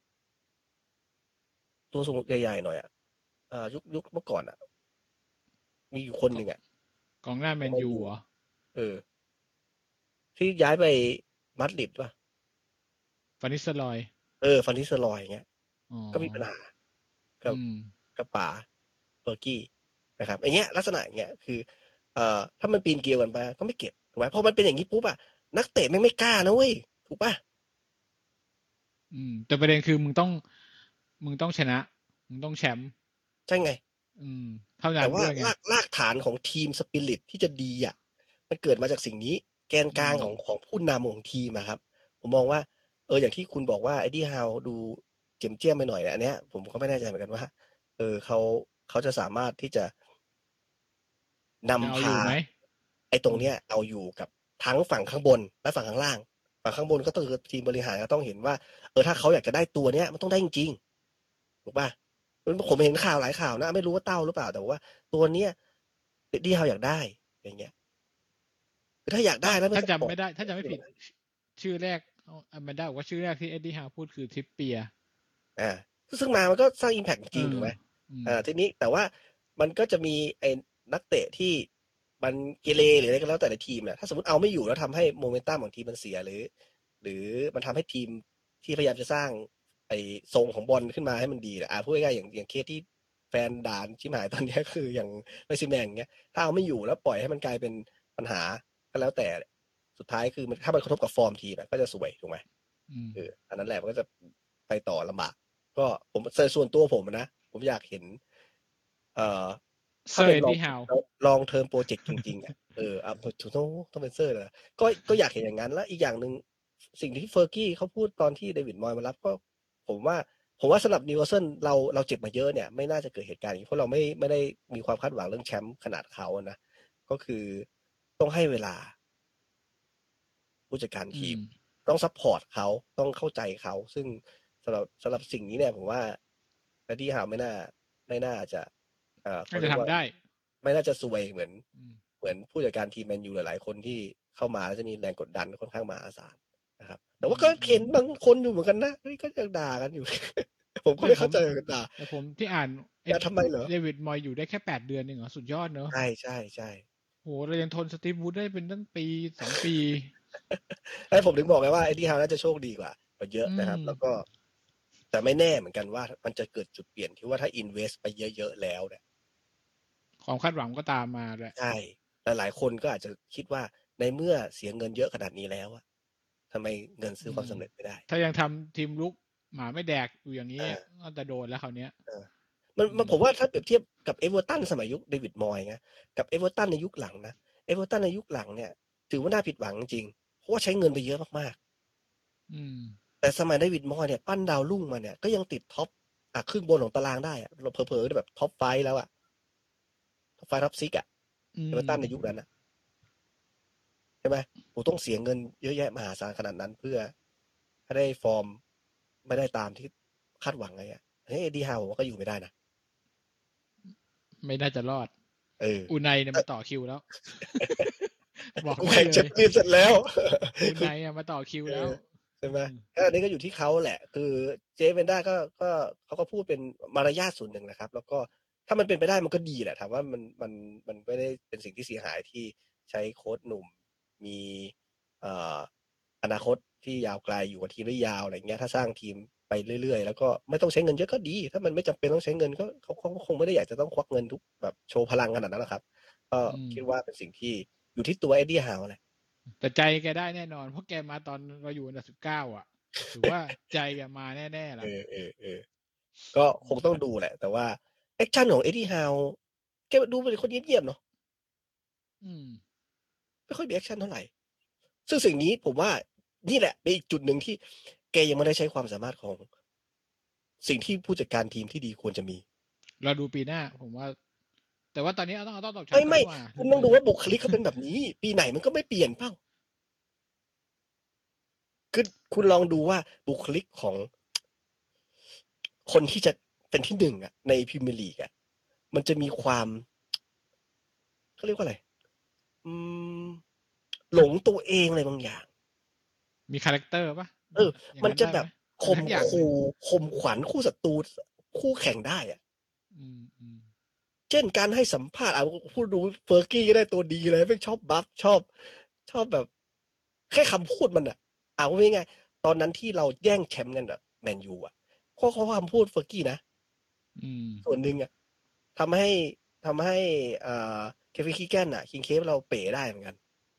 ตัวสูงใหญ่ ๆ หน่อยอะ อ่า ยุค ยุคเมื่อก่อนอะ มีอยู่คนกหนึ่งอะกองหน้าแมของนยูแมนยูเหรอ? เออ ที่ย้ายไปมาดริดเปล่า? Van Nistelrooy เออ Van Nistelrooy อย่างเงี้ยอ๋อก็มีปัญหา กอืับมกับป๋า Fergie นะครับ อย่างเงี้ย ลักษณะอย่างเงี้ย คือ เอ่อ ถ้ามันปีนเกลียวกันไปก็ไม่เก็บ ถูกไหม พอมันเป็นอย่างงี้ปุ๊บอะ นักเตะแม่งไม่กล้านะเว้ย ถูกเปล่า? อืม แต่ประเด็นคือมึงต้อง มึงต้องชนะ มึงต้องแชมป์ใช่ไงอืม เท่าแนตั้่นว่าด้วยไงราก รากฐานของทีม Spirit ที่จะดีอะ มันเกิดมาจากสิ่งนี้ แกนอืกลางของมของผู้นำของทีมอะครับ ผมมองว่า เออ อย่างที่คุณบอกว่า Eddie Howe ดูเจียมเจี้ยมไปหน่อย อันเนี้ยผมก็ไม่แน่ใจเหมือนกันว่า เออ เขา เขาจะสามารถที่จะ นจะเอำาพอยู่าไหม? ไอ้ตอรืมงเนี้ยเอาอยู่กับทั้งฝั่งข้างบนและฝั่งข้างล่าง ฝั่งข้างบนก็คือทีมบริหารก็ต้องเห็นว่า เออ ถ้าเขาอยากจะได้ตัวเนี้ย มันต้องได้จริง ๆ ถูกเปล่า? อือ ผมเห็นข่าวหลายข่าวนะ ไม่รู้ว่าเต้าหรือเปล่า แต่ว่าตัวเนี้ย Eddie Howe อยากได้ อย่างเงี้ย คือถ้าอยากถไ้ดา้แล้วไมถ้่าซัปพอรจำไ์มต่ได้ ถ้าจำไม่ผิด ช ชื่อแรก อ้อ Amanda บอกว่าชื่อแรกที่ Eddie Howe พูดคือ Trippier อา ซึ่งมามันก็สร้าง อิมแพกต์ จเอริง ๆ ถูอกไหมอืมอ่า ทีนี้แต่ว่ามันก็จะมีไอ้นักเตะที่มันเกเร หรืออะไรก็แล้วแต่ในทีมอะ ถ้าสมมุติเอาไม่อยู่แล้วทำให้ Momentum ของทีมมันเสีย หรือ หรือมันทำให้ทีมที่พยายามจะสร้างไอ้ทรงของบอลขึ้นมาให้มันดีอะ อ่า พูดง่าย ๆ อย่าง อย่างเคสที่แฟนด่าชิบหาย ตอนเนี้ย คืออย่าง Osimhen อย่างเงี้ย ถ้าเอาไม่อยู่แล้วปล่อยให้มันกลายเป็นปัญหาก็แล้วแต่ สุดท้ายคือมัน ถ้ามันกระทบกับฟอร์มทีมอะก็จะซวย ถูกไหมอืมเออ อันนั้นแหละมันก็จะไปต่อลำบาก ก็ผม แต่ส่วนตัวผมอะนะ ผมอยากเห็น เอ่อ ถ้า Sir เป็น long Eddie Howe long term พรอเจกต์จริง ๆ อะ เออ อา โถ โธ่ ต้องเป็น Sir เลยเหรอ ก็ ก็อยากเห็นอย่างงั้น แล้วอีกอย่างหนึ่ง สิ่งที่ Fergie เขาพูดตอนที่ David Moyes มารับ ก็ ผมว่า ผมว่าสำหรับ Newcastle เรา เราเจ็บมาเยอะเนี่ย ไม่น่าจะเกิดเหตุการณ์อย่างงี้ เพราะเราไม่ ไม่ได้มีความคาดหวังเรื่องแชมป์ขนาดเขาอะนะก็คือต้องให้เวลาผู้จัดการอืทีมมต้องซัปพอร์ตเขาต้องเข้าใจเขาซึ่งสำหรับสำหรับสิ่งนี้เนี่ยผมว่า Eddie Howe ไม่น่าไม่น่าจะเอ่อเขาน่าเรีจะยกทำว่าได้ไม่น่าจะซวยเหมือนอืมเหมือนผู้จัดการทีมแมนยูหลาย ๆ คนที่เข้ามาแล้วจะมีแรงกดดันค่อนข้างมหาศาลนะครับ แต่ว่าก็อืมเห็นบางคนอยู่เหมือนกันนะ เฮ้ย ก็ยังด่ากันอยู่ ผมก็ไม่ไม่ผเข้าม ใจเหมือนกัน ด่าแต่ผมที่อ่าน เอ็ด่าทำไมเหรอ? เดวิด มอยส์อยู่ได้แค่ แปด เดือนเองเหรอ สุดยอดเนาะใช่ ๆ ๆโอ้โฮ เรายังทน Steve Wood ได้เป็นตั้งปี สอง ปีใช่ ผมถึงบอกไงว่า Eddie Howe น่าจะโชคดีกว่ากว่าเยอะอืนะครับ แล้วมก็ แต่ไม่แน่เหมือนกันว่า มันจะเกิดจุดเปลี่ยนที่ว่าถ้า invest ไปเยอะ ๆ แล้วเนี่ยความคาดหวังก็ตามมาด้วยใช่ หลาย ๆ คนก็อาจจะคิดว่า ในเมื่อเสียเงินเยอะขนาดนี้แล้วอะ ทำไมเงินซื้อือความมสำเร็จไม่ได้? ถ้ายังทำทีมรุกหมาไม่แดกอยู่อย่างงี้เออก็จะโดนแล้วคราวเนี้ยเออ มันอืมันมผมว่าถ้าเปรียบเทียบกับ Everton สมัยยุค David Moyes นะ กับ Everton ในยุคหลังนะ Everton ในยุคหลังเนี่ย ถือว่าน่าผิดหวังจริง ๆ เพราะว่าใช้เงินไปเยอะมาก ๆอืมแต่สมัย David Moyes เนี่ย ปั้นดาวรุ่งมาเนี่ย ก็ยังติดท็อป อ่า ครึ่งบนของตารางได้อะ เผลอ ๆ แบบ Top ไฟว์ แล้วอะ Top ไฟว์ Top ซิกซ์ อะอืม Everton ในยุคนั้นน่ะ ใช่ไหม โอ้โฮ ต้องเสียเงินเยอะแยะมหาศาลขนาดนั้น เพื่อให้ได้ฟอร์ม ไม่ได้ตามที่คาดหวังไว้อะ เฮ้ย Eddie Howe ผมว่าก็อยู่ไม่ได้นะไม่น่าจะรอดเออ Unai เนี่ยก็มาต่อคิวแล้ว บอกกูได้แข่งเลแชมยเปี้ยน เสร็จแล้ว Unai อะมาต่อคิวเอแล้วอ ใช่ไหมอืมก็อันนี้ก็อยู่ที่เขาแหละ คือเจ๊เวนด้าก็ ก็ เขาก็พูดเป็นมารยาทส่วนหนึ่งแหละครับ แล้วก็ถ้ามันเป็นไปได้มันก็ดีแหละ ถามว่ามัน มัน มันไม่ได้เป็นสิ่งที่เสียหายที่ใช้โคชหนุ่ม มี เอ่อ อนาคตที่ยาวไกล อยู่กับทีมได้ยาว อะไรอย่างเงี้ย ถ้าสร้างทีมไปเรื่อย ๆ แล้วก็ไม่ต้องใช้เงินเยอะก็ดี ถ้ามันไม่จำเป็นต้องใช้เงิน ก็ เขา เขาก็คงไม่ได้อยากจะต้องควักเงินทุก แบบโชว์พลังขนาดนั้นหรอกครับ ก็อืมคิดว่าเป็นสิ่งที่อยู่ที่ตัว Eddie Howe แหละแต่ใจแกได้แน่นอน เพราะแกมาตอนเราอยู่อันดับ สิบเก้า อะ ถือว่าใจแกมาแน่ ๆ แล้เวออ ๆ ๆ ก็คงต้องดูแหละ แต่ว่าแอกชันของ Eddie Howe แกดูเป็นคนเงียบ ๆ เนาะอืมไม่ค่อยมีแอกชันเท่าไร ซึ่งสิ่งนี้ผมว่า นี่แหละเป็นอีกจุดหนึ่งที่แกยังไม่ได้ใช้ความสามารถของ สิ่งที่ผู้จัดการทีมที่ดีควรจะมีรอดูปีหน้า ผมว่า แต่ว่าตอนนี้ต้อง ต้องตอบแชมป์ก่อนไม่ดีกว่าๆ คุณต้องดูว่าบุคลิกเขาเป็นแบบนี้ ปีไหนมันก็ไม่เปลี่ยนเปล่า คือคุณลองดูว่าบุคลิกของ คนที่จะเป็นที่ หนึ่ง อะในพรีเมียร์ลีกอะ มันจะมีความ เขาเรียกว่าอะไร อืม หลงตัวเองอะไรบางอย่างมีคาแรกเตอร์เปล่า? เอออย่างมังนั้นจะได้แบไหม? บอะขไร่สัมกอย่างขหนึ่งู่ ข่มขวัญคู่ศัตรู ส คู่แข่งได้อะอืม ๆเช่น การให้สัมภาษณ์ อ่า พูดดู Fergie ก็ได้ตัวดีเลย แม่งชอบบัฟ ชอบ ชอบแบบ แค่คำพูดมันน่ะ อ่า พูดง่าย ๆ ตอนนั้นที่เราแย่งแชมป์กันอะแมนยูอะ เพราะ เพราะคำพูด Fergie นะอืมส่วนหนึ่งอะ ทำให้ ทำให้ อ่า Kevin Keegan น่ะ King Kev เราเป๋ได้เหมือนกัน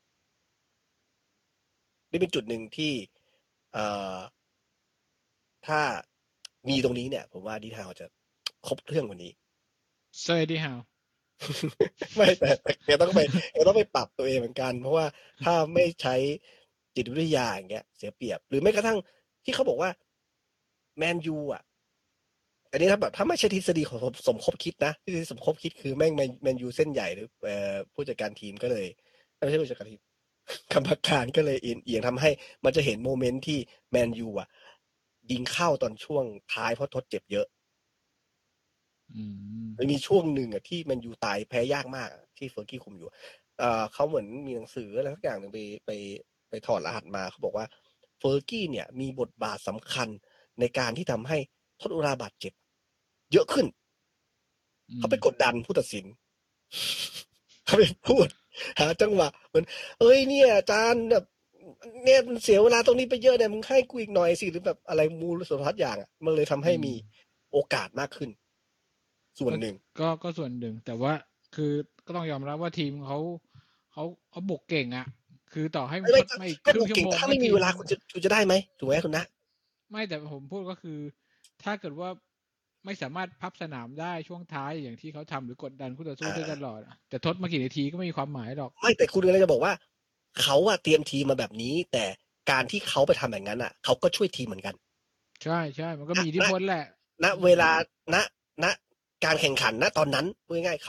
นี่เป็นจุดหนึ่งที่ เอ่อ ถ้า มีตรงนี้เนี่ย ผมว่า Eddie Howe จะ ครบเครื่องกว่านี้ Sir Eddie Howe ไม่ แต่ แต่แกต้องไป แกต้องไปปรับตัวเองเหมือนกัน เพราะว่าถ้าไม่ใช้จิตวิทยา อย่างเงี้ย เสียเปรียบ หรือแม้กระทั่งที่เขาบอกว่า แมนยูอะ อันนี้ถ้าแบบ ถ้าไม่ใช่ทฤษฎีของสม สมคบคิดนะ ทฤษฎีสมคบคิดคือแม่งแมน แมนยูเส้นใหญ่ หรือ เอ่อ ผู้จัดการทีมก็เลย เอ๊ย ไม่ใช่ผู้จัดการทีม กรรมการก็เลยเอนเอียง ทำให้มันจะเห็นโมเมนต์ที่แมนยูอะยิงเข้าตอนช่วงท้าย เพราะทดเจ็บเยอะอืมมันมีช่วงหนึ่งอะที่แมนยูตายแพ้ยากมากอะที่ Fergie คุมอยู่ เอ่อ เขาเหมือนมีหนังสืออะไรสักอย่างหนึ่งไป ไป ไปถอดรหัสมา เขาบอกว่า Fergie เนี่ยมีบทบาทสำคัญในการที่ทำให้ทด บาดเจ็บเยอะขึ้นอืเขาไปมกดดันผู้ตัดสิน เขาไปพูดหาจังหวะเหมือน "เฮ้ย เนี่ยอาจารย์แบบ เนี่ยมันเสียเวลาตรงนี้ไปเยอะเนี่ย มึงให้กูอีกหน่อยสิ" หรือแบบอะไรมูลสารพัดอย่างอะ มันเลยทำอให้ืมีมโอกาสมากขึ้น ส่วกน็หนึ่งก็ ก็ส่วนหนึ่ง แต่ว่าคือก็ต้องยอมรับว่าทีมเขา เขา เขาบุกเก่งอะ คือต่อให้ไมมัน่ไทม่ดก็มาอีกก็บครึุ่งชั่กเกว่งโมแต่งถ้าแลไ้ม่วทีมมีเวลาคุณจะ คุณจะได้ไหม ถูกไหมคุณนะ? ไม่ แต่ผมพูดก็คือ ถ้าเกิดว่าไม่สามารถพับสนามได้ช่วงท้ายอย่างที่เขาทำ หรือกดดันคู่ต่อสู้อาได้ตลอดอะ จะทดมากี่นาทีก็ไม่มีความหมายหรอกไม่ แต่คุณกำลังจะบอกว่า เขาอะเตรียมทีมมาแบบนี้ แต่การที่เขาไปทำอย่างงั้นน่ะ เขาก็ช่วยทีมเหมือนกันใช่ ๆ มันก็ณมีอิทธิณพลแหละณอืมเวลา ณ ณ การแข่งขัน ณ ตอนนั้น พูดง่าย ๆ เขา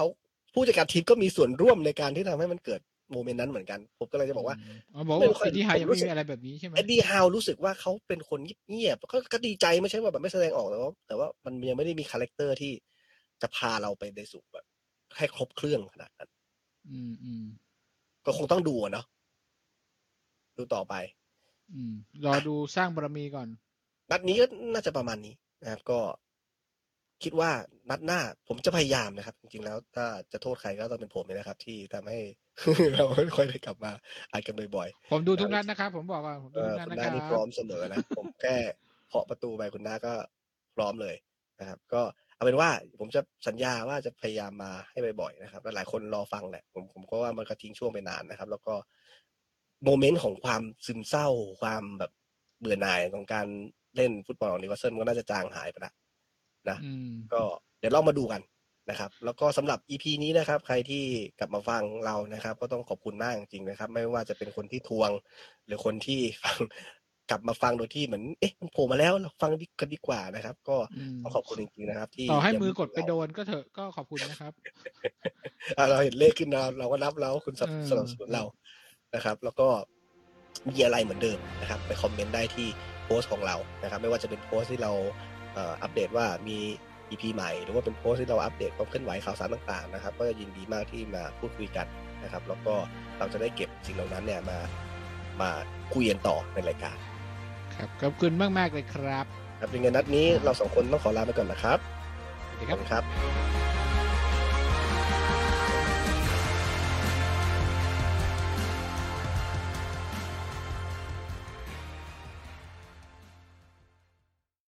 ผู้จัดการทีมก็มีส่วนร่วมในการที่ทำให้มันเกิดโมเมนต์นั้นเหมือนกันผมก็เลยจะบอกว่าอ๋อบอกว่าเอ็ดดี้ฮาวยังไม่มีอะไรแบบนี้ใช่ไหมเอ็ดดี้ฮาวรู้สึกว่าเขาเป็นคนเงียบๆก็ก็ดีใจไม่ใช่ว่าแบบไม่แสดงออกแต่ว่าแต่ว่ามันยังไม่ได้มีคาแรคเตอร์ที่จะพาเราไปในสู่แบบให้ครบเครื่องขนาดนั้นอืมอืมก็คงต้องดูเนาะดูต่อไปอืมรอดูสร้างบารมีก่อนนัดนี้ก็น่าจะประมาณนี้นะครับก็คิดว่านัดหน้าผมจะพยายามนะครับจริงๆแล้วถ้าจะโทษใครก็ต้องเป็นผมนะครับที่ทำให้ เราไม่ค่อยได้กลับมาอ่านกันบ่อยๆผมดูทุกนัดนะครับผมบอกว่าผมดูทุกนัดคุณนะน้าครับนี่พร้อมเสมอนะผมแค่เคาะประตูไปคุณน้าก็พร้อมเลยนะครับก็เอาเป็นว่าผมจะสัญญาว่าจะพยายามมาให้บ่อยๆนะครับหลายคนรอฟังแหละผมผมก็ว่ามันก็ทิ้งช่วงไปนานนะครับแล้วก็โมเมนต์ของความซึมเศร้าความแบบเบื่อหน่ายของการเล่นฟุตบอลของนิวคาสเซิลก็น่าจะจางหายไปละนะก็เดี๋ยวเรามาดูกันนะครับแล้วก็สำหรับ อี พี นี้นะครับใครที่กลับมาฟังเรานะครับก็ต้องขอบคุณมากจริงๆนะครับไม่ว่าจะเป็นคนที่ทวงหรือคนที่ฟังกลับมาฟังโดยที่เหมือนเอ๊ะมันโผล่มาแล้วเราฟังดีกันดีกว่านะครับก็ต้องขอบคุณจริงๆนะครับที่ต่อให้มือกดไปโดนก็เถอะก็ขอบคุณนะครับเราเห็นเลขขึ้นมาเราก็นับแล้วคุณสนับสนุนเรานะครับแล้วก็มีอะไรเหมือนเดิมนะครับไปคอมเมนต์ได้ที่โพสต์ของเรานะครับไม่ว่าจะเป็นโพสต์ที่เราอัปเดตว่ามี อี พี ใหม่หรือว่าเป็นโพสต์ที่เราอัปเดตความเคลื่อนไหวข่าวสารต่างๆนะครับก็ยินดีมากที่มาพูดคุยกันนะครับแล้วก็เราจะได้เก็บสิ่งเหล่านั้นเนี่ยมามาคุยกันต่อในรายการครับขอบคุณมากๆเลยครับครับยังไงนัดนี้เราสองคนต้องขอลาไปก่อนนะครับสวัสดีครับ